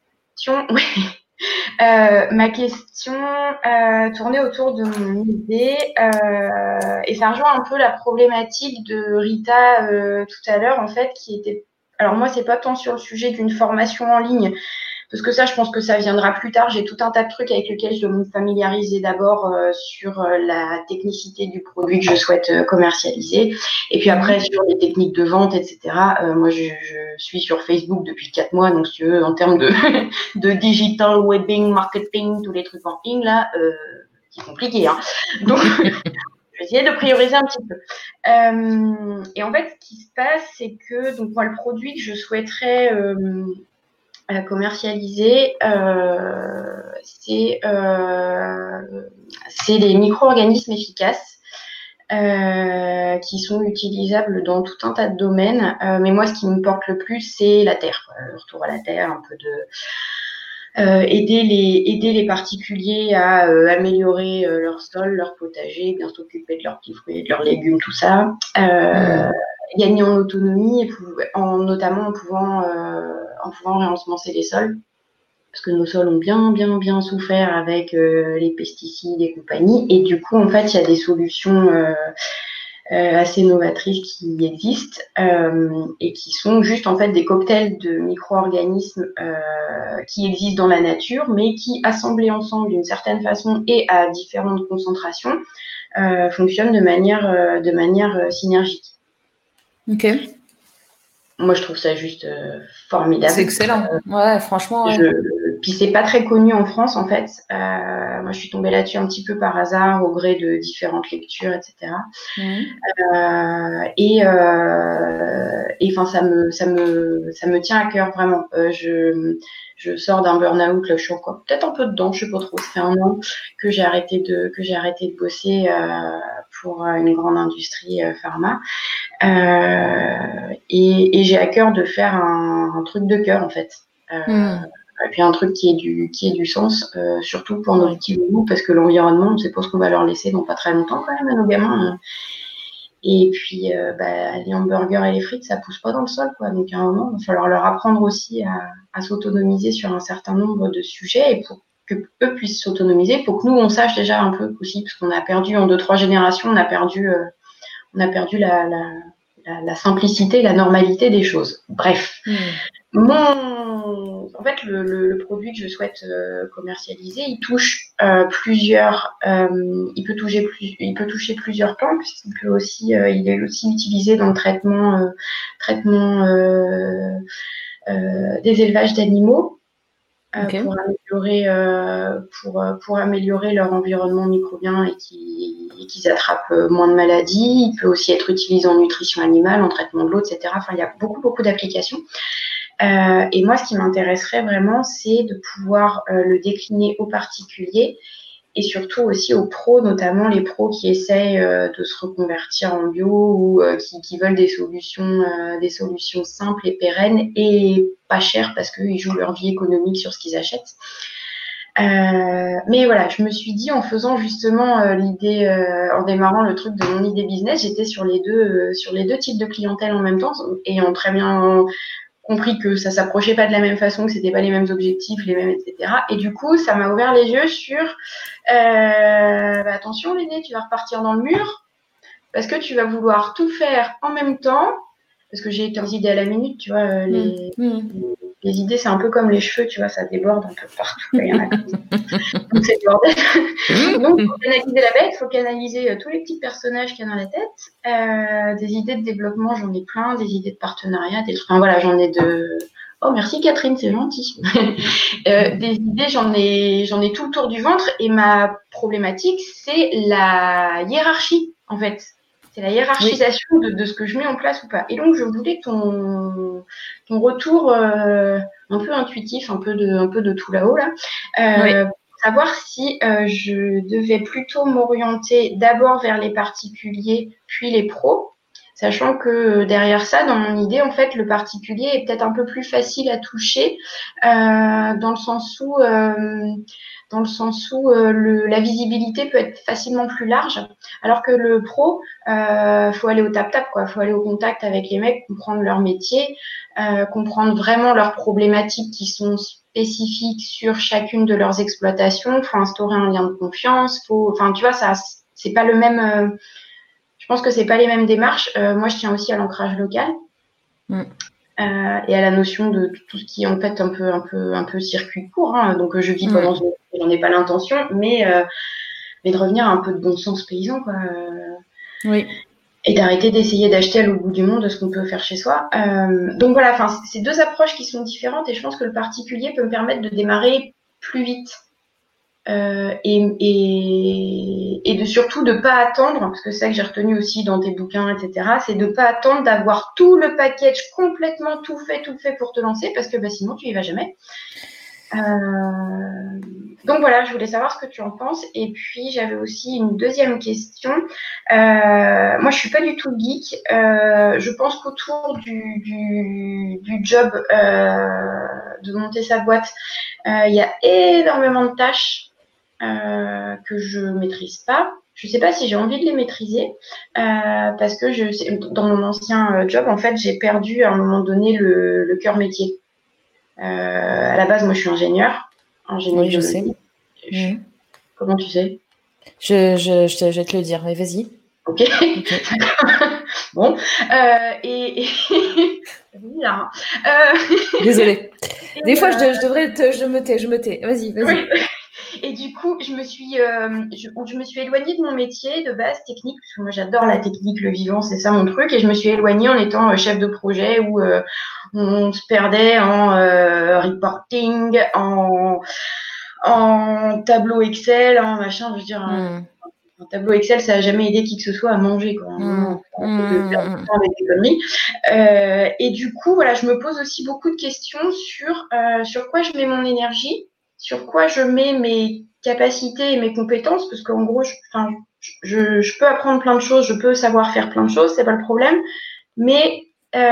ma question tournait autour de mon idée et ça rejoint un peu la problématique de Rita tout à l'heure en fait qui était. Alors moi c'est pas tant sur le sujet d'une formation en ligne. Parce que ça, je pense que ça viendra plus tard. J'ai tout un tas de trucs avec lesquels je dois me familiariser d'abord sur la technicité du produit que je souhaite commercialiser. Et puis après, sur les techniques de vente, etc. Moi, je suis sur Facebook depuis 4 mois. Donc, si tu veux, en termes de digital webbing, marketing, tous les trucs en ligne, là, c'est compliqué. Hein. Donc, je vais essayer de prioriser un petit peu. Et en fait, ce qui se passe, c'est que donc moi, le produit que je souhaiterais commercialiser, c'est les micro-organismes efficaces qui sont utilisables dans tout un tas de domaines. Mais moi, ce qui me porte le plus, c'est la terre, le retour à la terre, un peu de aider les particuliers à améliorer leur sol, leur potager, bien s'occuper de leurs petits fruits, de leurs légumes, tout ça. Gagner en autonomie, notamment en pouvant réensemencer les sols, parce que nos sols ont bien souffert avec les pesticides et compagnie. Et du coup, en fait, il y a des solutions assez novatrices qui existent et qui sont juste en fait des cocktails de micro-organismes qui existent dans la nature, mais qui, assemblés ensemble d'une certaine façon et à différentes concentrations, fonctionnent de manière synergique. Ok. Moi, je trouve ça juste formidable. C'est excellent. Ouais, franchement. Ouais. Puis c'est pas très connu en France, en fait. Moi, je suis tombée là-dessus un petit peu par hasard, au gré de différentes lectures, etc. Et enfin, ça me tient à cœur vraiment. Je sors d'un burn-out, là, je suis encore peut-être un peu dedans, je sais pas trop. Ça fait 1 an que j'ai arrêté de bosser pour une grande industrie pharma. Et j'ai à cœur de faire un truc de cœur en fait. Et puis un truc qui ait du sens, surtout pour nos petits bouts, parce que l'environnement, on ne sait pas ce qu'on va leur laisser dans pas très longtemps quand même à nos gamins. Et puis les hamburgers et les frites, ça pousse pas dans le sol, quoi. Donc à un moment, il va falloir leur apprendre aussi à s'autonomiser sur un certain nombre de sujets, et pour que eux puissent s'autonomiser, il faut que nous on sache déjà un peu aussi, parce qu'on a perdu en 2-3 générations, on a perdu la simplicité, la normalité des choses. Bref. En fait, le produit que je souhaite commercialiser, il touche il peut toucher plusieurs plantes, puisqu'il peut aussi, il est aussi utilisé dans le traitement des élevages d'animaux. Pour améliorer leur environnement microbien et qu'ils attrapent moins de maladies. Il peut aussi être utilisé en nutrition animale, en traitement de l'eau, etc. Enfin, il y a beaucoup d'applications. Et moi, ce qui m'intéresserait vraiment, c'est de pouvoir le décliner aux particuliers et surtout aussi aux pros, notamment les pros qui essayent de se reconvertir en bio ou qui veulent des solutions simples et pérennes et pas chères parce qu'ils jouent leur vie économique sur ce qu'ils achètent. Mais voilà, je me suis dit en faisant justement l'idée, en démarrant le truc de mon idée business, j'étais sur les deux types de clientèle en même temps, ayant très bien compris que ça s'approchait pas de la même façon, que c'était pas les mêmes objectifs, les mêmes, etc. Et du coup, ça m'a ouvert les yeux sur attention Léné, tu vas repartir dans le mur parce que tu vas vouloir tout faire en même temps, parce que j'ai 15 idées à la minute, tu vois, les idées, c'est un peu comme les cheveux, tu vois, ça déborde un peu partout. Il y en a donc c'est le bordel. Donc, il faut canaliser la bête, il faut canaliser tous les petits personnages qu'il y a dans la tête. Des idées de développement, j'en ai plein. Des idées de partenariat, des trucs. Enfin, voilà, j'en ai de... Oh, merci Catherine, c'est gentil. Des idées, j'en ai tout le tour du ventre. Et ma problématique, c'est la hiérarchie, en fait. C'est la hiérarchisation de ce que je mets en place ou pas. Et donc, je voulais ton retour un peu intuitif, un peu de tout là-haut, là, pour savoir si je devais plutôt m'orienter d'abord vers les particuliers, puis les pros, sachant que derrière ça, dans mon idée, en fait, le particulier est peut-être un peu plus facile à toucher, dans le sens où la visibilité peut être facilement plus large, alors que le pro, faut aller au tap-tap, quoi. Faut aller au contact avec les mecs, comprendre leur métier, comprendre vraiment leurs problématiques qui sont spécifiques sur chacune de leurs exploitations. Faut instaurer un lien de confiance. Enfin, tu vois, ça, c'est pas le même. Je pense que c'est pas les mêmes démarches. Moi, je tiens aussi à l'ancrage local. Et à la notion de tout ce qui est en fait un peu circuit court. Hein. Donc je vis pendant que j'en ai pas l'intention, mais de revenir à un peu de bon sens paysan, quoi. Oui. Et d'arrêter d'essayer d'acheter à l'autre bout du monde ce qu'on peut faire chez soi. Donc voilà, enfin c'est deux approches qui sont différentes et je pense que le particulier peut me permettre de démarrer plus vite. Et de surtout de pas attendre, parce que c'est ça que j'ai retenu aussi dans tes bouquins, etc., c'est de pas attendre d'avoir tout le package complètement tout fait pour te lancer, parce que sinon tu y vas jamais. Donc voilà, je voulais savoir ce que tu en penses. Et puis j'avais aussi une deuxième question. Moi, je suis pas du tout geek. Je pense qu'autour du job de monter sa boîte, il y a énormément de tâches que je maîtrise pas. Je sais pas si j'ai envie de les maîtriser parce que dans mon ancien job, en fait, j'ai perdu à un moment donné le cœur métier. À la base, moi, je suis ingénieure. Oui, je sais. Comment tu sais? Je vais te le dire, mais vas-y. Ok. Bon. Et... Bizarre, hein. Désolée. Des fois, je me tais. Vas-y. Oui. Et du coup, je me suis éloignée de mon métier de base technique, parce que moi j'adore la technique, le vivant, c'est ça mon truc, et je me suis éloignée en étant chef de projet où on se perdait en reporting, en tableau Excel, en machin, je veux dire. Un tableau Excel, ça n'a jamais aidé qui que ce soit à manger, quoi. On peut perdre du temps avec des conneries. Et du coup, voilà, je me pose aussi beaucoup de questions sur quoi je mets mon énergie, sur quoi je mets mes capacités et mes compétences, parce qu'en gros, je peux apprendre plein de choses, je peux savoir faire plein de choses, c'est pas le problème, mais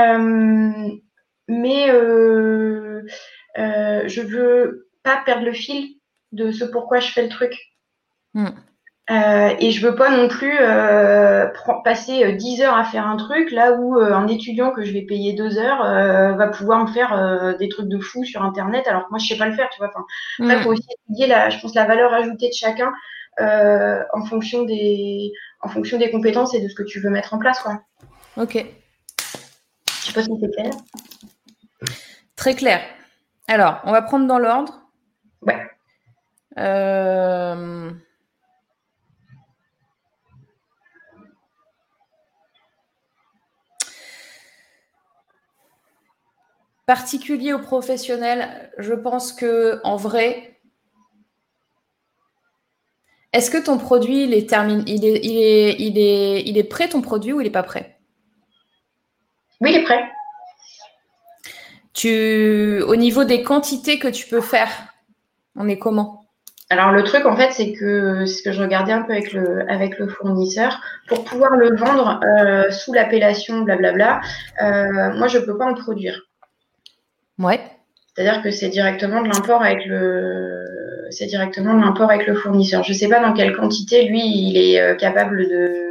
je veux pas perdre le fil de ce pourquoi je fais le truc. Et je veux pas non plus passer 10 heures à faire un truc là où un étudiant que je vais payer 2 heures va pouvoir me faire des trucs de fou sur internet alors que moi je sais pas le faire, tu vois. Enfin, après, faut aussi étudier je pense la valeur ajoutée de chacun en fonction des compétences et de ce que tu veux mettre en place, quoi. Ok. Je sais pas si c'est clair. Très clair. Alors, on va prendre dans l'ordre. Ouais. Particulier ou professionnel, je pense que en vrai, est-ce que ton produit il est prêt ton produit ou il est pas prêt? Oui, il est prêt. Au niveau des quantités que tu peux faire, on est comment? Alors le truc en fait, c'est que ce que je regardais un peu avec le fournisseur, pour pouvoir le vendre sous l'appellation blablabla, moi je peux pas en produire. Ouais. C'est-à-dire que c'est directement de l'import avec le fournisseur. Je sais pas dans quelle quantité lui il est capable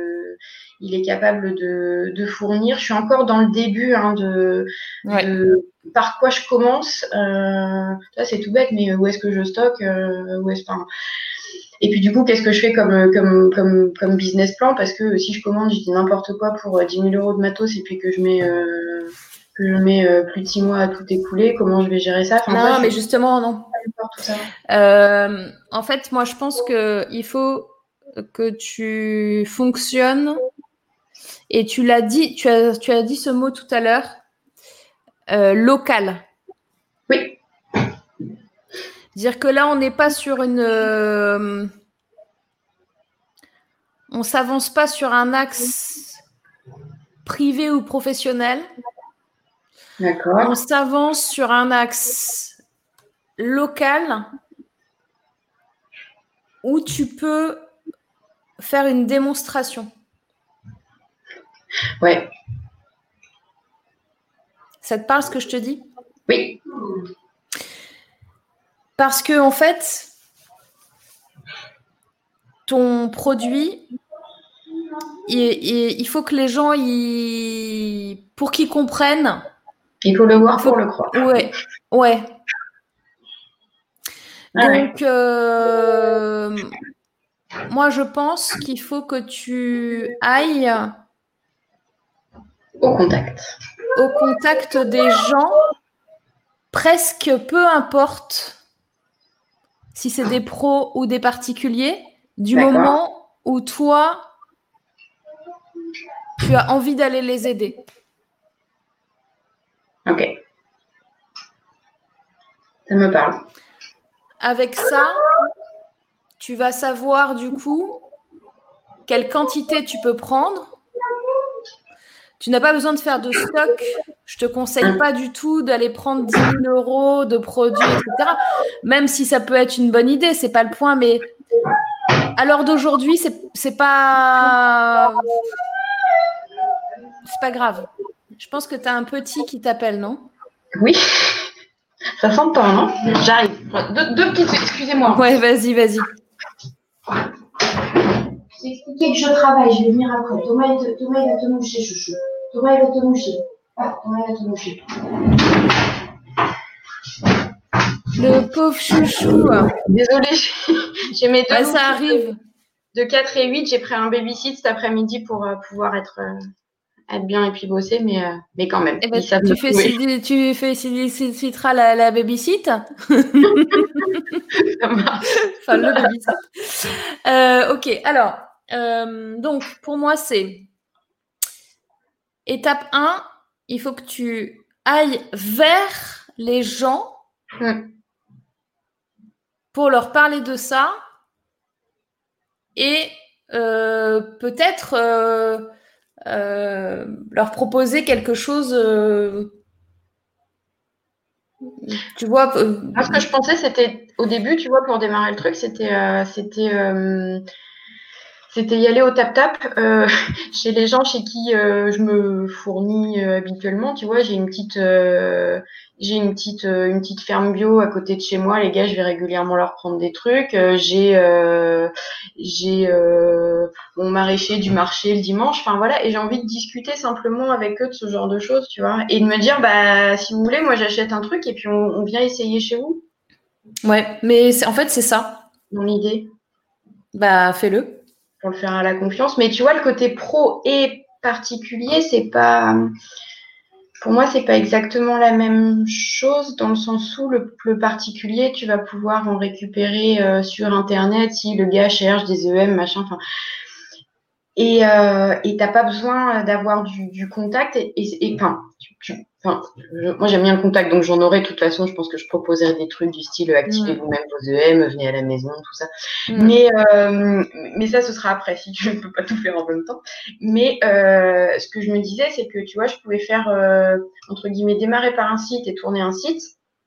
de fournir. Je suis encore dans le début de par quoi je commence. Ça c'est tout bête, mais où est-ce que je stocke, et puis du coup, qu'est-ce que je fais comme business plan? Parce que si je commande, je dis n'importe quoi pour 10 000 euros de matos et puis que je mets plus de 6 mois à tout écouler, comment je vais gérer ça? Non, mais justement, non. Tout ça. En fait, moi, je pense qu'il faut que tu fonctionnes. Et tu l'as dit, tu as dit ce mot tout à l'heure, local. Oui. Dire que là, on n'est pas sur on s'avance pas sur un axe privé ou professionnel. D'accord. On s'avance sur un axe local où tu peux faire une démonstration. Ouais. Ça te parle ce que je te dis? Oui. Parce que, en fait, ton produit, il faut que les gens, pour qu'ils comprennent. Il faut le voir pour le croire. Ouais, ouais. Donc, moi, je pense qu'il faut que tu ailles au contact des gens, presque peu importe si c'est des pros ou des particuliers, du moment où toi, tu as envie d'aller les aider. Ok. Ça me parle. Avec ça, tu vas savoir du coup quelle quantité tu peux prendre. Tu n'as pas besoin de faire de stock. Je ne te conseille pas du tout d'aller prendre 10 000 € de produits, etc. Même si ça peut être une bonne idée, ce n'est pas le point. Mais à l'heure d'aujourd'hui, c'est pas grave. Je pense que tu as un petit qui t'appelle, non? Oui. Ça s'entend, non? J'arrive. Deux petites... Excusez-moi. Ouais, vas-y. Je t'ai expliqué que je travaille. Je vais venir après. Thomas, il va te moucher, chouchou. Thomas, il va te moucher. Le pauvre chouchou. Désolée, j'ai mes deux. Ça arrive. De 4 et 8, j'ai pris un baby-sit cet après-midi pour pouvoir être bien et puis bosser, mais quand même. Tu féliciteras la baby-sit. Ça marche. Enfin, le baby-sit. Ok, alors, donc, pour moi, c'est étape 1, il faut que tu ailles vers les gens pour leur parler de ça et peut-être leur proposer quelque chose. Tu vois. Ce que je pensais, c'était au début, tu vois, pour démarrer le truc, c'était y aller au tap-tap chez les gens chez qui je me fournis habituellement. Tu vois, j'ai une petite ferme bio à côté de chez moi. Les gars, je vais régulièrement leur prendre des trucs. J'ai mon maraîcher du marché le dimanche. Enfin voilà, et j'ai envie de discuter simplement avec eux de ce genre de choses, tu vois, et de me dire, bah si vous voulez, moi j'achète un truc et puis on vient essayer chez vous. Ouais, mais en fait c'est ça. Mon idée. Bah fais-le. Pour le faire à la confiance. Mais tu vois, le côté pro et particulier, c'est pas... Pour moi, c'est pas exactement la même chose dans le sens où le particulier, tu vas pouvoir en récupérer sur Internet si le gars cherche des EM, machin, enfin... Et t'as pas besoin d'avoir du contact moi j'aime bien le contact, donc j'en aurai de toute façon. Je pense que je proposerai des trucs du style activez vous-même vos EM, venez à la maison, tout ça. Mais ça, ce sera après, si tu ne peux pas tout faire en même temps. Mais ce que je me disais, c'est que tu vois, je pouvais faire entre guillemets démarrer par un site et tourner un site.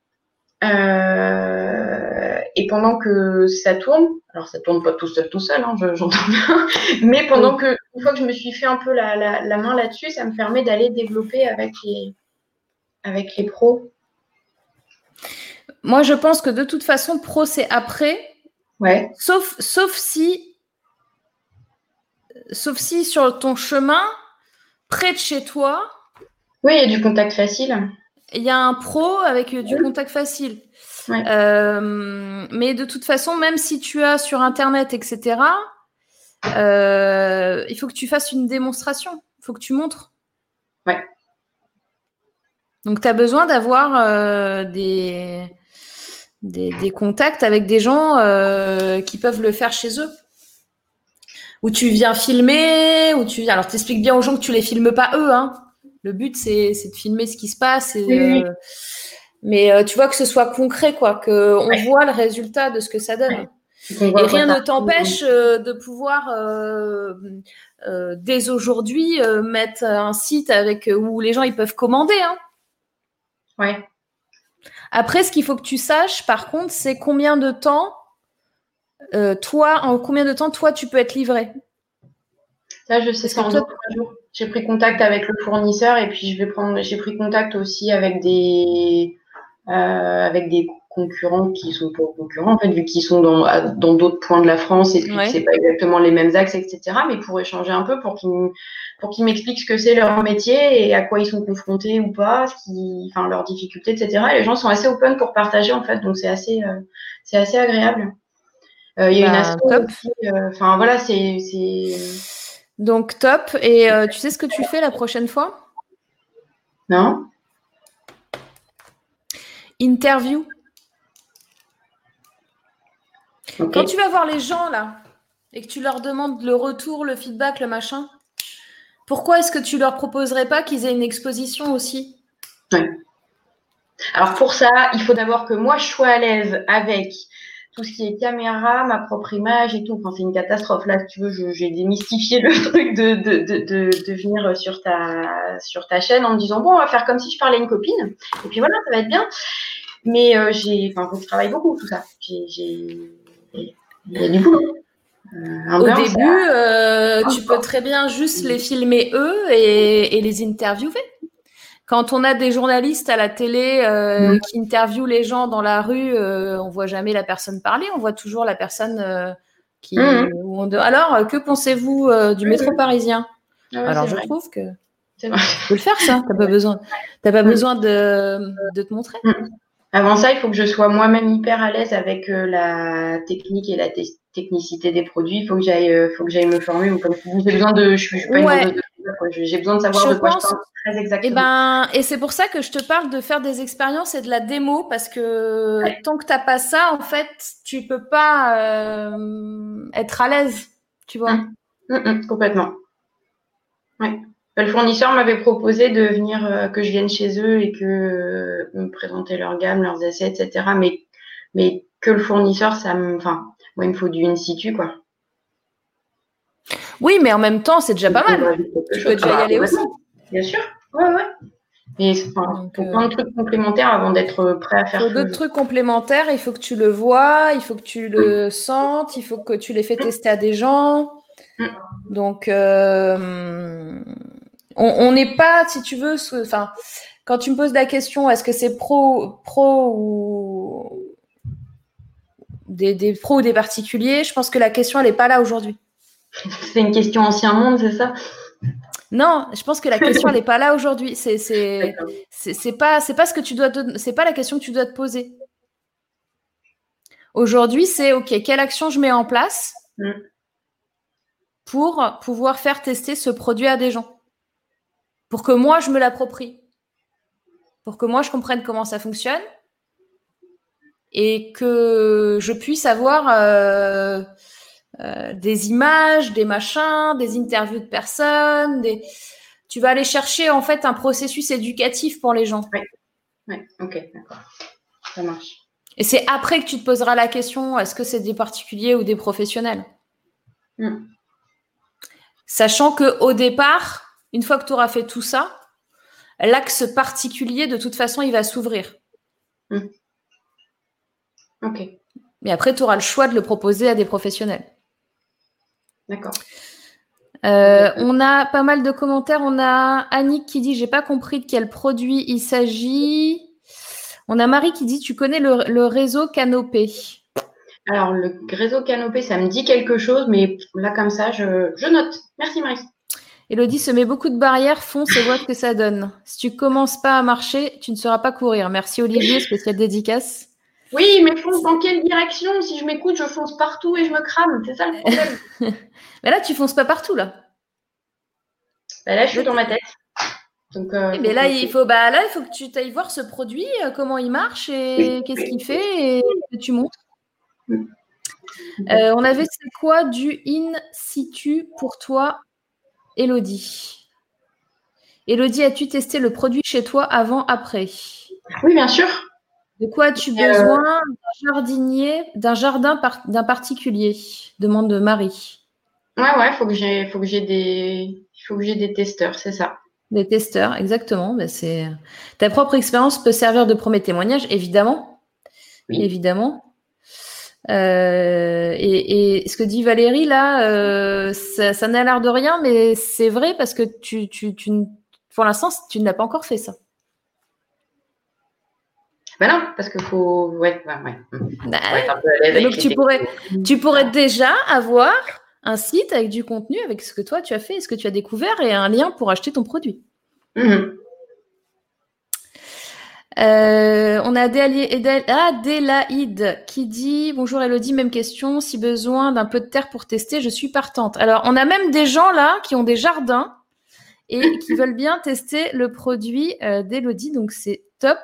Et pendant que ça tourne, alors ça tourne pas tout seul, hein, j'entends bien, mais pendant que, une fois que je me suis fait un peu la main là-dessus, ça me permet d'aller développer avec les pros. Moi, je pense que de toute façon, pro, c'est après. Ouais. Sauf si sur ton chemin, près de chez toi. Oui, il y a du contact facile. Il y a un pro avec du contact facile. Ouais. Mais de toute façon, même si tu as sur Internet, etc., il faut que tu fasses une démonstration. Il faut que tu montres. Ouais. Donc, tu as besoin d'avoir des contacts avec des gens qui peuvent le faire chez eux. Ou tu viens filmer, alors tu expliques bien aux gens que tu les filmes pas eux, hein. Le but, c'est de filmer ce qui se passe. Mais tu vois que ce soit concret, quoi, qu'on voit le résultat de ce que ça donne. Et rien ne t'empêche de pouvoir, dès aujourd'hui, mettre un site où les gens ils peuvent commander. Hein. Ouais. Après, ce qu'il faut que tu saches, par contre, c'est combien de temps toi, en combien de temps, toi, tu peux être livré? Là, je sais, Parce c'est que en toi- 2-3 jours. J'ai pris contact avec le fournisseur et puis j'ai pris contact aussi avec des concurrents qui sont pas concurrents, en fait, vu qu'ils sont dans d'autres points de la France et puis que c'est pas exactement les mêmes axes, etc. Mais pour échanger un peu, pour qu'ils m'expliquent ce que c'est leur métier et à quoi ils sont confrontés ou pas, enfin, leurs difficultés, etc. Et les gens sont assez open pour partager, en fait, donc c'est assez agréable. Il y a une asso top. aussi, enfin, voilà, c'est... Donc, top. Et tu sais ce que tu fais la prochaine fois? Non? Interview. Ok. Quand tu vas voir les gens, là, et que tu leur demandes le retour, le feedback, le machin, pourquoi est-ce que tu leur proposerais pas qu'ils aient une exposition aussi? Ouais. Alors, pour ça, il faut d'abord que moi, je sois à l'aise avec tout ce qui est caméra, ma propre image et tout. Enfin, c'est une catastrophe. Là, si tu veux, j'ai démystifié le truc de venir sur ta chaîne en me disant, bon, on va faire comme si je parlais à une copine. Et puis voilà, ça va être bien. Mais faut que je travaille beaucoup, tout ça. Il y a du boulot. Au début, tu peux très bien juste les filmer eux et les interviewer. Quand on a des journalistes à la télé qui interviewent les gens dans la rue, on voit jamais la personne parler, on voit toujours la personne qui. Alors, que pensez-vous du métro parisien? Alors, je trouve que tu peux le faire, ça. T'as pas besoin de te montrer. Avant ça, il faut que je sois moi-même hyper à l'aise avec la technique et la technicité des produits. Il faut que j'aille me former. Ou comme j'ai besoin de, je suis pas une vendeuse de quoi. J'ai besoin de savoir de quoi je parle très exactement. Et c'est pour ça que je te parle de faire des expériences et de la démo, parce que tant que t'as pas ça, en fait, tu peux pas être à l'aise, tu vois. Complètement. Ouais. Le fournisseur m'avait proposé de venir, que je vienne chez eux et que me présenter leur gamme, leurs essais, etc. Mais que le fournisseur, moi, il me faut du in situ, quoi. Oui, mais en même temps, c'est déjà pas mal. Tu peux déjà y aller aussi. Bien sûr. Ouais. Et il faut plein de trucs complémentaires avant d'être prêt à faire tout. Il faut d'autres trucs complémentaires. Il faut que tu le vois, il faut que tu le sentes, il faut que tu les fais tester à des gens. Donc, on n'est pas, si tu veux, quand tu me poses la question, est-ce que c'est pro ou des pros ou des particuliers, je pense que la question, elle n'est pas là aujourd'hui. C'est une question ancien monde, c'est ça? Non, je pense que la question, elle n'est pas là aujourd'hui. C'est pas ce que tu dois c'est pas la question que tu dois te poser. Aujourd'hui, c'est OK, quelle action je mets en place pour pouvoir faire tester ce produit à des gens, pour que moi je me l'approprie, pour que moi je comprenne comment ça fonctionne et que je puisse avoir des images, des machins, des interviews de personnes, tu vas aller chercher en fait un processus éducatif pour les gens. Oui, ok, d'accord. Ça marche. Et c'est après que tu te poseras la question, est-ce que c'est des particuliers ou des professionnels? Sachant qu'au départ, une fois que tu auras fait tout ça, l'axe particulier, de toute façon, il va s'ouvrir. Ok. Mais après, tu auras le choix de le proposer à des professionnels. D'accord. On a pas mal de commentaires. On a Annick qui dit « J'ai pas compris de quel produit il s'agit ». On a Marie qui dit « Tu connais le réseau Canopé ». Alors, le réseau Canopé, ça me dit quelque chose, mais là, comme ça, je note. Merci, Marie. Elodie se met beaucoup de barrières, fonce et vois ce que ça donne. Si tu commences pas à marcher, tu ne sauras pas courir. Merci Olivier, spécial dédicace. Oui, mais fonce dans quelle direction? Si je m'écoute, je fonce partout et je me crame. C'est ça le problème. Mais là, tu fonces pas partout, là. Là, je suis dans ma tête. Donc, mais là, il faut que tu ailles voir ce produit, comment il marche et qu'est-ce qu'il fait et que tu montres. On avait, c'est quoi du in situ pour toi, Elodie? Elodie, as-tu testé le produit chez toi avant, après? Oui, bien sûr. De quoi as-tu besoin? D'un jardin d'un particulier? Demande Marie. Ouais, faut que j'ai des testeurs, c'est ça. Des testeurs, exactement. Ta propre expérience peut servir de premier témoignage, évidemment. Oui. Évidemment. Et ce que dit Valérie là, ça n'a l'air de rien, mais c'est vrai parce que pour l'instant, tu n'as pas encore fait ça. Ben non, parce qu'il faut. Ouais. Donc tu pourrais déjà avoir un site avec du contenu, avec ce que toi tu as fait, ce que tu as découvert et un lien pour acheter ton produit. On a Adélaïde qui dit « Bonjour Elodie, même question. Si besoin d'un peu de terre pour tester, je suis partante. » Alors, on a même des gens là qui ont des jardins et qui veulent bien tester le produit d'Elodie. Donc, c'est top.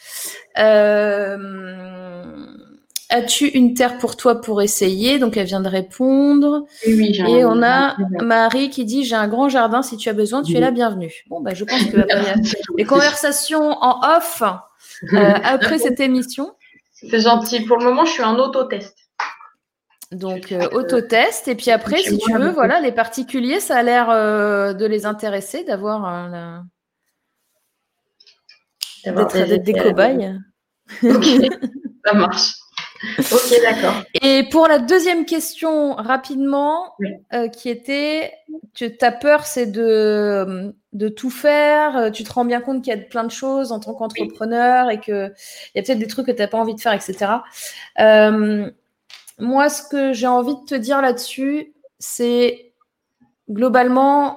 As-tu une terre pour toi pour essayer? Donc, elle vient de répondre. Oui, et on a Marie qui dit « J'ai un grand jardin. Si tu as besoin, tu es la bienvenue. » Bon, bah, je pense que les conversations en off après cette émission. C'est gentil. Pour le moment, je suis en autotest. Donc, autotest. Et puis après, si tu veux, voilà, les particuliers, ça a l'air de les intéresser, d'avoir d'être des cobayes. Ok, ça marche. Ok, d'accord. Et pour la deuxième question, rapidement, qui était, ta peur, c'est de tout faire. Tu te rends bien compte qu'il y a plein de choses en tant qu'entrepreneur et qu'il y a peut-être des trucs que tu n'as pas envie de faire, etc. Moi, ce que j'ai envie de te dire là-dessus, c'est globalement,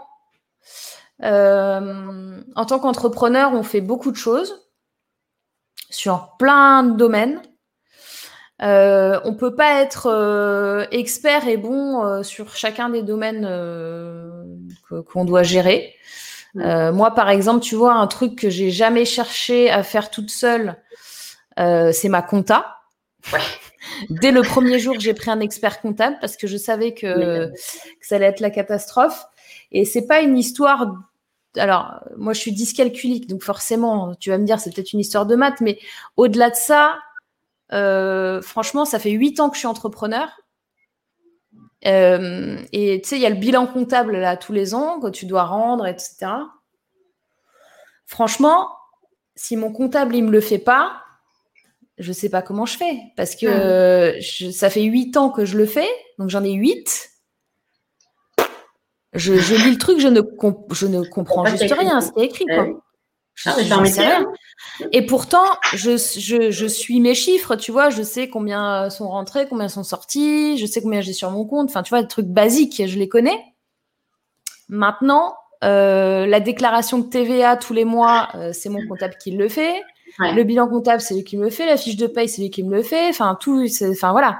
en tant qu'entrepreneur, on fait beaucoup de choses sur plein de domaines. On peut pas être expert et bon sur chacun des domaines qu'on doit gérer. Moi, par exemple, tu vois, un truc que j'ai jamais cherché à faire toute seule, c'est ma compta. Ouais. Dès le premier jour, j'ai pris un expert comptable parce que je savais que ça allait être la catastrophe. Et c'est pas une histoire. Alors, moi, je suis dyscalculique, donc forcément, tu vas me dire, c'est peut-être une histoire de maths, mais au-delà de ça, franchement, ça fait 8 ans que je suis entrepreneur. Et tu sais, il y a le bilan comptable là tous les ans que tu dois rendre, etc. Franchement, si mon comptable il me le fait pas, je sais pas comment je fais parce que ça fait 8 ans que je le fais, donc j'en ai 8. Je lis le truc, je ne comprends juste rien, c'est écrit quoi. Je sais rien. Et pourtant, je suis mes chiffres, tu vois, je sais combien sont rentrés, combien sont sortis, je sais combien j'ai sur mon compte, enfin, tu vois, des trucs basiques, je les connais. Maintenant, la déclaration de TVA tous les mois, c'est mon comptable qui le fait. Ouais. Le bilan comptable, c'est lui qui me le fait. La fiche de paye, c'est lui qui me le fait. Enfin, voilà.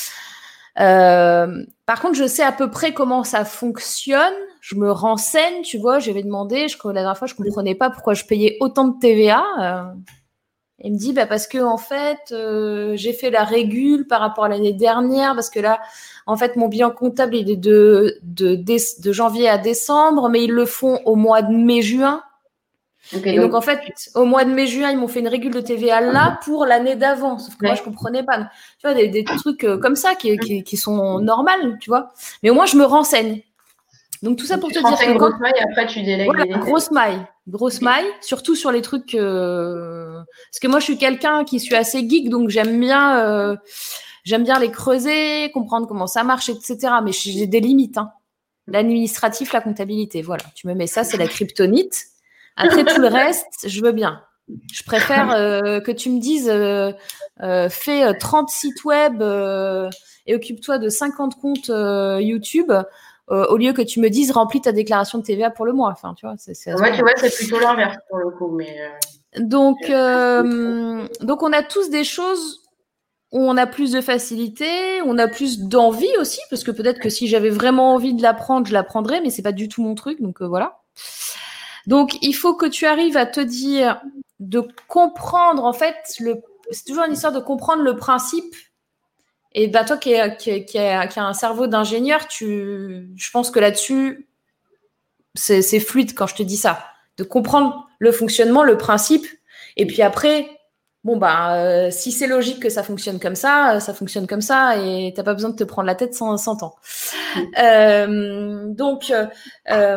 Par contre, je sais à peu près comment ça fonctionne. Je me renseigne, tu vois. J'avais demandé, la dernière fois, je comprenais pas pourquoi je payais autant de TVA. Il me dit, parce que en fait, j'ai fait la régule par rapport à l'année dernière, parce que là, en fait, mon bilan comptable, il est de janvier à décembre, mais ils le font au mois de mai-juin. Okay, et donc, en fait, au mois de mai-juin, ils m'ont fait une régule de TVA là pour l'année d'avant. Sauf que moi, je comprenais pas. Donc, tu vois, des trucs comme ça qui sont normaux, tu vois. Mais au moins, je me renseigne. Donc, tout ça pour te dire que grosse maille, après, tu délègues. Voilà, grosse maille, surtout sur les trucs. Parce que moi, je suis quelqu'un qui suis assez geek, donc j'aime bien les creuser, comprendre comment ça marche, etc. Mais j'ai des limites. Hein. L'administratif, la comptabilité, voilà. Tu me mets ça, c'est la kryptonite. Après, tout le reste, je veux bien. Je préfère que tu me dises fais 30 sites web et occupe-toi de 50 comptes YouTube au lieu que tu me dises remplis ta déclaration de TVA pour le mois. Enfin, tu vois, ouais, tu vois, c'est plutôt l'inverse pour le coup. Mais donc, on a tous des choses où on a plus de facilité, on a plus d'envie aussi, parce que peut-être que si j'avais vraiment envie de l'apprendre, je l'apprendrais, mais c'est pas du tout mon truc, donc voilà. Donc, il faut que tu arrives à te dire de comprendre, en fait, c'est toujours une histoire de comprendre le principe. Et toi qui a un cerveau d'ingénieur, je pense que là-dessus, c'est fluide quand je te dis ça. De comprendre le fonctionnement, le principe. Et puis après, si c'est logique que ça fonctionne comme ça fonctionne comme ça et t'as pas besoin de te prendre la tête 100 ans. Donc,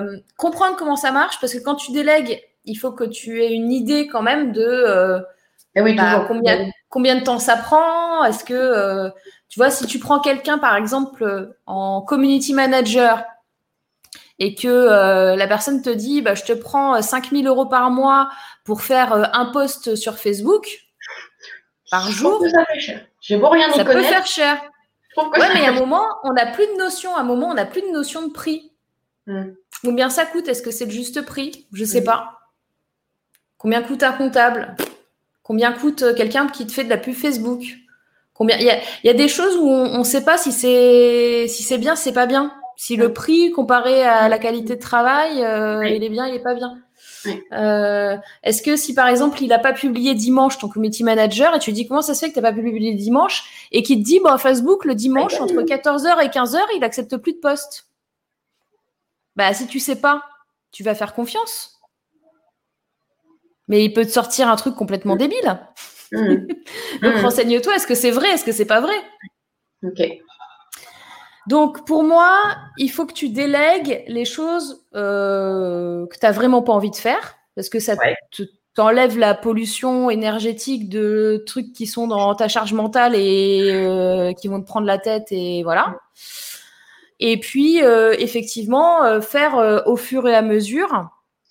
comprendre comment ça marche, parce que quand tu délègues, il faut que tu aies une idée quand même de Et oui, toujours. Combien de temps ça prend? Est-ce que, tu vois, si tu prends quelqu'un, par exemple, en community manager et que la personne te dit, bah, je te prends 5 000 € par mois pour faire un post sur Facebook par jour, ça fait cher. J'ai beau rien y ça connaître. peut faire cher. Ouais, mais à un moment, on n'a plus de notion. À un moment, on n'a plus de notion de prix. Combien ça coûte? Est-ce que c'est le juste prix? Je ne sais pas. Combien coûte un comptable? Combien coûte quelqu'un qui te fait de la pub Facebook? Combien? Il y a des choses où on ne sait pas si c'est bien, si c'est pas bien. Si le prix comparé à la qualité de travail, il est bien, il est pas bien. Est-ce que si par exemple il n'a pas publié dimanche ton community manager et tu lui dis comment ça se fait que tu n'as pas publié dimanche et qu'il te dit Facebook le dimanche entre 14h et 15h il accepte plus de posts. Bah si tu sais pas, tu vas faire confiance. Mais il peut te sortir un truc complètement débile. Donc renseigne-toi, est-ce que c'est vrai, est-ce que c'est pas vrai? Ok. Donc, pour moi, il faut que tu délègues les choses que tu n'as vraiment pas envie de faire parce que ça t'enlève la pollution énergétique de trucs qui sont dans ta charge mentale et qui vont te prendre la tête et voilà. Et puis, effectivement, faire au fur et à mesure.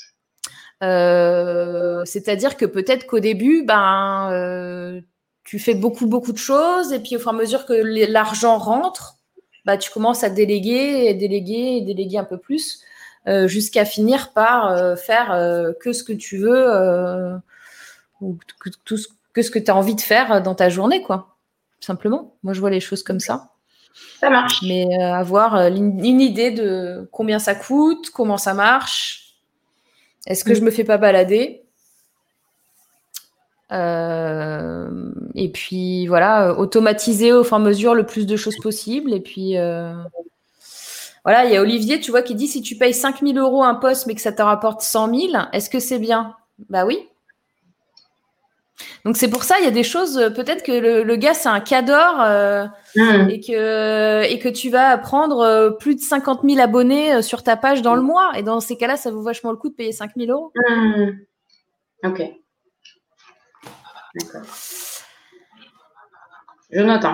C'est-à-dire que peut-être qu'au début, tu fais beaucoup de choses et puis au fur et à mesure que l'argent rentre, bah, tu commences à déléguer un peu plus jusqu'à finir par faire que ce que tu veux ou que ce que tu as envie de faire dans ta journée, quoi. Simplement. Moi, je vois les choses comme ça. Ça marche. Mais avoir une idée de combien ça coûte, comment ça marche. Est-ce que je me fais pas balader? Et puis, voilà, automatiser au fur et à mesure le plus de choses possible. Et puis... Voilà, il y a Olivier, tu vois, qui dit si tu payes 5 000 € un poste mais que ça te rapporte 100 000, est-ce que c'est bien? Bah oui. Donc c'est pour ça, il y a des choses, peut-être que le gars c'est un cador et que tu vas prendre plus de 50 000 abonnés sur ta page dans le mois. Et dans ces cas-là, ça vaut vachement le coup de payer 5 000 €. Ok. D'accord. Je note.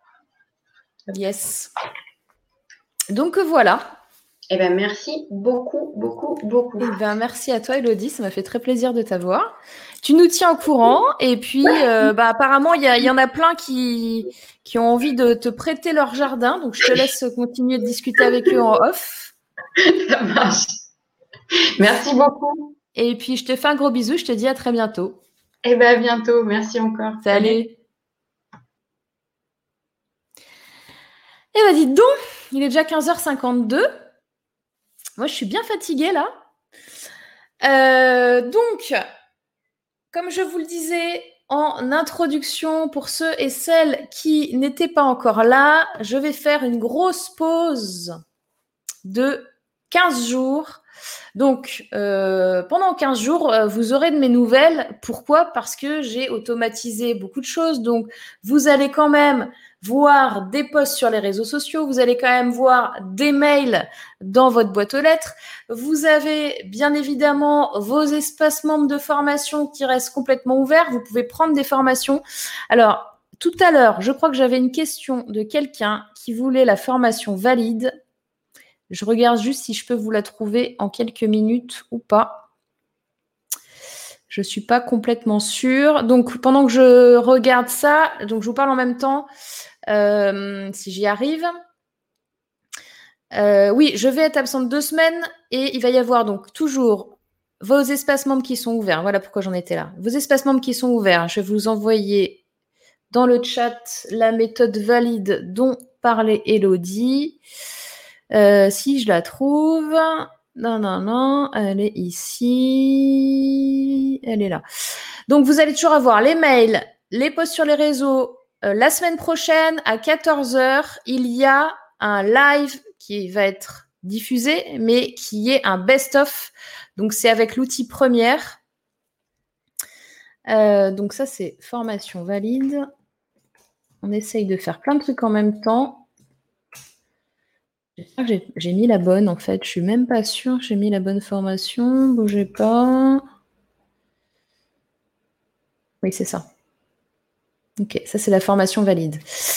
Yes. Donc voilà. Eh ben merci beaucoup. Eh ben merci à toi, Elodie, ça m'a fait très plaisir de t'avoir. Tu nous tiens au courant et puis apparemment il y en a plein qui ont envie de te prêter leur jardin, donc je te laisse continuer de discuter avec eux en off. Ça marche. Merci beaucoup. Et puis je te fais un gros bisou, je te dis à très bientôt. Eh ben à bientôt, merci encore. Salut. Eh ben dis donc, il est déjà 15h52. Moi, je suis bien fatiguée là. Donc, comme je vous le disais en introduction, pour ceux et celles qui n'étaient pas encore là, je vais faire une grosse pause de 15 jours. Donc, pendant 15 jours, vous aurez de mes nouvelles. Pourquoi? Parce que j'ai automatisé beaucoup de choses. Donc, vous allez quand même voir des posts sur les réseaux sociaux. Vous allez quand même voir des mails dans votre boîte aux lettres. Vous avez bien évidemment vos espaces membres de formation qui restent complètement ouverts. Vous pouvez prendre des formations. Alors, tout à l'heure, je crois que j'avais une question de quelqu'un qui voulait la formation valide. Je regarde juste si je peux vous la trouver en quelques minutes ou pas. Je ne suis pas complètement sûre. Donc, pendant que je regarde ça, donc je vous parle en même temps, si j'y arrive. Oui, je vais être absente 2 semaines et il va y avoir donc toujours vos espaces membres qui sont ouverts. Voilà pourquoi j'en étais là. Vos espaces membres qui sont ouverts. Je vais vous envoyer dans le chat la méthode valide dont parlait Elodie. Si je la trouve, non, elle est ici, elle est là. Donc, vous allez toujours avoir les mails, les posts sur les réseaux. La semaine prochaine, à 14h, il y a un live qui va être diffusé, mais qui est un best-of. Donc, c'est avec l'outil Première. Donc, ça, c'est formation valide. On essaye de faire plein de trucs en même temps. J'espère que j'ai mis la bonne, en fait. Je suis même pas sûre que j'ai mis la bonne formation. Bougez pas. Oui, c'est ça. Ok, ça c'est la formation valide.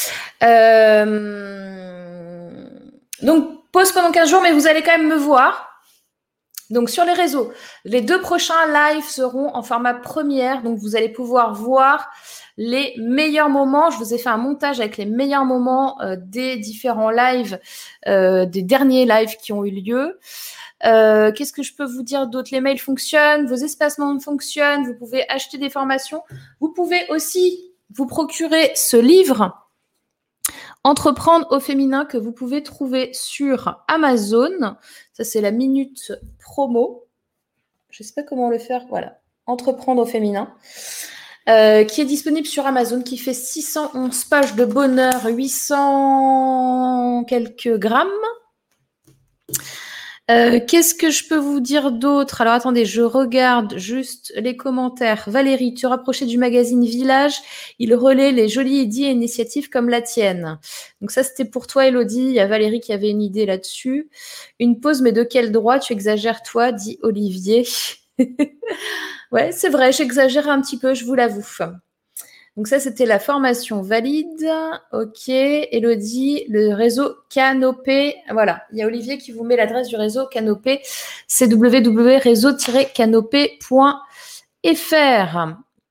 Donc, pause pendant 15 jours, mais vous allez quand même me voir. Donc, sur les réseaux, les 2 prochains lives seront en format première. Donc, vous allez pouvoir voir les meilleurs moments. Je vous ai fait un montage avec les meilleurs moments des différents lives, des derniers lives qui ont eu lieu. Qu'est-ce que je peux vous dire d'autre? Les mails fonctionnent, vos espacements fonctionnent, vous pouvez acheter des formations. Vous pouvez aussi vous procurer ce livre Entreprendre au féminin que vous pouvez trouver sur Amazon. Ça, c'est la minute promo. Je ne sais pas comment le faire. Voilà. Entreprendre au féminin. Qui est disponible sur Amazon, qui fait 611 pages de bonheur, 800 quelques grammes. Qu'est-ce que je peux vous dire d'autre? Alors, attendez, je regarde juste les commentaires. Valérie, te rapprocher du magazine Village. Il relaie les jolies idées et initiatives comme la tienne. Donc ça, c'était pour toi, Elodie. Il y a Valérie qui avait une idée là-dessus. Une pause, mais de quel droit? Tu exagères, toi, dit Olivier. Ouais, c'est vrai, j'exagère un petit peu, je vous l'avoue. Donc ça, c'était la formation valide. Ok, Elodie, le réseau Canopé. Voilà, il y a Olivier qui vous met l'adresse du réseau Canopé. C'est www.réseau-canopé.fr.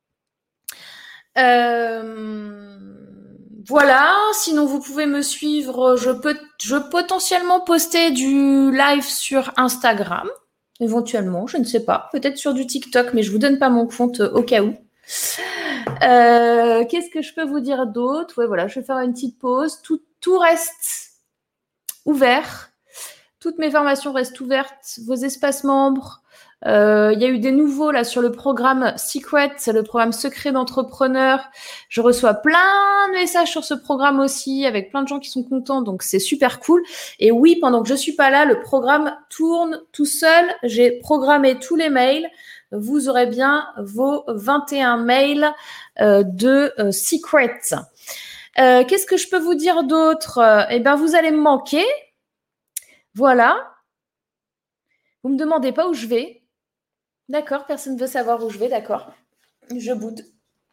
Voilà, sinon vous pouvez me suivre. Je peux potentiellement poster du live sur Instagram. Éventuellement, je ne sais pas. Peut-être sur du TikTok, mais je vous donne pas mon compte au cas où. Qu'est-ce que je peux vous dire d'autre? Ouais, voilà, je vais faire une petite pause. Tout reste ouvert. Toutes mes formations restent ouvertes. Vos espaces membres. Il y a eu des nouveaux là sur le programme Secret, c'est le programme secret d'entrepreneur. Je reçois plein de messages sur ce programme aussi, avec plein de gens qui sont contents, donc c'est super cool. Et oui, pendant que je suis pas là, le programme tourne tout seul. J'ai programmé tous les mails. Vous aurez bien vos 21 mails de Secret. Qu'est-ce que je peux vous dire d'autre? Eh bien, vous allez me manquer. Voilà. Vous me demandez pas où je vais. D'accord, personne ne veut savoir où je vais, d'accord. Je boude.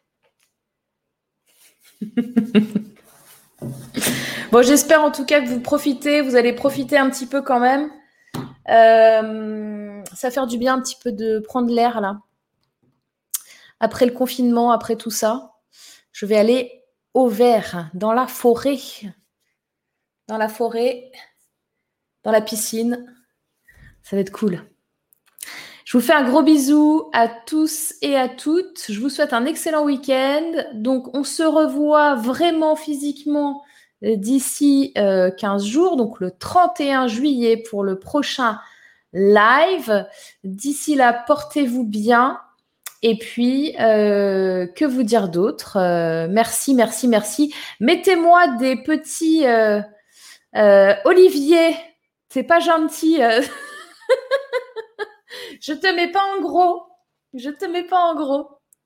Bon, j'espère en tout cas que vous profitez, vous allez profiter un petit peu quand même. Ça fait du bien un petit peu de prendre l'air là. Après le confinement, après tout ça, je vais aller au vert, dans la forêt. Dans la forêt, dans la piscine. Ça va être cool. Je vous fais un gros bisou à tous et à toutes. Je vous souhaite un excellent week-end. Donc, on se revoit vraiment physiquement d'ici 15 jours, donc le 31 juillet pour le prochain live. D'ici là, portez-vous bien. Et puis, que vous dire d'autre? Merci, merci, merci. Mettez-moi des petits Olivier, c'est pas gentil. Je te mets pas en gros. Je te mets pas en gros.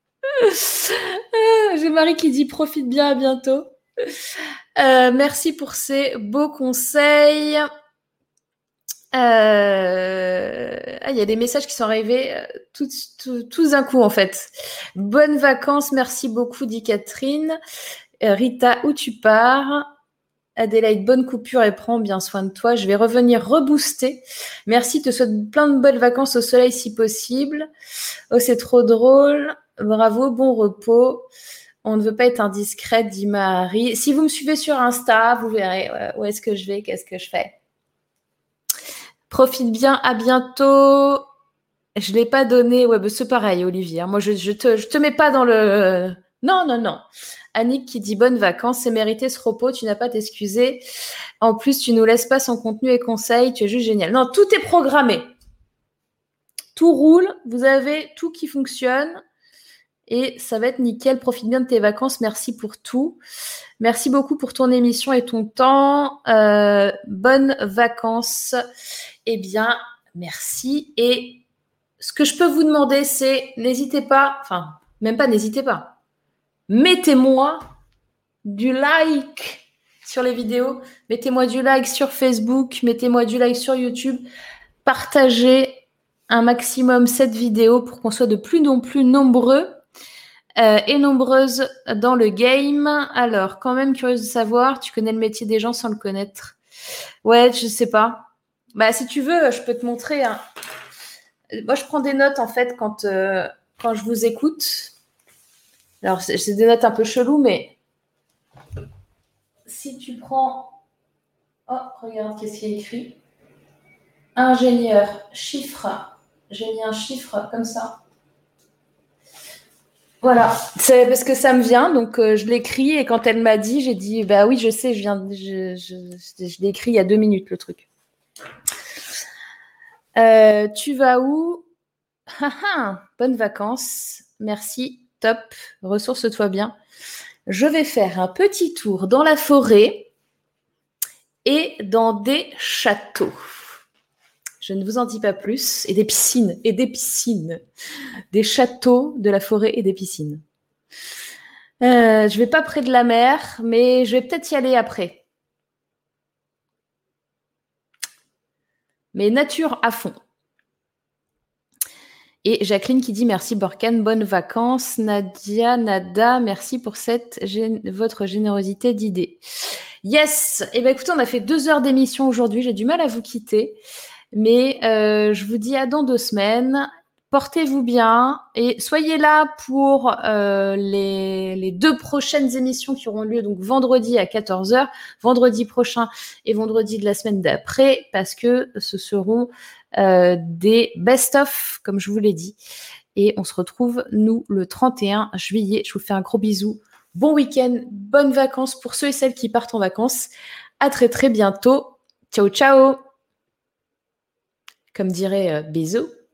J'ai Marie qui dit profite bien, à bientôt. Merci pour ces beaux conseils. Il y a des messages qui sont arrivés tous d'un coup en fait. Bonnes vacances, merci beaucoup, dit Catherine. Rita, où tu pars? Adélaïde, bonne coupure et prends bien soin de toi. Je vais revenir rebooster. Merci, te souhaite plein de bonnes vacances au soleil si possible. Oh, c'est trop drôle. Bravo, bon repos. On ne veut pas être indiscrète, dit Marie. Si vous me suivez sur Insta, vous verrez où est-ce que je vais, qu'est-ce que je fais. Profite bien, à bientôt. Je ne l'ai pas donné. Ouais, bah, c'est pareil, Olivier. Moi, je te mets pas dans le... Non. Annick qui dit bonnes vacances, c'est mérité ce repos, tu n'as pas à t'excuser. En plus, tu nous laisses pas sans contenu et conseils, tu es juste génial. Non, tout est programmé. Tout roule, vous avez tout qui fonctionne et ça va être nickel. Profite bien de tes vacances, merci pour tout. Merci beaucoup pour ton émission et ton temps. Bonnes vacances. Eh bien, merci. Et ce que je peux vous demander, c'est n'hésitez pas, enfin, même pas n'hésitez pas. Mettez-moi du like sur les vidéos, mettez-moi du like sur Facebook, mettez-moi du like sur YouTube, partagez un maximum cette vidéo pour qu'on soit de plus en plus nombreux. et nombreuses dans le game. Alors, quand même curieuse de savoir, tu connais le métier des gens sans le connaître. Ouais, je sais pas. Bah, si tu veux, je peux te montrer. Moi, je prends des notes, en fait, quand je vous écoute. Alors, c'est des notes un peu cheloues, mais si tu prends... Oh, regarde, qu'est-ce qui est écrit. Ingénieur, chiffre. J'ai mis un chiffre comme ça. Voilà, c'est parce que ça me vient, donc je l'écris et quand elle m'a dit, j'ai dit bah oui, je sais, je l'ai écrit il y a 2 minutes le truc. Tu vas où? Bonnes vacances, merci, top, ressource-toi bien. Je vais faire un petit tour dans la forêt et dans des châteaux. Je ne vous en dis pas plus. Et des piscines. Des châteaux, de la forêt et des piscines. Je vais pas près de la mer, mais je vais peut-être y aller après. Mais nature à fond. Et Jacqueline qui dit merci Borkan, bonnes vacances. Nadia, Nada, merci pour votre générosité d'idées. Yes. Eh bien écoutez, on a fait 2 heures d'émission aujourd'hui. J'ai du mal à vous quitter. Mais je vous dis à dans 2 semaines. Portez-vous bien et soyez là pour les 2 prochaines émissions qui auront lieu donc vendredi à 14h, vendredi prochain et vendredi de la semaine d'après, parce que ce seront des best-of, comme je vous l'ai dit. Et on se retrouve, nous, le 31 juillet. Je vous fais un gros bisou. Bon week-end, bonnes vacances pour ceux et celles qui partent en vacances. À très, très bientôt. Ciao, ciao. Comme dirait bisous.